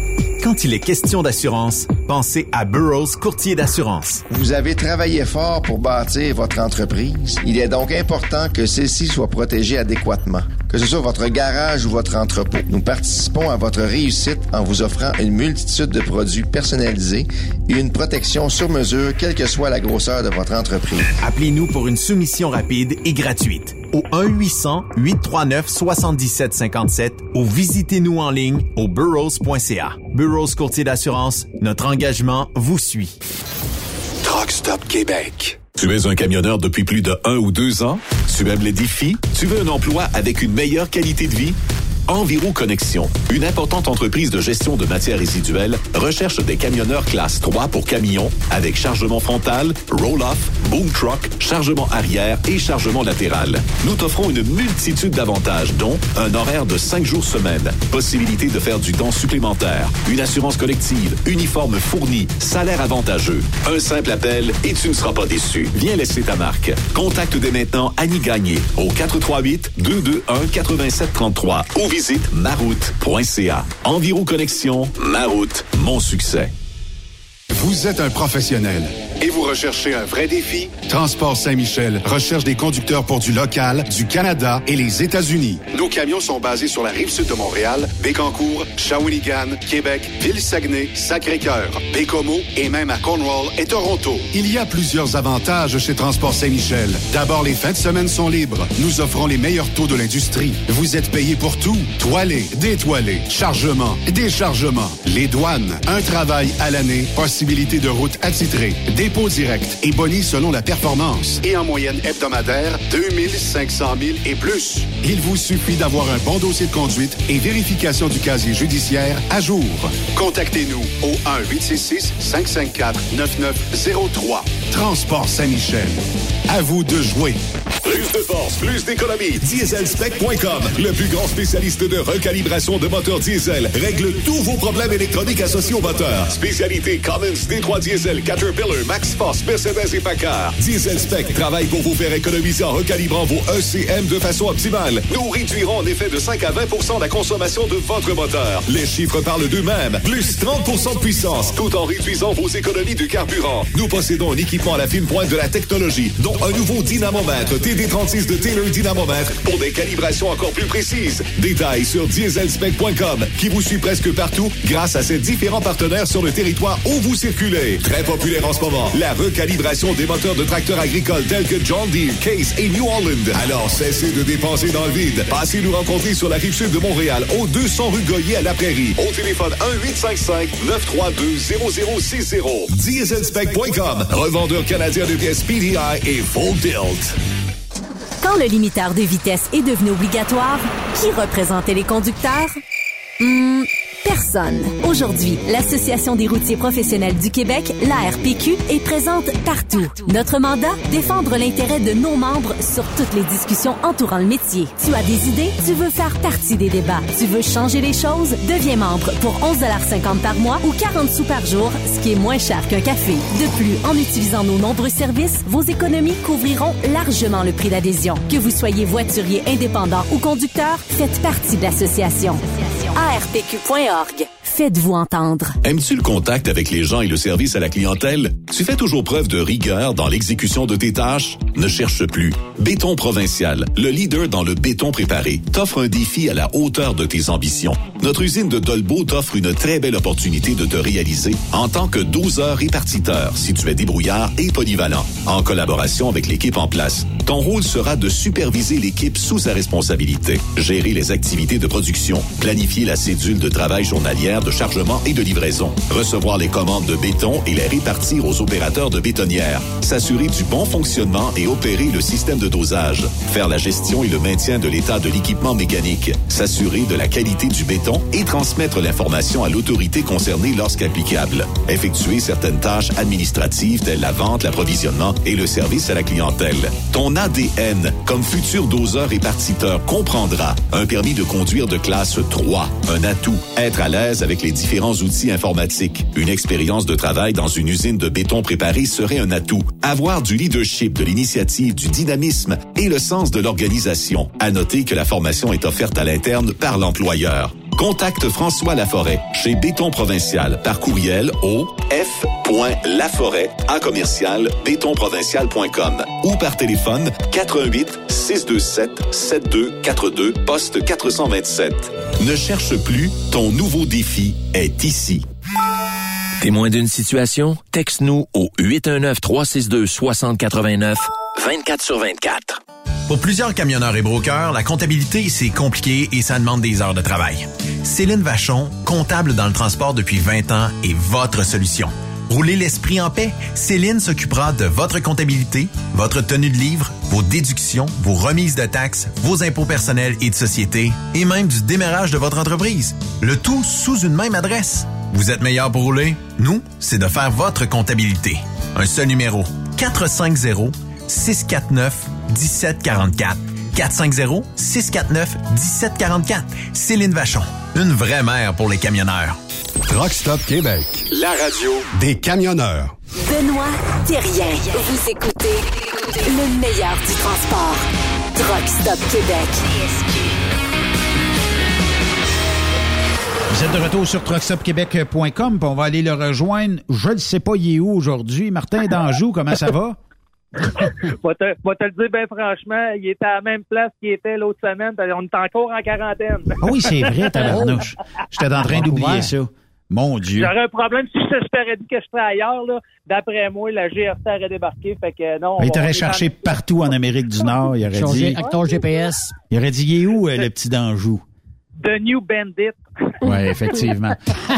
Quand il est question d'assurance, pensez à Burroughs Courtier d'assurance. Vous avez travaillé fort pour bâtir votre entreprise. Il est donc important que celle-ci soit protégée adéquatement. Que ce soit votre garage ou votre entrepôt, nous participons à votre réussite en vous offrant une multitude de produits personnalisés et une protection sur mesure, quelle que soit la grosseur de votre entreprise. Appelez-nous pour une soumission rapide et gratuite au un huit cents, huit trois neuf, sept sept cinq sept ou visitez-nous en ligne au burroughs point c a. Burroughs Courtier d'assurance, notre engagement vous suit. Truck Stop Québec. Tu es un camionneur depuis plus de un ou deux ans? Tu aimes les défis? Tu veux un emploi avec une meilleure qualité de vie? Enviro Connexion, une importante entreprise de gestion de matières résiduelles, recherche des camionneurs classe trois pour camions avec chargement frontal, roll-off, boom truck, chargement arrière et chargement latéral. Nous t'offrons une multitude d'avantages, dont un horaire de cinq jours semaine, possibilité de faire du temps supplémentaire, une assurance collective, uniforme fourni, salaire avantageux. Un simple appel et tu ne seras pas déçu. Viens laisser ta marque. Contacte dès maintenant Annie Gagné au quatre trois huit, deux deux un, huit sept trois trois ou visite maroute point c a. Enviro Connexion, Maroute, mon succès. Vous êtes un professionnel et vous recherchez un vrai défi? Transport Saint-Michel recherche des conducteurs pour du local, du Canada et les États-Unis. Nos camions sont basés sur la rive sud de Montréal, Bécancour, Shawinigan, Québec, Ville-Saguenay, Sacré-Cœur, Bécomo et même à Cornwall et Toronto. Il y a plusieurs avantages chez Transport Saint-Michel. D'abord, les fins de semaine sont libres. Nous offrons les meilleurs taux de l'industrie. Vous êtes payé pour tout. Toilé, détoilé, chargement, déchargement, les douanes, un travail à l'année, possibilité de route attitrée, dépôt direct et boni selon la performance. Et en moyenne hebdomadaire, deux mille cinq cents mille et plus. Il vous suffit d'avoir un bon dossier de conduite et vérification du casier judiciaire à jour. Contactez-nous au un huit six six, cinq cinq quatre, neuf neuf zéro trois. Transport Saint-Michel. À vous de jouer. Plus de force, plus d'économie. diesel spec point com, le plus grand spécialiste de recalibration de moteurs diesel, règle tous vos problèmes électroniques associés au moteur. Spécialité Cummins, D trois Diesel, Caterpillar, MaxForce, Mercedes et Packard. Diesel Spec travaille pour vous faire économiser en recalibrant vos E C M de façon optimale. Nous réduirons en effet de cinq à vingt pour cent la consommation de votre moteur. Les chiffres parlent d'eux-mêmes. Plus trente pour cent de puissance, tout en réduisant vos économies de carburant. Nous possédons un équipement à la fine pointe de la technologie, dont un nouveau dynamomètre T D trente-six de Taylor Dynamomètre pour des calibrations encore plus précises. Détails sur diesel spec point com qui vous suit presque partout grâce à ses différents partenaires sur le territoire où vous circulez. Très populaire en ce moment, la recalibration des moteurs de tracteurs agricoles tels que John Deere, Case et New Holland. Alors cessez de dépenser dans le vide. Passez nous rencontrer sur la rive sud de Montréal, au deux cents rue Goyer à La Prairie. Au téléphone un huit cinq cinq, neuf trois deux, zéro zéro six zéro. diesel spec point com, revendeur canadien de pièces P D I et Full Tilt. Quand le limiteur de vitesse est devenu obligatoire, qui représentait les conducteurs? Hmm, personne. Aujourd'hui, l'Association des routiers professionnels du Québec, l'A R P Q, est présente partout. Notre mandat, défendre l'intérêt de nos membres sur toutes les discussions entourant le métier. Tu as des idées? Tu veux faire partie des débats? Tu veux changer les choses? Deviens membre pour onze cinquante par mois ou quarante sous par jour, ce qui est moins cher qu'un café. De plus, en utilisant nos nombreux services, vos économies couvriront largement le prix d'adhésion. Que vous soyez voiturier indépendant ou conducteur, faites partie de l'association. A R P Q point org. Faites-vous entendre. Aimes-tu le contact avec les gens et le service à la clientèle? Tu fais toujours preuve de rigueur dans l'exécution de tes tâches? Ne cherche plus. Béton Provincial, le leader dans le béton préparé, t'offre un défi à la hauteur de tes ambitions. Notre usine de Dolbeau t'offre une très belle opportunité de te réaliser en tant que doseur répartiteur si tu es débrouillard et polyvalent. En collaboration avec l'équipe en place, ton rôle sera de superviser l'équipe sous sa responsabilité, gérer les activités de production, planifier la cédule de travail journalière de chargement et de livraison, recevoir les commandes de béton et les répartir aux opérateurs de bétonnières, s'assurer du bon fonctionnement et opérer le système de dosage, faire la gestion et le maintien de l'état de l'équipement mécanique, s'assurer de la qualité du béton et transmettre l'information à l'autorité concernée lorsqu'applicable, effectuer certaines tâches administratives telles la vente, l'approvisionnement et le service à la clientèle. Ton A D N, comme futur doseur répartiteur, comprendra un permis de conduire de classe trois, un atout, être à l'aise avec les différents outils informatiques. Une expérience de travail dans une usine de béton préparé serait un atout. Avoir du leadership, de l'initiative, du dynamisme et le sens de l'organisation. À noter que la formation est offerte à l'interne par l'employeur. Contacte François Laforêt chez Béton Provincial par courriel au f point laforêt à commercial béton provincial point com ou par téléphone quatre un huit six deux sept sept deux quatre deux poste quatre cent vingt-sept. Ne cherche plus, ton nouveau défi est ici. Témoin d'une situation? Texte-nous au huit un neuf, trois six deux, six zéro huit neuf, vingt-quatre sur vingt-quatre. Pour plusieurs camionneurs et brokers, la comptabilité, c'est compliqué et ça demande des heures de travail. Céline Vachon, comptable dans le transport depuis vingt ans, est votre solution. Roulez l'esprit en paix. Céline s'occupera de votre comptabilité, votre tenue de livre, vos déductions, vos remises de taxes, vos impôts personnels et de société, et même du démarrage de votre entreprise. Le tout sous une même adresse. Vous êtes meilleur pour rouler? Nous, c'est de faire votre comptabilité. Un seul numéro. quatre cinq zéro, six quatre neuf, un sept quatre quatre. quatre cinq zéro, six quatre neuf, un sept quatre quatre. Céline Vachon. Une vraie mère pour les camionneurs. Truck Stop Québec. La radio des camionneurs. Benoît Thérien. Vous écoutez le meilleur du transport. Truck Stop Québec. Vous êtes de retour sur truck stop québec point com, puis on va aller le rejoindre. Je ne sais pas, il est où aujourd'hui. Martin d'Anjou, comment ça va? Moi, te, moi te le dire bien franchement, il était à la même place qu'il était l'autre semaine. On est encore en quarantaine. Ah oui, c'est vrai, tabarnouche. J'étais en train d'oublier ça. Mon Dieu. J'aurais un problème si je t'aurais dit que je serais ailleurs. Là. D'après moi, la G R C aurait débarqué. Fait que non. Il t'aurait cherché en... partout en Amérique du Nord. Il aurait dit. Avec ton G P S. Il aurait dit, il est où, euh, le petit d'Anjou? The New Bandit. Oui, effectivement.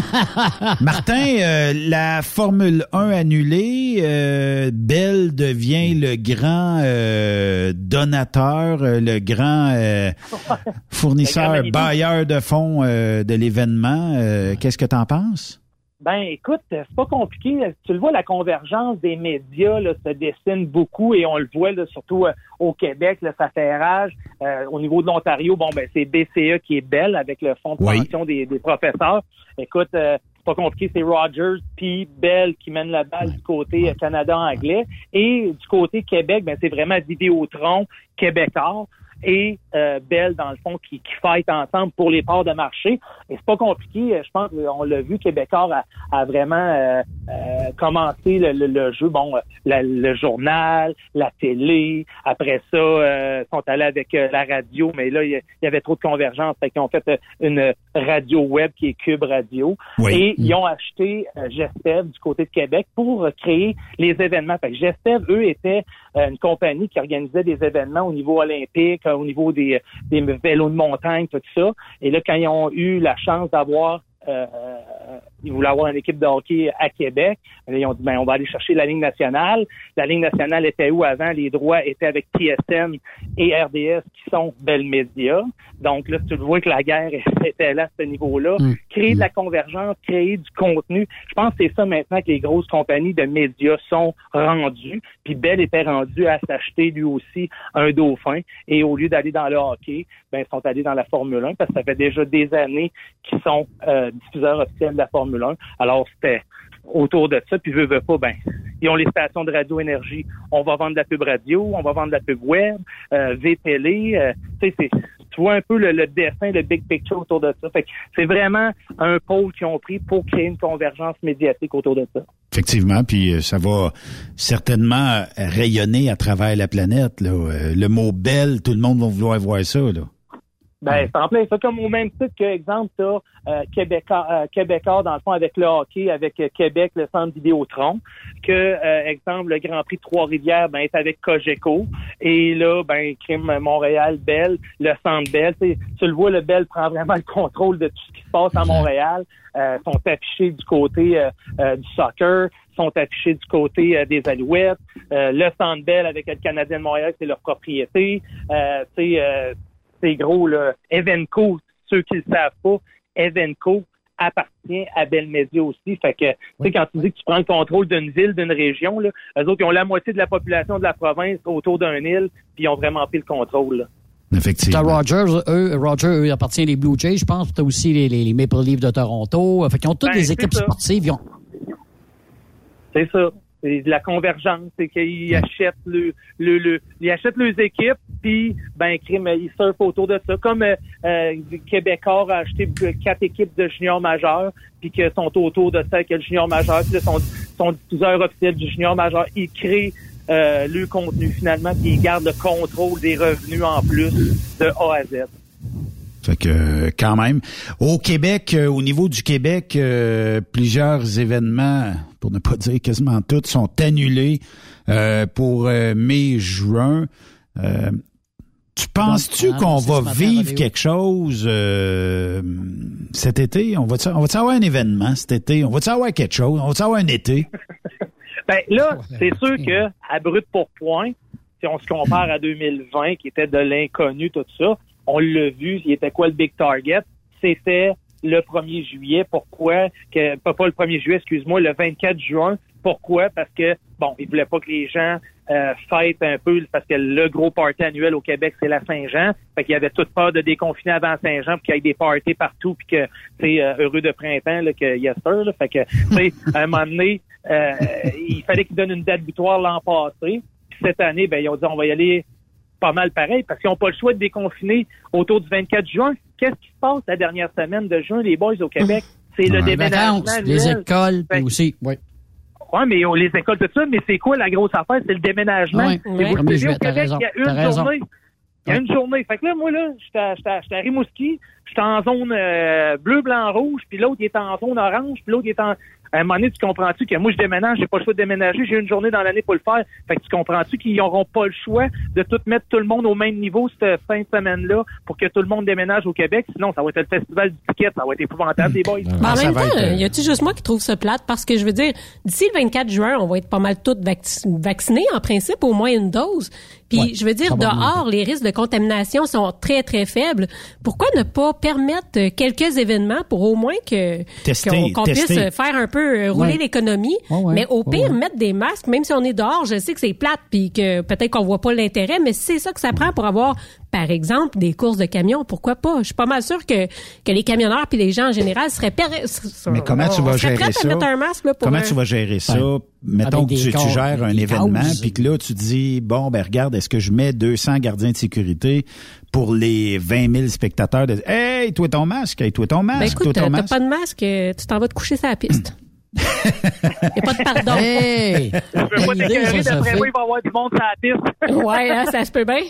Martin, euh, la Formule un annulée, euh, Bell devient le grand euh, donateur, euh, le grand euh, fournisseur, bailleur de fonds euh, de l'événement. Euh, qu'est-ce que t'en penses? Ben, écoute, c'est pas compliqué. Tu le vois, la convergence des médias là, se dessine beaucoup et on le voit là, surtout euh, au Québec, là, ça fait rage. Euh, au niveau de l'Ontario, bon, ben c'est B C E qui est Bell avec le fonds de pension oui. des, des professeurs. Écoute, euh, c'est pas compliqué, c'est Rogers puis Bell qui mène la balle du côté euh, Canada anglais. Et du côté Québec, ben c'est vraiment Vidéotron, Québécois et euh, Bell, dans le fond, qui, qui fight ensemble pour les parts de marché. Et c'est pas compliqué. Je pense qu'on l'a vu, Québécois a, a vraiment euh, euh, commencé le, le, le jeu. Bon, la, le journal, la télé. Après ça, euh, sont allés avec euh, la radio, mais là, il y, y avait trop de convergence. Fait qu'ils ont fait euh, une radio web qui est Cube Radio. Oui. Et ils ont acheté euh, Gestev du côté de Québec pour euh, créer les événements. Fait que Gestev, eux, étaient euh, une compagnie qui organisait des événements au niveau olympique, au niveau des, des vélos de montagne, tout ça. Et là, quand ils ont eu la chance d'avoir, euh, ils voulaient avoir une équipe de hockey à Québec, là, ils ont dit, ben, on va aller chercher la Ligue nationale. La Ligue nationale était où avant? Les droits étaient avec T S N et R D S, qui sont Bell Media. Donc là, tu le vois que la guerre était là à ce niveau-là. Mmh. Créer de la convergence, créer du contenu. Je pense que c'est ça maintenant que les grosses compagnies de médias sont rendues. Puis Bell était rendu à s'acheter lui aussi un dauphin. Et au lieu d'aller dans le hockey, ben ils sont allés dans la Formule un parce que ça fait déjà des années qu'ils sont euh, diffuseurs officiels de la Formule un. Alors c'était autour de ça, puis veut, veut pas, ben, ils ont les stations de radio énergie. On va vendre de la pub radio, on va vendre de la pub web, euh, V Télé, euh, tu sais, c'est, tu vois un peu le, le dessin, le big picture autour de ça. Fait que c'est vraiment un pôle qu'ils ont pris pour créer une convergence médiatique autour de ça. Effectivement, puis ça va certainement rayonner à travers la planète, là. Le mot Bell, tout le monde va vouloir voir ça, là. Ben, c'est en plein ça. Comme au même titre que, exemple, t'as euh, Québécois, euh, Québécois, dans le fond, avec le hockey, avec euh, Québec, le centre Vidéotron, que, euh, exemple, le Grand Prix de Trois-Rivières, ben, est avec Cogeco. Et là, ben, crime Montréal, Bell, le centre Bell. Tu le vois, le Bell prend vraiment le contrôle de tout ce qui se passe à Montréal. Euh, sont affichés du côté euh, euh, du soccer, sont affichés du côté euh, des Alouettes. Euh, le centre Bell avec le Canadien de Montréal, c'est leur propriété. Euh, tu sais, euh, c'est gros, là. Evenco, ceux qui le savent pas, Evenco appartient à Bell Media aussi. Fait que, oui. Tu sais, quand tu dis que tu prends le contrôle d'une ville, d'une région, là, eux autres, ils ont la moitié de la population de la province autour d'un île, puis ils ont vraiment pris le contrôle, là. Effectivement. T'as Rogers, eux, Rogers, eux, appartient les Blue Jays, je pense. T'as aussi les, les, les Maple Leafs de Toronto. Fait qu'ils ont toutes ben, des équipes ça. sportives. Ils ont... C'est ça. c'est de la convergence, c'est qu'ils achètent le, le, le, ils achètent leurs équipes, puis ben crime, ils surfent autour de ça. Comme euh, euh, Québécois a acheté quatre équipes de juniors majeurs, puis qui sont autour de ça avec le junior majeur, puis là, son, son diffuseur officiel du junior majeur, il crée euh, le contenu finalement, puis il garde le contrôle des revenus en plus de A à Z. Fait que quand même. Au Québec, euh, au niveau du Québec, euh, plusieurs événements, pour ne pas dire quasiment tous, sont annulés euh, pour euh, mai-juin. Euh, tu penses-tu Donc, qu'on va vivre quelque chose euh, cet été? On va-tu, on va-tu avoir un événement cet été? On va-tu avoir quelque chose? On va-tu avoir un été? Ben là, c'est sûr que à brut pour point, si on se compare à deux mille vingt, qui était de l'inconnu, tout ça, on l'a vu, il était quoi le big target? C'était le premier juillet. Pourquoi? Que, pas, pas le premier juillet, excuse-moi, le vingt-quatre juin. Pourquoi? Parce que, bon, ils voulaient pas que les gens euh, fêtent un peu, parce que le gros party annuel au Québec, c'est la Saint-Jean. Fait qu'il y avait toute peur de déconfiner avant Saint-Jean, puis qu'il y ait des parties partout, puis que, c'est euh, heureux de printemps, là, que yes sir, là. Fait que, tu sais, à un moment donné, euh, il fallait qu'ils donnent une date butoir l'an passé. Puis cette année, ben, ils ont dit, on va y aller pas mal pareil, parce qu'ils n'ont pas le choix de déconfiner autour du vingt-quatre juin. Qu'est-ce qui se passe la dernière semaine de juin, les boys au Québec? C'est le déménagement vacances, les écoles, puis aussi, oui. Oui, mais les écoles, tout ça, mais c'est quoi la grosse affaire? C'est le déménagement. Oui, oui. Vous le savez, au Québec, il y a une journée. Il y a une journée. Fait que là, moi, là, j'étais à Rimouski, j'étais en zone euh, bleu, blanc, rouge, puis l'autre, il est en zone orange, puis l'autre, il est en... À un moment donné, tu comprends-tu que moi, je déménage, j'ai pas le choix de déménager, j'ai une journée dans l'année pour le faire. Fait que tu comprends-tu qu'ils n'auront pas le choix de tout mettre tout le monde au même niveau cette fin de semaine-là pour que tout le monde déménage au Québec? Sinon, ça va être le festival du ticket, ça va être épouvantable, les boys. Ben, en même temps, être... y a-tu juste moi qui trouve ça plate? Parce que je veux dire, d'ici le vingt-quatre juin, on va être pas mal tous vac- vaccinés, en principe, au moins une dose. Puis, ouais, je veux dire, dehors, les risques de contamination sont très, très faibles. Pourquoi ne pas permettre quelques événements pour au moins que tester, qu'on, qu'on tester. puisse faire un peu rouler ouais. l'économie? Ouais, ouais, mais au pire, ouais, ouais. mettre des masques, même si on est dehors, je sais que c'est plate puis que peut-être qu'on voit pas l'intérêt, mais c'est ça que ça prend pour avoir, par exemple, des courses de camions. Pourquoi pas? Je suis pas mal sûre que, que les camionneurs puis les gens en général seraient... Per... Mais comment tu vas gérer ça? Un masque, là, pour comment un... tu vas gérer ça? Ouais. Mettons que tu, tu gères un événement, puis que là, tu dis, bon, ben regarde, est-ce que je mets deux cents gardiens de sécurité pour les vingt mille spectateurs? De... Hey, toi ton masque, hey, toi ton masque, ben écoute, toi ton t'as masque. pas de masque, tu t'en vas te coucher sur la piste. Il n'y a pas de pardon. Hey! Je peux pas t'écœurer, d'après moi, il va y avoir du monde sur la piste. Ouais, hein, ça se peut bien.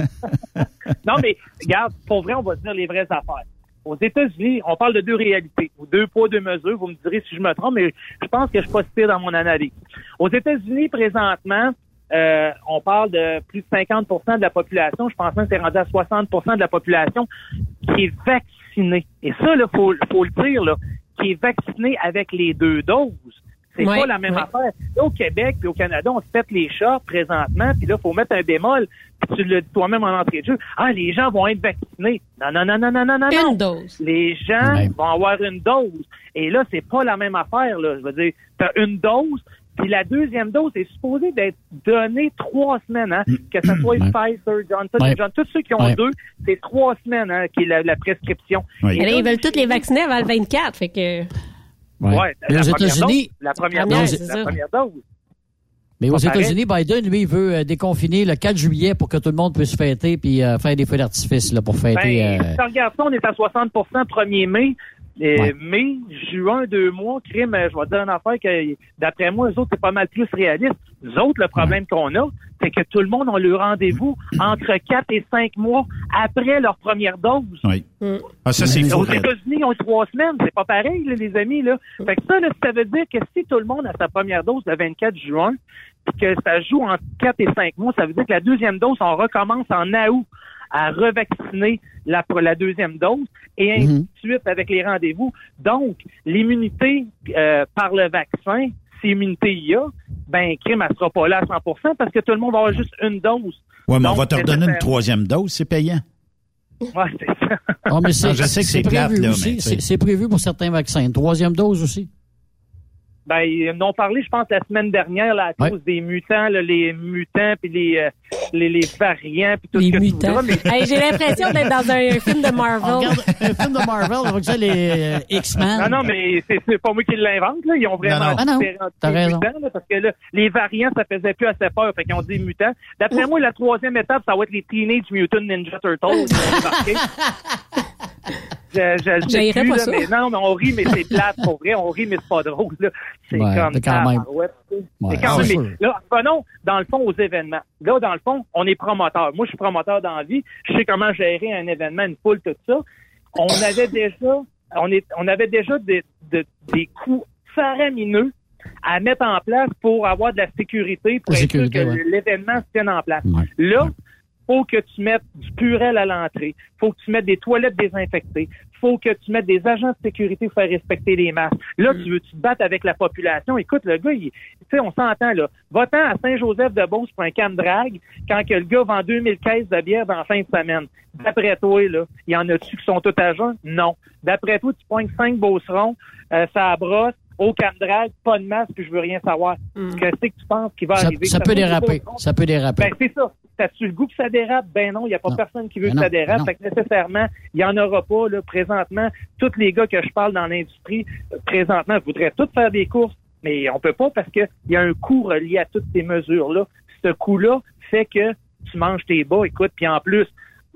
Non, mais regarde, pour vrai, on va dire les vraies affaires. Aux États-Unis, on parle de deux réalités, ou deux poids, deux mesures. Vous me direz si je me trompe, mais je pense que je suis pas si pire dans mon analyse. Aux États-Unis, présentement, euh, on parle de plus de cinquante pour cent de la population. Je pense même que c'est rendu à soixante pour cent de la population qui est vaccinée. Et ça, là, faut, faut le dire, là, qui est vaccinée avec les deux doses. C'est ouais, pas la même ouais. affaire. Là, au Québec puis au Canada, on se pète les chats présentement, puis là, il faut mettre un bémol. Puis tu le dis toi-même en entrée de jeu. Ah, les gens vont être vaccinés. Non, non, non, non, non, non, non. Une dose. Les gens ouais. vont avoir une dose. Et là, c'est pas la même affaire, là. Je veux dire, t'as une dose, puis la deuxième dose est supposée d'être donnée trois semaines, hein. Que ce soit ouais. Pfizer, Johnson, ouais. Johnson, tous ceux qui ont ouais. deux, c'est trois semaines, hein, qui est la, la prescription. Ouais. Et là, ils veulent tous les vacciner avant le vingt-quatre, fait que... Ouais. ouais mais aux États-Unis, la première dose, la première dose. Mais aux États-Unis, Biden, lui, il veut euh, déconfiner le quatre juillet pour que tout le monde puisse fêter puis euh, faire des feux d'artifice là, pour fêter. Ben, euh... si tu regardes ça, on est à soixante pour cent premier mai. Et ouais. mai, juin, deux mois, crime, je vais te dire une affaire que, d'après moi, eux autres, c'est pas mal plus réaliste. Nous autres, le problème ouais. qu'on a, c'est que tout le monde a le rendez-vous entre quatre et cinq mois après leur première dose. Oui. Mm. Ah, ça, c'est Aux États-Unis, ils ont trois semaines. C'est pas pareil, là, les amis, là. Fait que ça, là, ça veut dire que si tout le monde a sa première dose le vingt-quatre juin, puis que ça joue entre quatre et cinq mois, ça veut dire que la deuxième dose, on recommence en août à revacciner la, la deuxième dose et ainsi mm-hmm. de suite avec les rendez-vous. Donc, l'immunité euh, par le vaccin, si immunité il y a, ben, crime, elle sera pas là à cent pour cent parce que tout le monde va avoir juste une dose. Oui, mais on va te redonner une troisième dose, c'est payant. Oui, c'est ça. Oh, mais c'est, non, je sais que c'est, c'est plate, prévu là, aussi. mais c'est, c'est prévu pour certains vaccins. Une troisième dose aussi. Ben, ils en ont parlé, je pense, la semaine dernière, là, à cause ouais. des mutants, là, les mutants, puis les, euh, les, les variants, puis tout les ce que mutants. tu voudras. Mais... Hey, j'ai l'impression d'être dans un, un film de Marvel. On regarde un film de Marvel, on va dire les euh, X-Men. Non, non, mais c'est, c'est pas moi qui l'invente, là. Ils ont vraiment non, non. Ah non, t'as raison. Mutants, là, parce que là, les variants, ça faisait plus assez peur, fait qu'ils ont dit mutants. D'après moi, la troisième étape, ça va être les Teenage Mutant Ninja Turtles. Je, je, je sais plus, pas là, ça. mais non, mais on rit, mais c'est plate, pour vrai. On rit, mais c'est pas drôle, là. C'est ouais, comme c'est quand même. Ouais, c'est Ouais, quand c'est même. Mais là, revenons, dans le fond, aux événements. Là, dans le fond, on est promoteur. Moi, je suis promoteur dans la vie. Je sais comment gérer un événement, une foule, tout ça. On avait déjà, on est, on avait déjà des, de, des coûts faramineux à mettre en place pour avoir de la sécurité, pour la être sécurité, sûr que ouais. l'événement se tienne en place. Ouais. Là, ouais. faut que tu mettes du Purel à l'entrée. Faut que tu mettes des toilettes désinfectées. Faut que tu mettes des agents de sécurité pour faire respecter les masques. Là, tu veux tu te battre avec la population. Écoute, le gars, il, tu sais, on s'entend, là. Va-t'en à Saint-Joseph-de-Beauce pour un camp drag quand que le gars vend deux mille caisses de bière dans la fin de semaine. D'après toi, là, il y en a-tu qui sont tous à jeun? Non. D'après toi, tu poignes cinq beaucerons, euh, ça brosse, au camp drag, pas de masque, puis je veux rien savoir. Mm. Qu'est-ce que tu penses qui va Ça, arriver? ça peut déraper. Ça peut déraper. Ben, c'est ça. T'as-tu le goût que ça dérape? Ben non, il n'y a pas non. personne qui veut ben que non, ça dérape. ben Fait que nécessairement, il n'y en aura pas, là, présentement. Tous les gars que je parle dans l'industrie, euh, présentement, voudraient tous faire des courses, mais on peut pas parce que il y a un coût relié à toutes ces mesures-là. Ce coût-là fait que tu manges tes bas, écoute, puis en plus,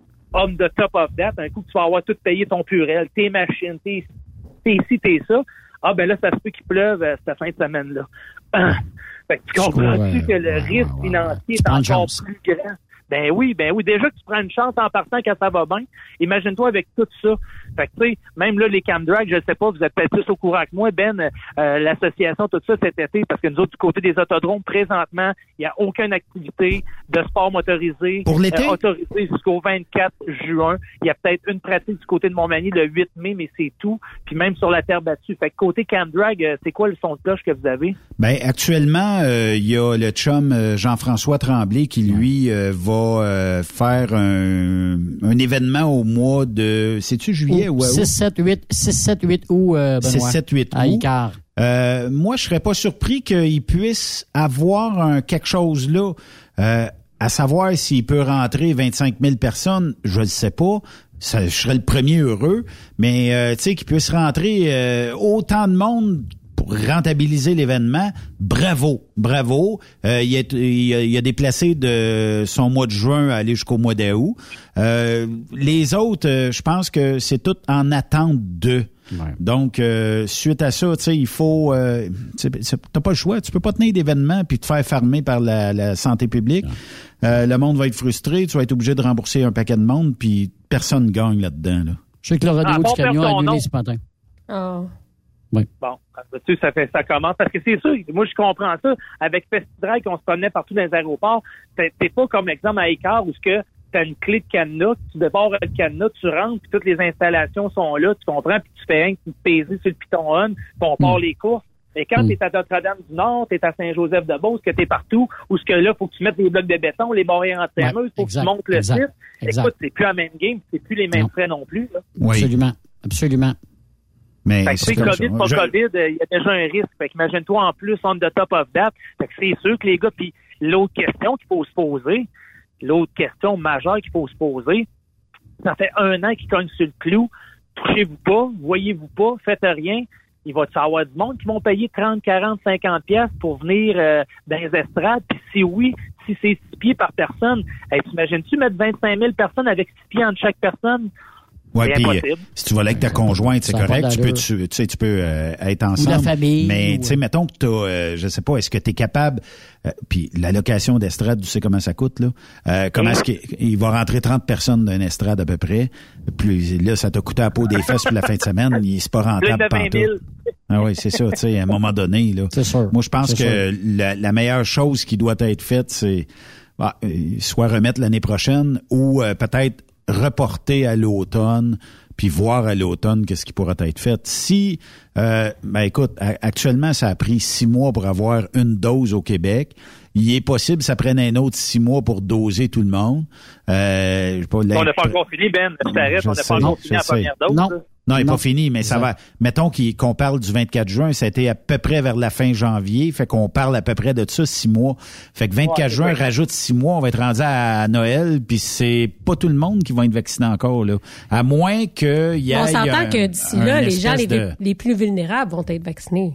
on the top of that, un coup que tu vas avoir tout payé ton Purel, tes machines, tes, tes ci, tes ça. Ah, ben là, ça se peut qu'il pleuve euh, cette fin de semaine-là. Fait que tu comprends-tu ouais, que le ouais, risque ouais, financier ouais. est encore chance. plus grand? Ben oui, ben oui. Déjà que tu prends une chance en partant quand ça va bien. Imagine-toi avec tout ça. Fait que, tu sais, même là, les camp drag, je sais pas, vous êtes peut-être plus au courant que moi, Ben, euh, l'association, tout ça cet été, parce que nous autres, du côté des autodromes, présentement, il n'y a aucune activité de sport motorisé. Pour l'été? Euh, autorisé jusqu'au vingt-quatre juin. Il y a peut-être une pratique du côté de Montmagny le huit mai, mais c'est tout. Puis même sur la terre battue. Fait que côté camp drag, euh, c'est quoi le son de cloche que vous avez? Ben actuellement, euh, il y a le chum euh, Jean-François Tremblay qui, lui, euh, va euh, faire un, un événement au mois de... C'est-tu juillet ou août? six, sept, huit, six, sept, huit août, euh, Benoît. six, sept, huit À août. Icar. Euh, moi, je serais pas surpris qu'il puisse avoir un, quelque chose là, euh, à savoir s'il peut rentrer vingt-cinq mille personnes, je ne sais pas. Ça, je serais le premier heureux, mais euh, tu sais, qu'il puisse rentrer euh, autant de monde pour rentabiliser l'événement, bravo, bravo. Euh, il, a, il, a, il a déplacé de son mois de juin à aller jusqu'au mois d'août. Euh, les autres, euh, je pense que c'est tout en attente de. Ouais. Donc, euh, suite à ça, tu sais, il faut... Euh, t'as pas le choix. Tu peux pas tenir d'événements puis te faire fermer par la, la santé publique. Ouais. Euh, le monde va être frustré. Tu vas être obligé de rembourser un paquet de monde puis personne ne gagne là-dedans. Là. Je sais que le radio ah, du bon, camion a annulé nom. ce matin. Oh. Oui. Bon, tu sais, ça fait, ça commence. Parce que c'est sûr, moi, je comprends ça. Avec Festidrail, qu'on se promenait partout dans les aéroports, t'es, t'es pas comme exemple à Icar où ce que t'as une clé de cadenas, tu débarres le cadenas, tu rentres, puis toutes les installations sont là, tu comprends, puis tu fais rien que tu peser sur le piton on, puis on part mm. les courses. Et quand mm. t'es à Notre-Dame-du-Nord, t'es à Saint-Joseph-de-Beauce, que t'es partout, où ce que là, faut que tu mettes des blocs de béton, les barrières anti-émeuses, faut exact, que tu montes le exact, site. exact. Écoute, c'est plus la même game, c'est plus les mêmes non. frais non plus. Là. Oui. Absolument, absolument. Mais fait que c'est COVID, pas je... COVID, il y a déjà un risque. Fait qu'imagine-toi en plus, on the top of that. Fait que c'est sûr que les gars, puis l'autre question qu'il faut se poser, l'autre question majeure qu'il faut se poser, ça fait un an qu'ils cognent sur le clou. Touchez-vous pas, voyez-vous pas, faites rien. Il va y avoir du monde qui vont payer trente, quarante, cinquante piastres pour venir euh, dans les estrades. Puis si oui, si c'est six pieds par personne, hey, t'imagines-tu mettre vingt-cinq mille personnes avec six pieds entre chaque personne? Ouais, puis euh, si tu vas là avec ta conjointe, c'est correct, tu peux, tu, tu sais, tu peux euh, être ensemble. Ou la famille. Mais ou... tu sais, mettons que t'as, euh, je sais pas, est-ce que t'es capable, euh, puis la location d'estrade, tu sais comment ça coûte là. Euh, comment est-ce qu'il il va rentrer trente personnes dans une estrade à peu près. Puis là, ça t'a coûté à peau des fesses pour la fin de semaine, il c'est pas rentable pantoute. Ah oui, c'est ça, tu sais, à un moment donné là. C'est sûr. Moi, je pense c'est que la, la meilleure chose qui doit être faite, c'est bah, euh, soit remettre l'année prochaine ou euh, peut-être reporter à l'automne, puis voir à l'automne qu'est-ce qui pourra être fait. Si, euh, ben écoute, actuellement, ça a pris six mois pour avoir une dose au Québec. Il est possible que ça prenne un autre six mois pour doser tout le monde. Euh, pas on n'a pas encore fini, Ben. Je t'arrête, on n'a pas encore fini la première dose. Non, Non, il n'est Non. pas fini, mais ça, Ça. va. Mettons qu'il- qu'on parle du vingt-quatre juin, ça a été à peu près vers la fin janvier, fait qu'on parle à peu près de ça six mois. Fait que vingt-quatre Ouais, juin, c'est rajoute six mois, on va être rendu à Noël, puis c'est pas tout le monde qui va être vacciné encore, là. À moins qu'il y ait On s'entend un- que d'ici un là, les gens les, espèce de- les plus vulnérables vont être vaccinés.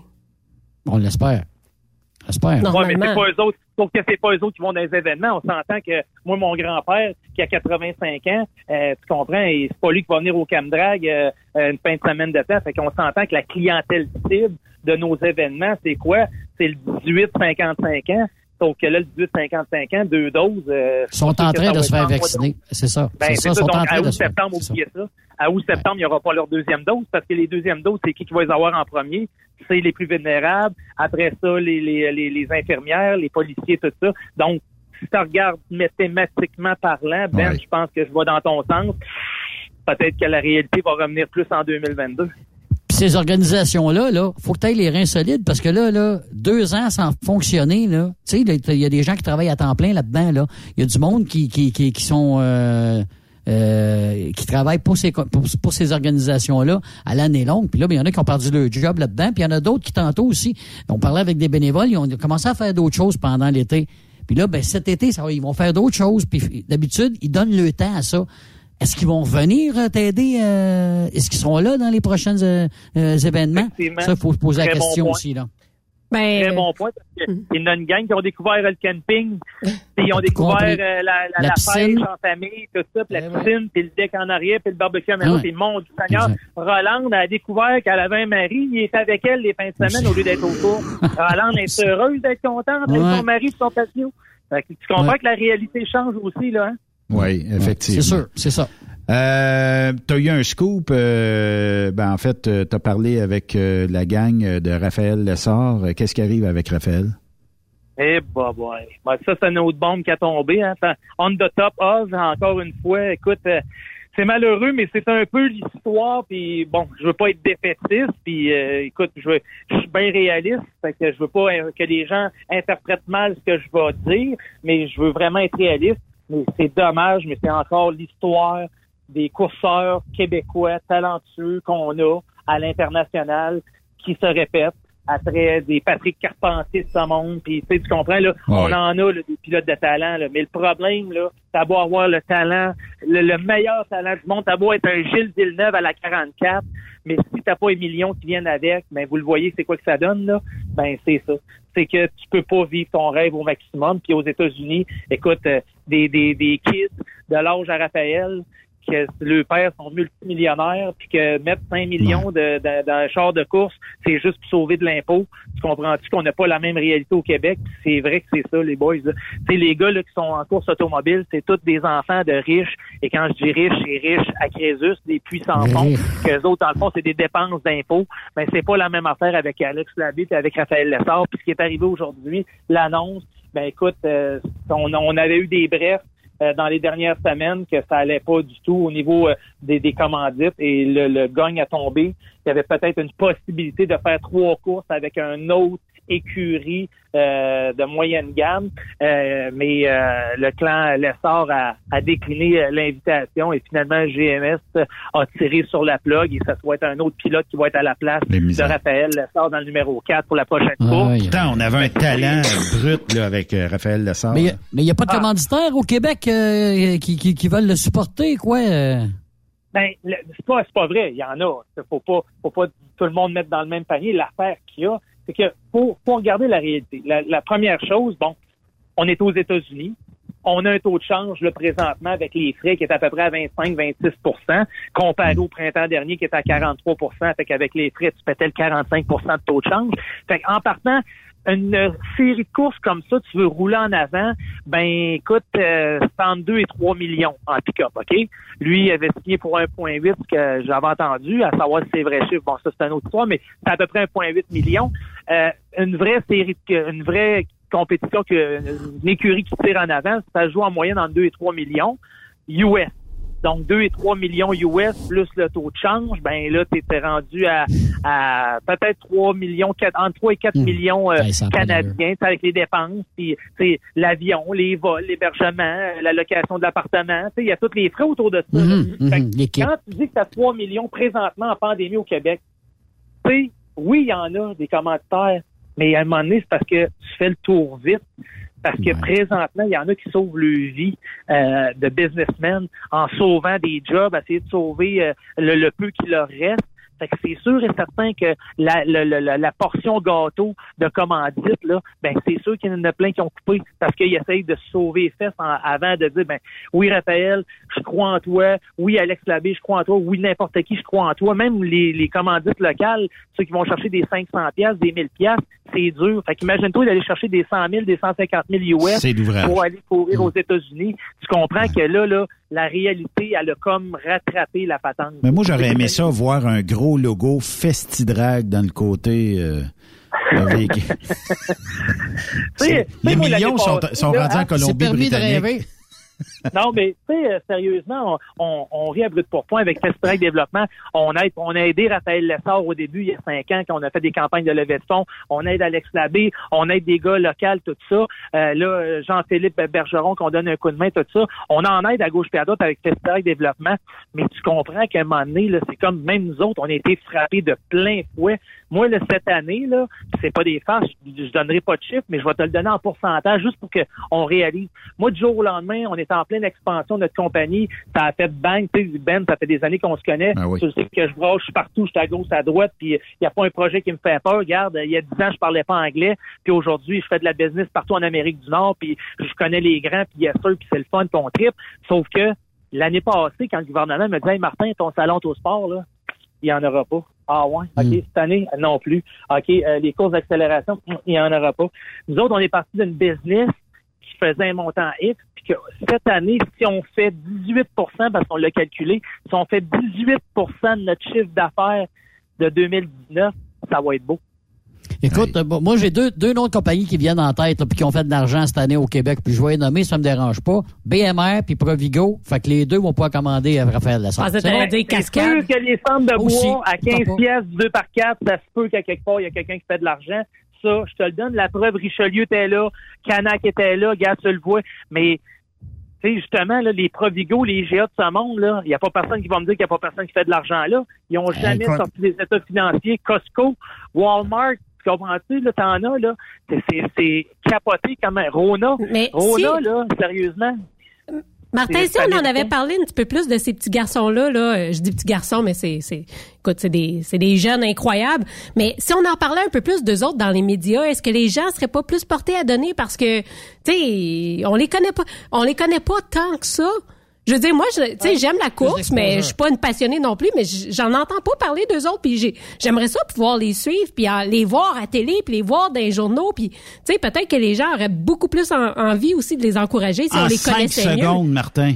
On l'espère. J'espère. Non. Ouais, mais c'est Normalement. pas eux autres. Sauf que c'est pas eux autres qui vont dans les événements. On s'entend que moi, mon grand-père, qui a quatre-vingt-cinq ans, euh, tu comprends, et c'est pas lui qui va venir au Camp Drag euh, une fin de semaine de temps. Fait qu'on s'entend que la clientèle cible de nos événements, c'est quoi? C'est le dix-huit cinquante-cinq ans. Sauf que là, le dix-huit cinquante-cinq ans, deux doses. Euh, Ils sont en train de se faire vacciner. C'est ça. Ben, c'est c'est ça. ça. Ils sont Donc, en train à de se faire. août-septembre, c'est ça. oubliez ça. À août-septembre, il n'y aura pas leur deuxième dose parce que les deuxièmes doses, c'est qui qui va les avoir en premier? C'est les plus vulnérables. Après ça, les, les, les, les infirmières, les policiers, tout ça. Donc, si tu regardes mathématiquement parlant, Ben, Ouais. je pense que je vais dans ton sens. Peut-être que la réalité va revenir plus en deux mille vingt-deux. Puis ces organisations-là, là, faut que tu aies les reins solides parce que là, là, deux ans sans fonctionner, là, tu sais, il y a des gens qui travaillent à temps plein là-dedans, là. Il y a du monde qui, qui, qui, qui sont, euh, euh, qui travaillent pour ces, pour, pour ces organisations-là à l'année longue. Puis là, ben, il y en a qui ont perdu leur job là-dedans. Puis il y en a d'autres qui, tantôt aussi, on parlait avec des bénévoles, ils ont commencé à faire d'autres choses pendant l'été. Puis là, ben, cet été, ça, va- ils vont faire d'autres choses. Puis d'habitude, ils donnent le temps à ça. Est-ce qu'ils vont venir euh, t'aider? Euh, est-ce qu'ils seront là dans les prochains euh, euh, événements? Effectivement. Ça, il faut se poser la Très bon question point. aussi, là. Ben, Très bon point, parce qu'il y en a une gang qui ont découvert le camping, puis ils ont découvert compris. euh, la, la, La la piscine. pêche en famille, tout ça, puis la Eh ouais. piscine, puis le deck en arrière, puis le barbecue à maison, Ouais. puis mon Dieu Seigneur. Exact. Rolande a découvert qu'elle avait un mari, il est avec elle les fins de semaine au lieu d'être au cours. Rolande est heureuse d'être contente avec Ouais. son mari et son patio. Fait que tu comprends Ouais. que la réalité change aussi, là, hein? Oui, effectivement. C'est sûr, c'est ça. Euh, t'as eu un scoop, euh, ben en fait, euh, t'as parlé avec euh, la gang de Raphaël Lessard. Euh, Qu'est-ce qui arrive avec Raphaël? Eh, bah, ouais. Ben, ça, c'est une autre bombe qui a tombé, hein. Ça, on the top of, encore une fois. Écoute, euh, c'est malheureux, mais c'est un peu l'histoire. Puis bon, je veux pas être défaitiste. Puis euh, écoute, je veux, je suis bien réaliste. Fait que je veux pas euh, que les gens interprètent mal ce que je vais dire, mais je veux vraiment être réaliste. Mais c'est dommage, mais c'est encore l'histoire des courseurs québécois talentueux qu'on a à l'international qui se répètent après des Patrick Carpentier de ce monde. Puis tu sais, tu comprends, là, Ouais. on en a là, des pilotes de talent, là, mais le problème, là, t'as beau avoir le talent, le, le meilleur talent du monde, t'as beau être un Gilles Villeneuve à la quarante-quatre, mais si t'as pas les millions qui viennent avec, ben vous le voyez, c'est quoi que ça donne, là? Ben c'est ça. C'est que tu peux pas vivre ton rêve au maximum. Puis aux États-Unis, écoute, euh, des, des, des kids de l'âge à Raphaël, que leurs pères sont multimillionnaires, puis que mettre cinq millions de, de, dans un char de course, c'est juste pour sauver de l'impôt. Tu comprends-tu qu'on n'a pas la même réalité au Québec? Puis c'est vrai que c'est ça, les boys. Tu sais, les gars là, qui sont en course automobile, c'est tous des enfants de riches. Et quand je dis riches, c'est riches à Crésus, des puissants fonds. Qu'eux autres, dans le fond, c'est des dépenses d'impôts. Mais c'est pas la même affaire avec Alex Labbé et avec Raphaël Lessard. Puis ce qui est arrivé aujourd'hui, l'annonce, ben écoute, euh, on, on avait eu des brefs euh, dans les dernières semaines que ça allait pas du tout au niveau euh, des, des commandites et le, le gagne a tombé. Il y avait peut-être une possibilité de faire trois courses avec un autre écurie euh, de moyenne gamme, euh, mais euh, le clan Lessard a, a décliné euh, l'invitation et finalement G M S a tiré sur la plug et ça doit être un autre pilote qui va être à la place de Raphaël Lessard dans le numéro quatre pour la prochaine course. Pourtant, on avait un talent brut là, avec euh, Raphaël Lessard. Mais il n'y a pas de commanditaires au Québec euh, qui, qui, qui veulent le supporter, quoi. euh. Ben, le- c'est pas, c'est pas vrai. Il y en a. Faut pas, faut pas tout le monde mettre dans le même panier. L'affaire qu'il y a, c'est que faut, faut regarder la réalité. La, la première chose, bon, on est aux États-Unis. On a un taux de change, là, présentement, avec les frais qui est à peu près à vingt-cinq à vingt-six pour cent, comparé au printemps dernier qui est à quarante-trois pour cent. Fait qu'avec les frais, tu pétais le quarante-cinq pour cent de taux de change. Fait qu'en partant, une série de courses comme ça, tu veux rouler en avant, ben écoute, euh, c'est entre deux et trois millions en pick-up, OK? Lui, il avait signé pour un virgule huit, ce que j'avais entendu, à savoir si c'est vrai chiffre. Bon, ça, c'est une autre histoire, mais c'est à peu près un virgule huit million. Euh, une vraie série, de, une vraie compétition, que, une écurie qui tire en avant, ça joue en moyenne entre deux et trois millions U S. Donc, deux et trois millions U S plus le taux de change, ben là, t'étais rendu à, à peut-être trois millions, quatre, entre trois et quatre mmh. millions euh, ouais, canadiens, avec les dépenses, puis l'avion, les vols, l'hébergement, la location de l'appartement, il y a tous les frais autour de ça. Mmh, fait mmh, que, quand tu dis que tu as trois millions présentement en pandémie au Québec, tu sais, oui, il y en a des commanditaires, mais à un moment donné, c'est parce que tu fais le tour vite. Parce que ouais. présentement, il y en a qui sauvent leur vie euh, de businessmen en sauvant des jobs, essayer de sauver euh, le, le peu qui leur reste. Fait que c'est sûr et certain que la, la, la, la portion gâteau de commandite, là, ben c'est sûr qu'il y en a plein qui ont coupé parce qu'ils essayent de se sauver les fesses en, avant de dire ben oui Raphaël, je crois en toi, oui Alex Labbé, je crois en toi, oui n'importe qui, je crois en toi. Même les, les commandites locales, ceux qui vont chercher des cinq cents piastres, des mille piastres, c'est dur. Fait qu'imagine-toi d'aller chercher des cent mille, des cent cinquante mille U S pour aller courir mmh. aux États-Unis. Tu comprends ouais. que là, là, la réalité, elle a comme rattrapé la patente. Mais moi, j'aurais aimé ça, voir un gros logo Festidrag dans le côté... Euh, avec... les moi, millions sont, sont rendus en Colombie-Britannique. Non, mais tu sais, euh, sérieusement, on, on, on rit à brut pour point avec Festidrag Développement. On aide, on a aidé Raphaël Lessard au début, il y a cinq ans, quand on a fait des campagnes de levée de fonds. On aide Alex Labbé, on aide des gars locaux, tout ça. Euh, là, Jean-Philippe Bergeron, qu'on donne un coup de main, tout ça. On en aide à gauche et à droite avec Festidrag Développement. Mais tu comprends qu'à un moment donné, là, c'est comme même nous autres, on a été frappés de plein fouet. Moi, là, cette année, là, c'est pas des farces, je, je donnerai pas de chiffres, mais je vais te le donner en pourcentage juste pour qu'on réalise. Moi, du jour au lendemain, on est en pleine expansion de notre compagnie. Ça a fait bang, tu sais, Ben, ça fait des années qu'on se connaît. Ah oui. Tu sais que je broche partout, je suis à gauche, à droite, puis il n'y a pas un projet qui me fait peur. Regarde, il y a dix ans, je parlais pas anglais, puis aujourd'hui, je fais de la business partout en Amérique du Nord, puis je connais les grands, puis il y a ceux, puis c'est le fun, puis on tripe. Sauf que l'année passée, quand le gouvernement me disait « Hey Martin, ton salon au sport, là, il n'y en aura pas. » Ah ouais, OK, mm. cette année, non plus. OK, euh, les courses d'accélération, il n'y en aura pas. Nous autres, on est partis d'une business qui faisait un montant X, puis que cette année, si on fait dix-huit pour cent, parce qu'on l'a calculé, si on fait dix-huit pour cent de notre chiffre d'affaires de deux mille dix-neuf, ça va être beau. Écoute, oui. euh, moi, j'ai deux, deux noms de compagnies qui viennent en tête, là, puis qui ont fait de l'argent cette année au Québec, puis je vais les nommer, ça me dérange pas. B M R puis Provigo, fait que les deux vont pouvoir commander à Raphaël Lessard. Ah, c'est c'est des cascades. sûr que les centres de Aussi, bois à quinze piastres du deux par quatre, ça se peut qu'à quelque part, il y a quelqu'un qui fait de l'argent. Ça, je te le donne. La preuve, Richelieu était là, Canac était là, gars, tu le vois. Mais, tu sais, justement, là, les Provigo, les G A de ce monde, là, il n'y a pas personne qui va me dire qu'il n'y a pas personne qui fait de l'argent là. Ils n'ont jamais hey, sorti des états financiers. Costco, Walmart, tu comprends-tu, là, t'en as, là. C'est, c'est, c'est capoté quand même. Rona, Mais Rona, si... là, sérieusement. Martin, si on en avait parlé un petit peu plus de ces petits garçons-là, là, je dis petits garçons, mais c'est, c'est, écoute, c'est des, c'est des jeunes incroyables. Mais si on en parlait un peu plus d'eux autres dans les médias, est-ce que les gens seraient pas plus portés à donner parce que, tu sais, on les connaît pas, on les connaît pas tant que ça. Je veux dire, moi, tu sais, ouais, j'aime la course, mais je suis pas une passionnée non plus, mais j'en entends pas parler d'eux autres, puis j'ai, j'aimerais ça pouvoir les suivre, puis les voir à télé, puis les voir dans les journaux, puis tu sais, peut-être que les gens auraient beaucoup plus en, envie aussi de les encourager si en on les connaissait mieux. cinq secondes, Martin.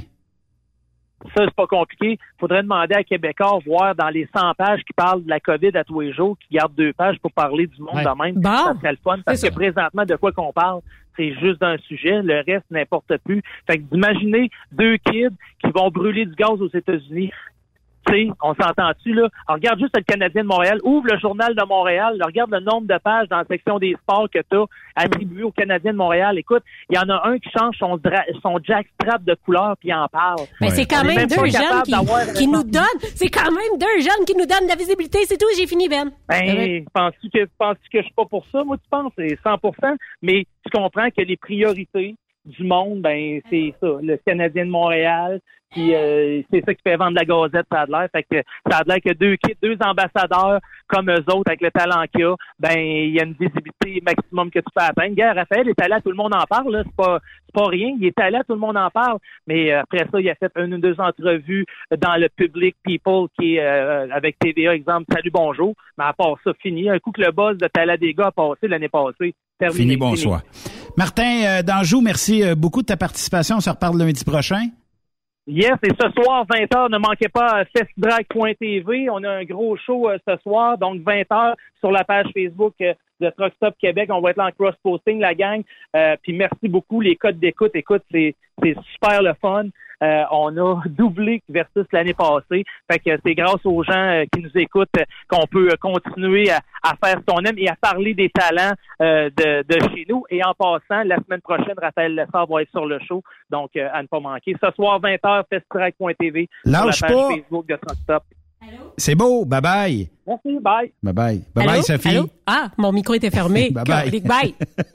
Ça, c'est pas compliqué. Faudrait demander à Québécois, voir dans les cent pages qui parlent de la COVID à tous les jours, qui gardent deux pages pour parler du monde ouais. de même. Bon, ça serait le fun. Parce que présentement, de quoi qu'on parle, c'est juste d'un sujet. Le reste n'importe plus. Fait que d'imaginer deux kids qui vont brûler du gaz aux États-Unis. Tu sais, on s'entend-tu, là? Alors, regarde juste le Canadien de Montréal. Ouvre le Journal de Montréal. Là, regarde le nombre de pages dans la section des sports que tu as attribué au Canadien de Montréal. Écoute, il y en a un qui change son, dra- son jackstrap de couleur puis il en parle. Mais ouais. c'est quand même, même deux jeunes qui, qui nous donnent, c'est quand même deux jeunes qui nous donnent de la visibilité. C'est tout, j'ai fini, Ben. Ben, penses-tu que, penses-tu que je suis pas pour ça? Moi, tu penses, c'est cent pour cent. Mais tu comprends que les priorités du monde, ben, c'est ça. Le Canadien de Montréal, puis euh, c'est ça qui fait vendre la gazette, ça a l'air. Fait que ça a l'air que deux deux ambassadeurs comme eux autres, avec le talent qu'il y a, ben, il y a une visibilité maximum que tu peux atteindre. Gars, Raphaël est allé à tout le monde en parle, là. C'est pas, c'est pas rien. Il est allé à tout le monde en parle. Mais euh, après ça, il a fait une ou deux entrevues dans le Public People qui est euh, avec T V A, exemple, Salut, bonjour. Mais à part ça, fini. Un coup que le buzz de Talladega a passé l'année passée. Terminé, fini, bonsoir. Fini. Martin euh, d'Anjou, merci beaucoup de ta participation. On se reparle lundi prochain. Yes, et ce soir, vingt heures, ne manquez pas festidrag point t v. On a un gros show euh, ce soir, donc vingt heures sur la page Facebook euh, de Truck Stop Québec. On va être là en cross-posting, la gang. Euh, puis merci beaucoup. Les codes d'écoute, écoute, c'est, c'est super le fun. Euh, on a doublé versus l'année passée. Fait que c'est grâce aux gens euh, qui nous écoutent euh, qu'on peut continuer à, à faire ce qu'on aime et à parler des talents euh, de, de chez nous. Et en passant, la semaine prochaine, Raphaël Lessard va être sur le show. Donc, euh, à ne pas manquer. Ce soir, vingt heures, festitrack point t v Lâche sur la page pas. Facebook de Truck Stop. C'est beau. Bye-bye. Merci. Bye. Bye-bye. Bye-bye, Allô? Sophie. Allô? Ah, mon micro était fermé. Bye-bye. Bye.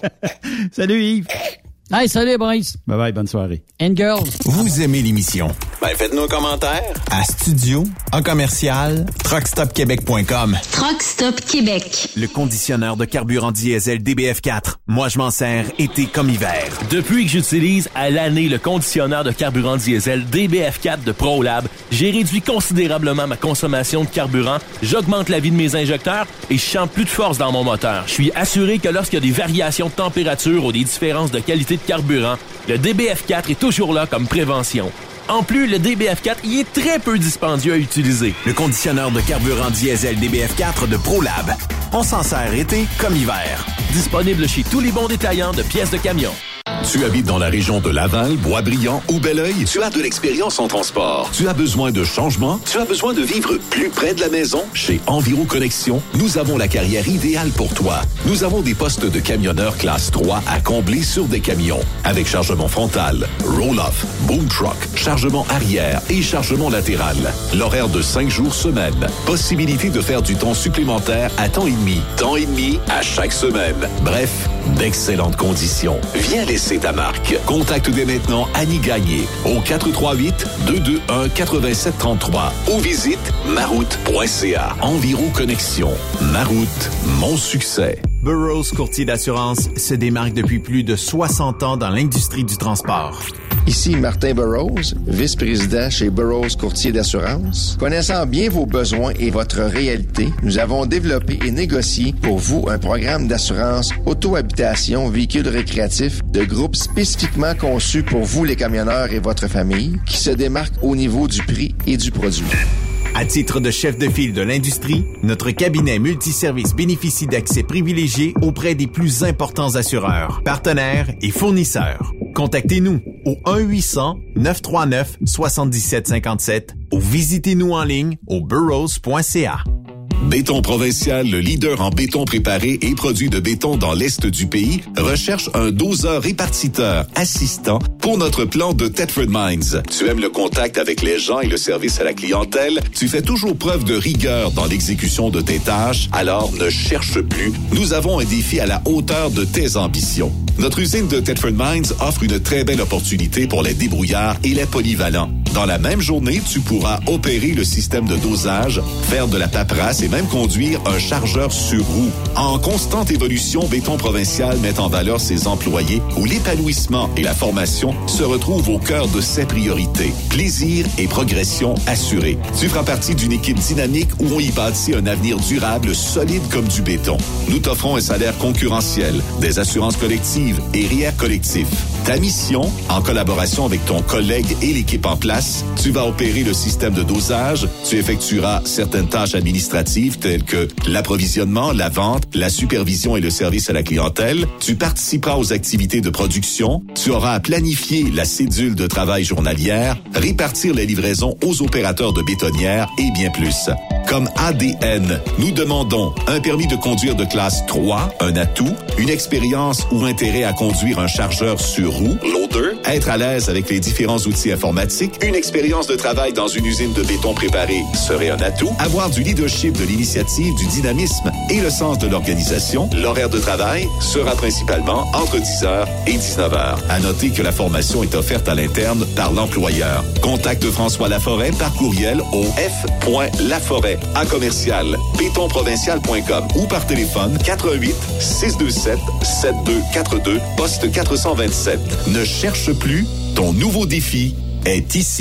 Salut, Yves. Hey, salut, Bryce. Bye-bye. Bonne soirée. And girls. Vous aimez l'émission? Ben, faites-nous un commentaire à studio en commercial truck stop québec point com. Truck Stop Québec. Le conditionneur de carburant diesel D B F quatre. Moi, je m'en sers été comme hiver. Depuis que j'utilise à l'année le conditionneur de carburant diesel D B F quatre de ProLab, j'ai réduit considérablement ma consommation de carburant, j'augmente la vie de mes injecteurs et je sens plus de force dans mon moteur. Je suis assuré que lorsqu'il y a des variations de température ou des différences de qualité de carburant, le D B F quatre est toujours là comme prévention. En plus, le D B F quatre y est très peu dispendieux à utiliser. Le conditionneur de carburant diesel D B F quatre de ProLab. On s'en sert été comme hiver. Disponible chez tous les bons détaillants de pièces de camion. Tu habites dans la région de Laval, Boisbriand ou Belleuil? Tu as de l'expérience en transport. Tu as besoin de changement? Tu as besoin de vivre plus près de la maison? Chez Enviro Connexion, nous avons la carrière idéale pour toi. Nous avons des postes de camionneurs classe trois à combler sur des camions. Avec chargement frontal, roll-off, boom truck, chargement arrière et chargement latéral. L'horaire de cinq jours semaine. Possibilité de faire du temps supplémentaire à temps et demi. Temps et demi à chaque semaine. Bref, d'excellentes conditions. Viens laisser ta marque. Contacte dès maintenant Annie Gagné au quatre trois huit, deux deux un, huit sept trois trois ou visite maroute point c a. Enviro Connexion. Maroute, mon succès. Burroughs Courtier d'assurance se démarque depuis plus de soixante ans dans l'industrie du transport. Ici Martin Burroughs, vice-président chez Burroughs Courtier d'assurance. Connaissant bien vos besoins et votre réalité, nous avons développé et négocié pour vous un programme d'assurance auto-habitation véhicule récréatif de groupe spécifiquement conçu pour vous les camionneurs et votre famille, qui se démarque au niveau du prix et du produit. À titre de chef de file de l'industrie, notre cabinet multiservice bénéficie d'accès privilégié auprès des plus importants assureurs, partenaires et fournisseurs. Contactez-nous au un huit cents, neuf trois neuf, sept sept cinq sept ou visitez-nous en ligne au burroughs point c a. Béton Provincial, le leader en béton préparé et produit de béton dans l'Est du pays, recherche un doseur répartiteur assistant pour notre plan de Thetford Mines. Tu aimes le contact avec les gens et le service à la clientèle? Tu fais toujours preuve de rigueur dans l'exécution de tes tâches? Alors ne cherche plus. Nous avons un défi à la hauteur de tes ambitions. Notre usine de Thetford Mines offre une très belle opportunité pour les débrouillards et les polyvalents. Dans la même journée, tu pourras opérer le système de dosage, faire de la paperasse et même conduire un chargeur sur roue. En constante évolution, Béton Provincial met en valeur ses employés où l'épanouissement et la formation se retrouvent au cœur de ses priorités. Plaisir et progression assurés. Tu feras partie d'une équipe dynamique où on y bâtit un avenir durable, solide comme du béton. Nous t'offrons un salaire concurrentiel, des assurances collectives et R I E R collectif. Ta mission, en collaboration avec ton collègue et l'équipe en place, tu vas opérer le système de dosage, tu effectueras certaines tâches administratives telles que l'approvisionnement, la vente, la supervision et le service à la clientèle, tu participeras aux activités de production, tu auras à planifier la cédule de travail journalière, répartir les livraisons aux opérateurs de bétonnières et bien plus. Comme A D N, nous demandons un permis de conduire de classe trois, un atout, une expérience ou intérêt à conduire un chargeur sur roue, loader, être à l'aise avec les différents outils informatiques, une expérience de travail dans une usine de béton préparé serait un atout, avoir du leadership, de l'initiative, du dynamisme et le sens de l'organisation. L'horaire de travail sera principalement entre dix heures et dix-neuf heures. À noter que la formation est offerte à l'interne par l'employeur. Contacte François Laforêt par courriel au f point laforêt à commercial béton provincial point com ou par téléphone quatre un huit, six deux sept, sept deux quatre deux, poste quatre cent vingt-sept. Ne cherche plus, ton nouveau défi est ici.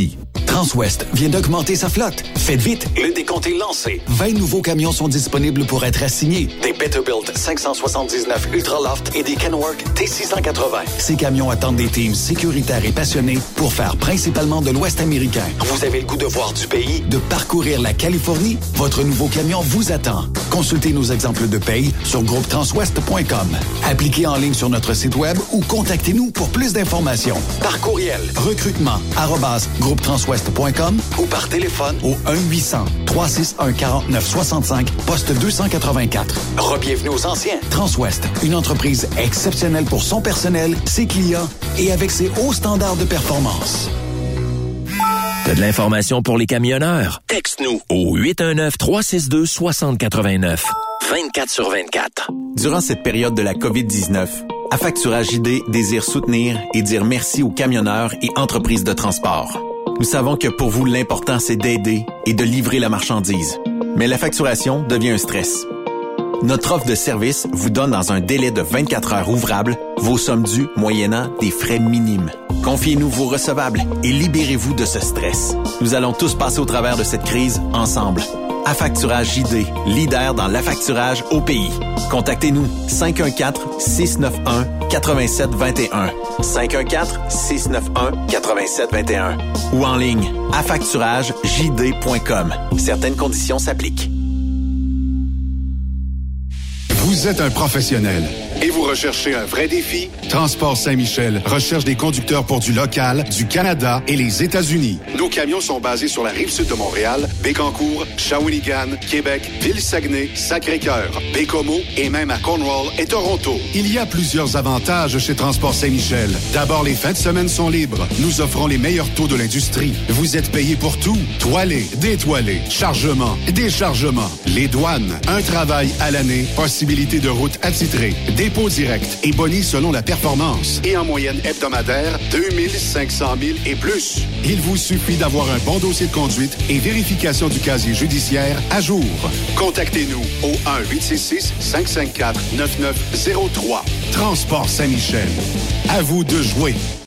Transwest vient d'augmenter sa flotte. Faites vite, le décompte est lancé. vingt nouveaux camions sont disponibles pour être assignés. Des Peterbilt cinq cent soixante-dix-neuf Ultraloft et des Kenworth T six cent quatre-vingts. Ces camions attendent des teams sécuritaires et passionnés pour faire principalement de l'Ouest américain. Vous avez le goût de voir du pays, de parcourir la Californie? Votre nouveau camion vous attend. Consultez nos exemples de paye sur groupe transwest point com. Appliquez en ligne sur notre site web ou contactez-nous pour plus d'informations. Par courriel, recrutement arobase groupe transwest point com ou par téléphone au un huit cents trois six un quarante-neuf soixante-cinq, poste deux cent quatre-vingt-quatre. Rebienvenue aux anciens. Transwest, une entreprise exceptionnelle pour son personnel, ses clients et avec ses hauts standards de performance. T'as de l'information pour les camionneurs? Texte-nous au huit un neuf trois six deux six zéro huit neuf. vingt-quatre sur vingt-quatre. Durant cette période de la covid dix-neuf, Affacturage I D désire soutenir et dire merci aux camionneurs et entreprises de transport. Nous savons que pour vous, l'important, c'est d'aider et de livrer la marchandise. Mais la facturation devient un stress. Notre offre de service vous donne dans un délai de vingt-quatre heures ouvrables vos sommes dues moyennant des frais minimes. Confiez-nous vos recevables et libérez-vous de ce stress. Nous allons tous passer au travers de cette crise ensemble. Affacturage I D, leader dans l'affacturage au pays. Contactez-nous cinq un quatre six neuf un huit sept deux un. cinq un quatre six neuf un huit sept deux un. Ou en ligne, affacturage j d point com. Certaines conditions s'appliquent. Vous êtes un professionnel et vous recherchez un vrai défi? Transport Saint-Michel recherche des conducteurs pour du local, du Canada et les États-Unis. Nos camions sont basés sur la rive-sud de Montréal, Bécancour, Shawinigan, Québec, Ville-Saguenay, Sacré-Cœur, Bécomo et même à Cornwall et Toronto. Il y a plusieurs avantages chez Transport Saint-Michel. D'abord, les fins de semaine sont libres. Nous offrons les meilleurs taux de l'industrie. Vous êtes payé pour tout. Toilé, détoilé, chargement, déchargement, les douanes, un travail à l'année, possibilité de route attitrée, dépôt direct et boni selon la performance. Et en moyenne hebdomadaire, deux mille cinq cents milles et plus. Il vous suffit d'avoir un bon dossier de conduite et vérification du casier judiciaire à jour. Contactez-nous au un huit six six cinq cinq quatre neuf neuf zéro trois. Transport Saint-Michel. À vous de jouer.